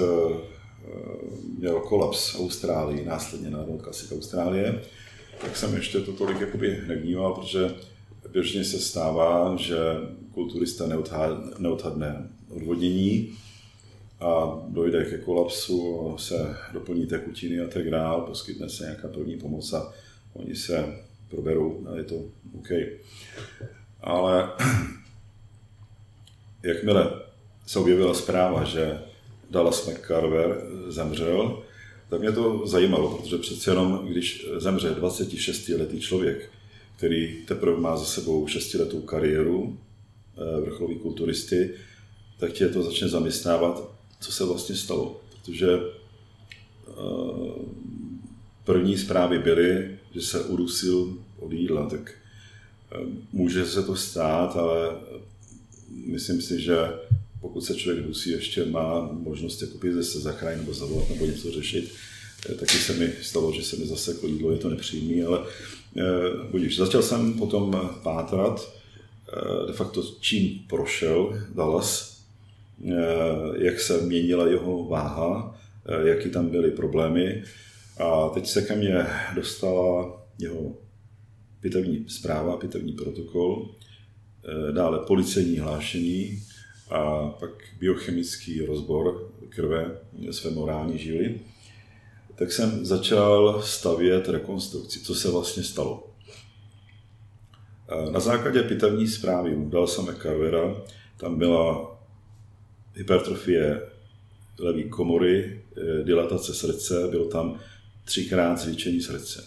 měl kolaps v Austrálii, následně na Arnold Classic Austrálie, tak jsem ještě to tolik jakoby nevnímal, protože běžně se stává, že kulturista neodhadne odvodnění a dojde ke kolapsu, se doplní tekutiny a tak dál, poskytne se nějaká první pomoc a oni se proberou a je to OK. Ale jakmile se objevila zpráva, že Dallas McCarver zemřel, tak mě to zajímalo, protože přece jenom, když zemře dvacetišestiletý člověk, který teprve má za sebou šestiletou kariéru vrcholový kulturisty, tak tě to začne zaměstnávat, co se vlastně stalo. Protože první zprávy byly, že se udusil od jídla, tak může se to stát, ale myslím si, že pokud se člověk dusí, ještě má možnost jakoby se zachránit nebo zavolat nebo něco řešit. Taky se mi stalo, že se mi zaseklo jídlo, je to nepříjemné, ale budíš. Začal jsem potom pátrat, de facto čím prošel Dallas, jak se měnila jeho váha, jaký tam byly problémy. A teď se ke mně dostala jeho pitevní zpráva, pitevní protokol, dále policejní hlášení a pak biochemický rozbor krve z femorální žily. Tak jsem začal stavět rekonstrukci, co se vlastně stalo. Na základě pitevní zprávy u Dallasa McCarvera tam byla hypertrofie levé komory, dilatace srdce, bylo tam třikrát zvětšení srdce.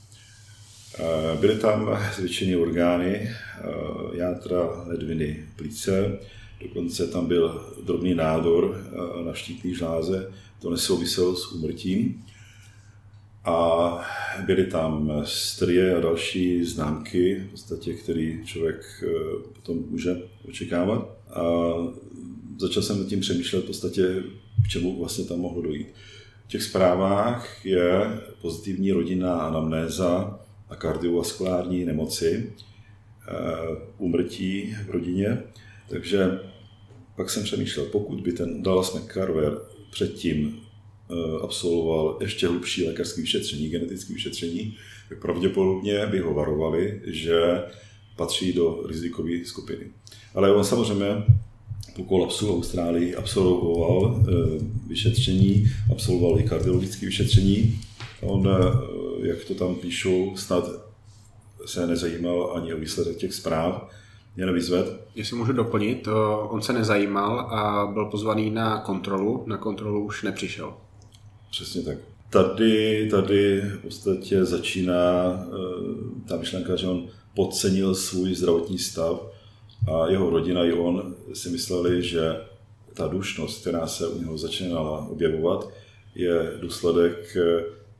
Byly tam zvětšené orgány, játra, ledviny, plíce, dokonce tam byl drobný nádor na štítné žláze, to nesouviselo s úmrtím. A byly tam strie a další známky, v podstatě, který člověk potom může očekávat. A začal jsem nad tím přemýšlet v podstatě, k čemu vlastně tam mohlo dojít. V těch zprávách je pozitivní rodinná anamnéza a kardiovaskulární nemoci, úmrtí v rodině. Takže pak jsem přemýšlel, pokud by ten Dallas McCarver předtím absolvoval ještě hlubší lékařské vyšetření, genetické vyšetření, tak pravděpodobně by ho varovali, že patří do rizikové skupiny. Ale on samozřejmě po kolapsu v Austrálii absolvoval vyšetření, absolvoval i kardiologické vyšetření. On, jak to tam píšou, snad se nezajímal ani o výsledek těch zpráv, mě nevyzved. Jestli můžu doplnit, on se nezajímal a byl pozvaný na kontrolu, na kontrolu už nepřišel. Přesně tak. Tady, tady v podstatě začíná ta myšlenka, že on podcenil svůj zdravotní stav a jeho rodina i on si mysleli, že ta dušnost, která se u něho začínala objevovat, je důsledek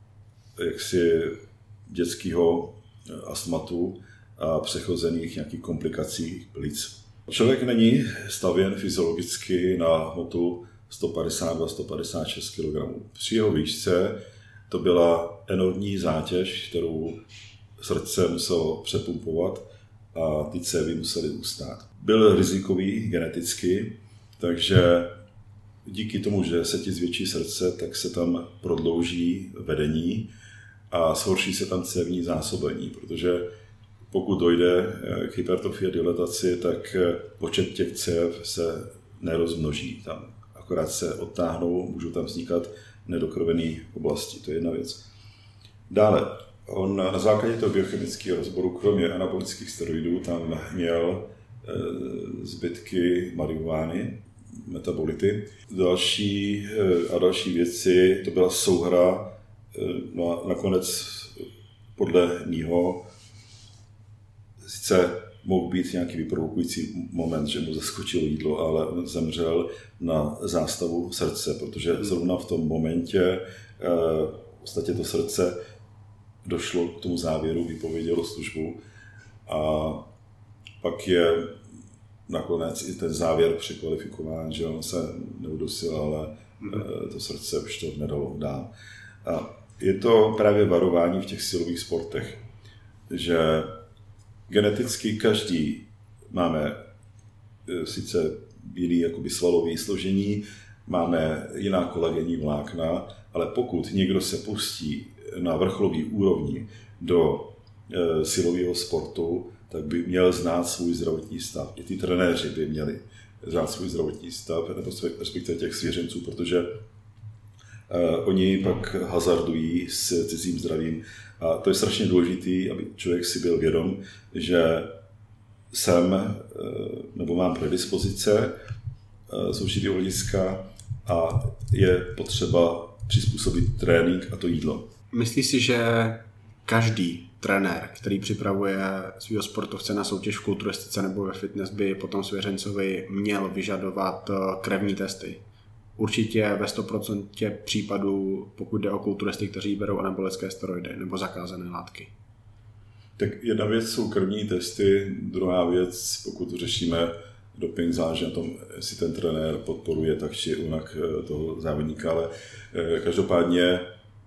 jaksi dětského astmatu a přechozených nějakých komplikací plic. Člověk není stavěn fyziologicky na hmotu sto padesát dva až sto padesát šest kilogramů. Při jeho výšce to byla enormní zátěž, kterou srdce muselo přepumpovat a ty cévy musely ustát. Byl rizikový geneticky, takže díky tomu, že se ti zvětší srdce, tak se tam prodlouží vedení a zhorší se tam cévní zásobení, protože pokud dojde k hypertrofii a dilataci, tak počet těch cév se nerozmnoží. Tam akorát se odtáhnou, můžou tam vznikat nedokrvené oblasti. To je jedna věc. Dále, on na základě toho biochemického rozboru, kromě anabolických steroidů, tam měl zbytky marihuány, metabolity. Další a další věci, to byla souhra, no a nakonec podle mýho sice mohl být nějaký vyprovokující moment, že mu zaskočilo jídlo, ale on zemřel na zástavu srdce, protože zrovna v tom momentě v podstatě to srdce došlo k tomu závěru, vypovědělo službu a pak je nakonec i ten závěr překvalifikován, že on se neudusil, ale to srdce už to nedalo dál. A je to právě varování v těch silových sportech, že geneticky každý máme sice jiný jakoby svalový složení, máme jiná kolagenní vlákna, ale pokud někdo se pustí na vrcholový úrovni do e, silového sportu, tak by měl znát svůj zdravotní stav. I ty trenéři by měli znát svůj zdravotní stav, nebo respektive těch svěřenců, protože e, oni pak hazardují s cizím zdravím. A to je strašně důležité, aby člověk si byl vědom, že jsem, e, nebo mám predispozice e, z určitého hlediska a je potřeba přizpůsobit trénink a to jídlo. Myslíš si, že každý trenér, který připravuje svého sportovce na soutěž v kulturistice nebo ve fitness, by potom svěřencovi měl vyžadovat krevní testy? Určitě ve sto procent případů, pokud jde o kulturisty, kteří berou anabolické steroidy nebo zakázané látky. Tak jedna věc jsou krevní testy, druhá věc, pokud řešíme doping, záleží na tom, jestli ten trenér podporuje tak či onak toho závodníka, ale každopádně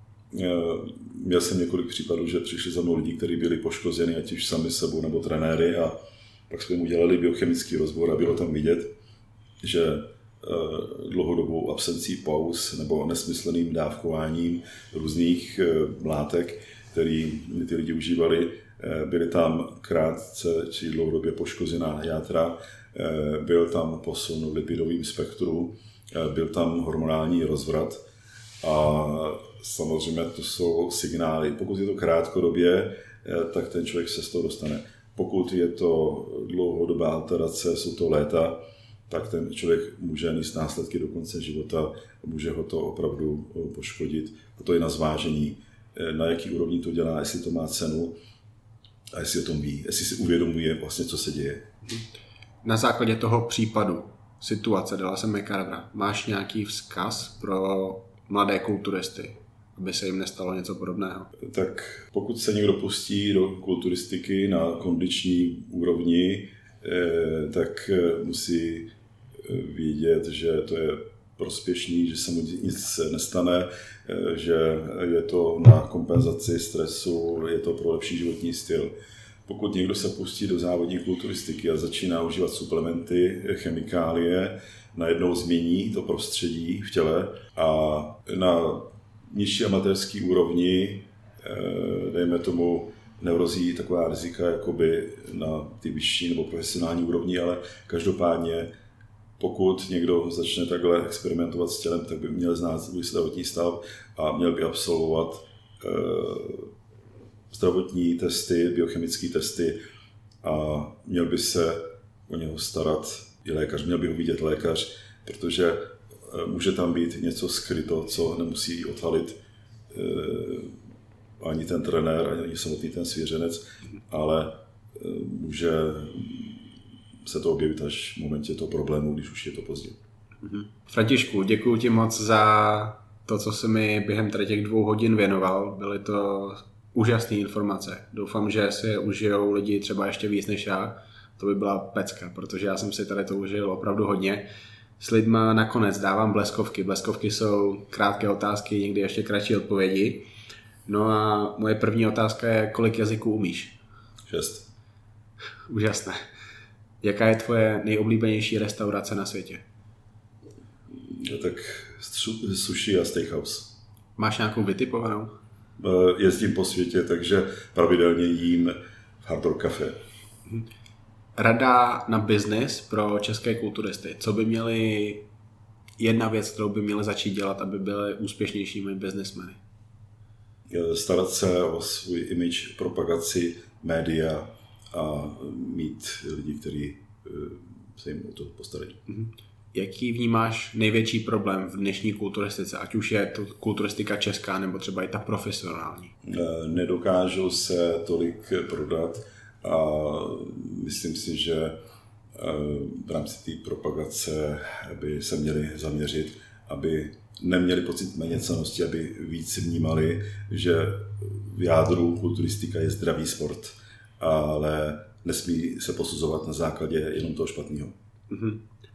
měl jsem několik případů, že přišli za mnou lidi, kteří byli poškozeni, ať už sami sebou nebo trenéry, a pak jsme mu dělali biochemický rozbor a bylo tam vidět, že dlouhodobou absencí pauz nebo nesmyslným dávkováním různých látek, které ty lidi užívali, byly tam krátce či dlouhodobě poškozená játra, byl tam posun v lipidovém spektru, byl tam hormonální rozvrat a samozřejmě to jsou signály. Pokud je to krátkodobě, tak ten člověk se z toho dostane. Pokud je to dlouhodobá alterace, jsou to léta, tak ten člověk může nést následky do konce života, může ho to opravdu poškodit. A to je na zvážení, na jaký úrovni to dělá, jestli to má cenu a jestli o tom ví, jestli si uvědomuje vlastně, co se děje. Na základě toho případu, situace Dala McCarvera, máš nějaký vzkaz pro mladé kulturisty, aby se jim nestalo něco podobného? Tak pokud se někdo pustí do kulturistiky na kondiční úrovni, tak musí vědět, že to je prospěšný, že se mu nic nestane, že je to na kompenzaci stresu, je to pro lepší životní styl. Pokud někdo se pustí do závodní kulturistiky a začíná užívat suplementy, chemikálie, najednou změní to prostředí v těle a na nižší amatérský úrovni, dejme tomu, nehrozí taková rizika jakoby na ty vyšší nebo profesionální úrovni, ale každopádně pokud někdo začne takhle experimentovat s tělem, tak by měl znát svůj zdravotní stav a měl by absolvovat zdravotní testy, biochemické testy a měl by se o něho starat i lékař, měl by ho vidět lékař, protože může tam být něco skryto, co nemusí odhalit ani ten trenér, ani samotný ten svěřenec, ale může se to objevit až v momentě toho problému, když už je to pozdě. Františku, děkuji ti moc za to, co jsi mi během tady těch dvou hodin věnoval, byly to úžasné informace. Doufám, že si je užijou lidi třeba ještě víc než já. To by byla pecka, protože já jsem si tady to užil opravdu hodně. S lidma nakonec dávám bleskovky. Bleskovky jsou krátké otázky, někdy ještě kratší odpovědi. No a moje první otázka je, kolik jazyků umíš? Šest. Úžasné. Jaká je tvoje nejoblíbenější restaurace na světě? No, tak sushi a steakhouse. Máš nějakou vytipovanou? Jezdím po světě, takže pravidelně jím v Hard Rock Café. Rada na biznis pro české kulturisty. Co by měli, jedna věc, kterou by měli začít dělat, aby byli úspěšnějšími biznismeny? Starat se o svůj image, propagaci, média a mít lidi, kteří se jim o to postarají. Jaký vnímáš největší problém v dnešní kulturistice, ať už je to kulturistika česká, nebo třeba i ta profesionální? Nedokážu se tolik prodat a myslím si, že v rámci té propagace by se měli zaměřit, aby neměli pocit méněcennosti, aby víc vnímali, že v jádru kulturistika je zdravý sport, ale nesmí se posuzovat na základě jenom toho špatného. Mm-hmm.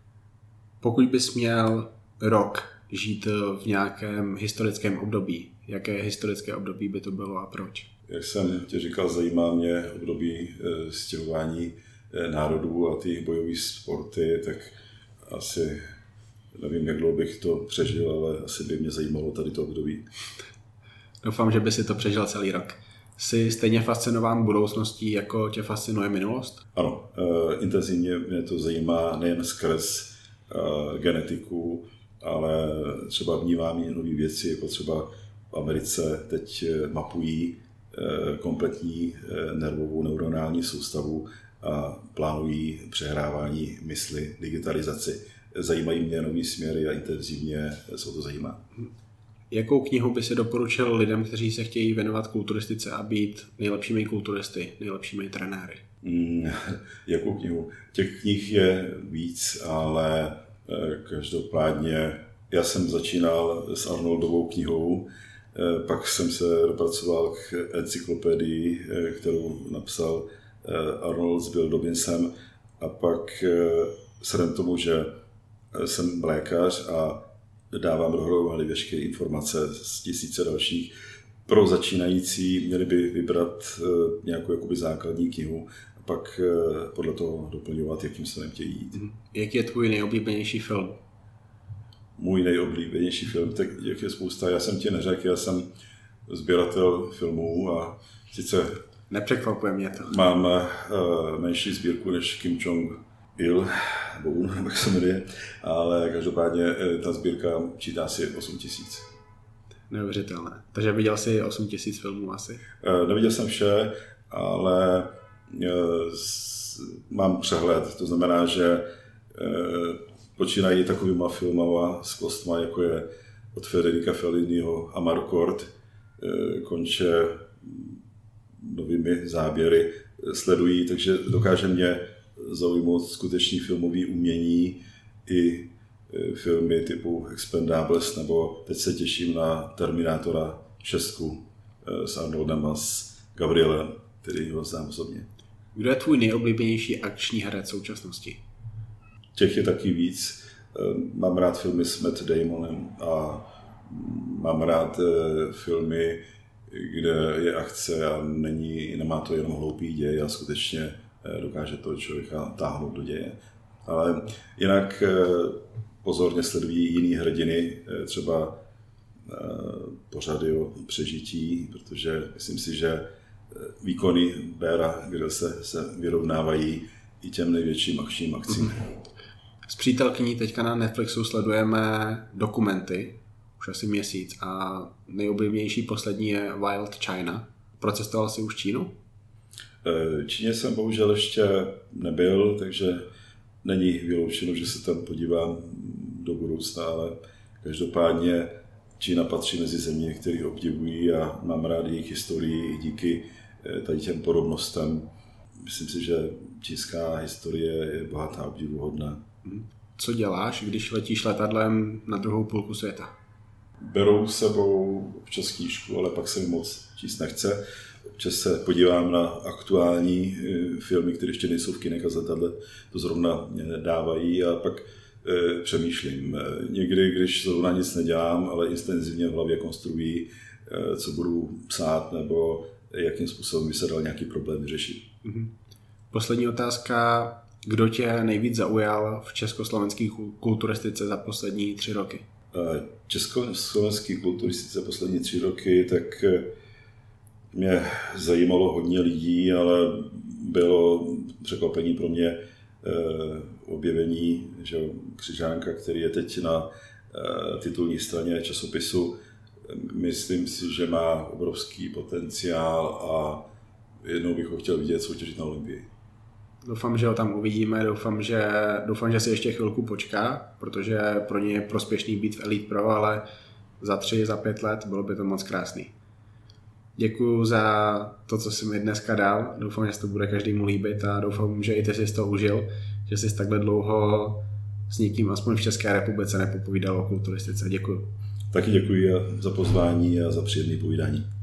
Pokud bys měl rok žít v nějakém historickém období, jaké historické období by to bylo a proč? Jak jsem tě říkal, zajímá mě období stěhování národů a ty bojové sporty, tak asi nevím, jak dlouho bych to přežil, ale asi by mě zajímalo tady to období. Doufám, že by si to přežil celý rok. Jsi stejně fascinován budoucností, jako tě fascinuje minulost? Ano, intenzivně mě to zajímá nejen skrz genetiku, ale třeba vnímám nové věci, jako třeba v Americe teď mapují kompletní nervovou neuronální soustavu a plánují přehrávání mysli, digitalizaci. Zajímají mě nový směry a intenzivně se to zajímá. Jakou knihu by si doporučil lidem, kteří se chtějí věnovat kulturistice a být nejlepšími kulturisty, nejlepšími trenéry? Hmm, jakou knihu? Těch knih je víc, ale každopádně já jsem začínal s Arnoldovou knihou, pak jsem se dopracoval k encyklopedii, kterou napsal Arnold s Bill Dobbinsem, a pak vzhledem tomu, že jsem lékař a dávám dohromady veškeré informace z tisíce dalších, pro začínající měli by vybrat nějakou jakoby základní knihu a pak podle toho doplňovat, jakým směrem chtějí jít. Jaký je tvůj nejoblíbenější film? Můj nejoblíbenější film, tak jak je spousta, já jsem ti neřekl, já jsem sběratel filmů a sice nepřekvapuje mě to. Mám uh, menší sbírku než Kim Jong-il, nebo Un, jak se jmenuje, ale každopádně ta sbírka čítá asi osm tisíc. Neuvěřitelné. Takže viděl jsi osm tisíc filmů asi? Uh, neviděl jsem vše, ale uh, s, mám přehled. To znamená, že uh, počínají takovýma filmama s kostma, jako je od Federica Felliniho Amarcord, uh, konče novými záběry, sledují, takže dokáže mě zaujmout skutečný filmový umění i filmy typu Expendables, nebo teď se těším na Terminátora šest s Arnoldem a s Gabrielem, který ho znám osobně. Kdo je tvůj nejoblíbenější akční herec současnosti? Těch je taky víc. Mám rád filmy s Matt Damonem a mám rád filmy, kde je akce a není, nemá to jenom hloupý děj a skutečně dokáže to člověka táhnout do děje. Ale jinak pozorně sledují jiný hrdiny, třeba pořady o přežití, protože myslím si, že výkony Beara Grylse se vyrovnávají i těm největším akčním akcím. S přítelkyní teďka na Netflixu sledujeme dokumenty, už asi měsíc, a nejoblíbenější poslední je Wild China. Procestoval jsi už Čínu? Číně jsem bohužel ještě nebyl, takže není vyloučeno, že se tam podívám do budoucna, ale každopádně Čína patří mezi země, které obdivují a mám rád jejich historii díky tady těm podobnostem. Myslím si, že čínská historie je bohatá a obdivuhodná. Co děláš, když letíš letadlem na druhou půlku světa? Berou sebou občas knížku, ale pak se mi moc číst nechce. Občas se podívám na aktuální filmy, které ještě nejsou v kinech a letadle to zrovna dávají a pak e, přemýšlím. Někdy, když zrovna nic nedělám, ale intenzivně v hlavě konstruují, e, co budu psát nebo jakým způsobem by se dal nějaký problém vyřešit. Mm-hmm. Poslední otázka. Kdo tě nejvíc zaujal v československé kulturistice za poslední tři roky? Československé kulturistice poslední tři roky, tak mě zajímalo hodně lidí, ale bylo překvapení pro mě objevení, že Křižánka, který je teď na titulní straně časopisu. Myslím si, že má obrovský potenciál a jednou bych ho chtěl vidět soutěžit na Olympii. Doufám, že ho tam uvidíme, doufám, že, doufám, že si ještě chvilku počká, protože pro ně je prospěšný být v Elite Pro, ale za tři, za pět let bylo by to moc krásný. Děkuju za to, co jsi mi dneska dal, doufám, že se to bude každému líbit a doufám, že i ty jsi to užil, že jsi takhle dlouho s někým, aspoň v České republice, nepopovídal o kulturistice. Děkuju. Taky děkuji za pozvání a za příjemné povídání.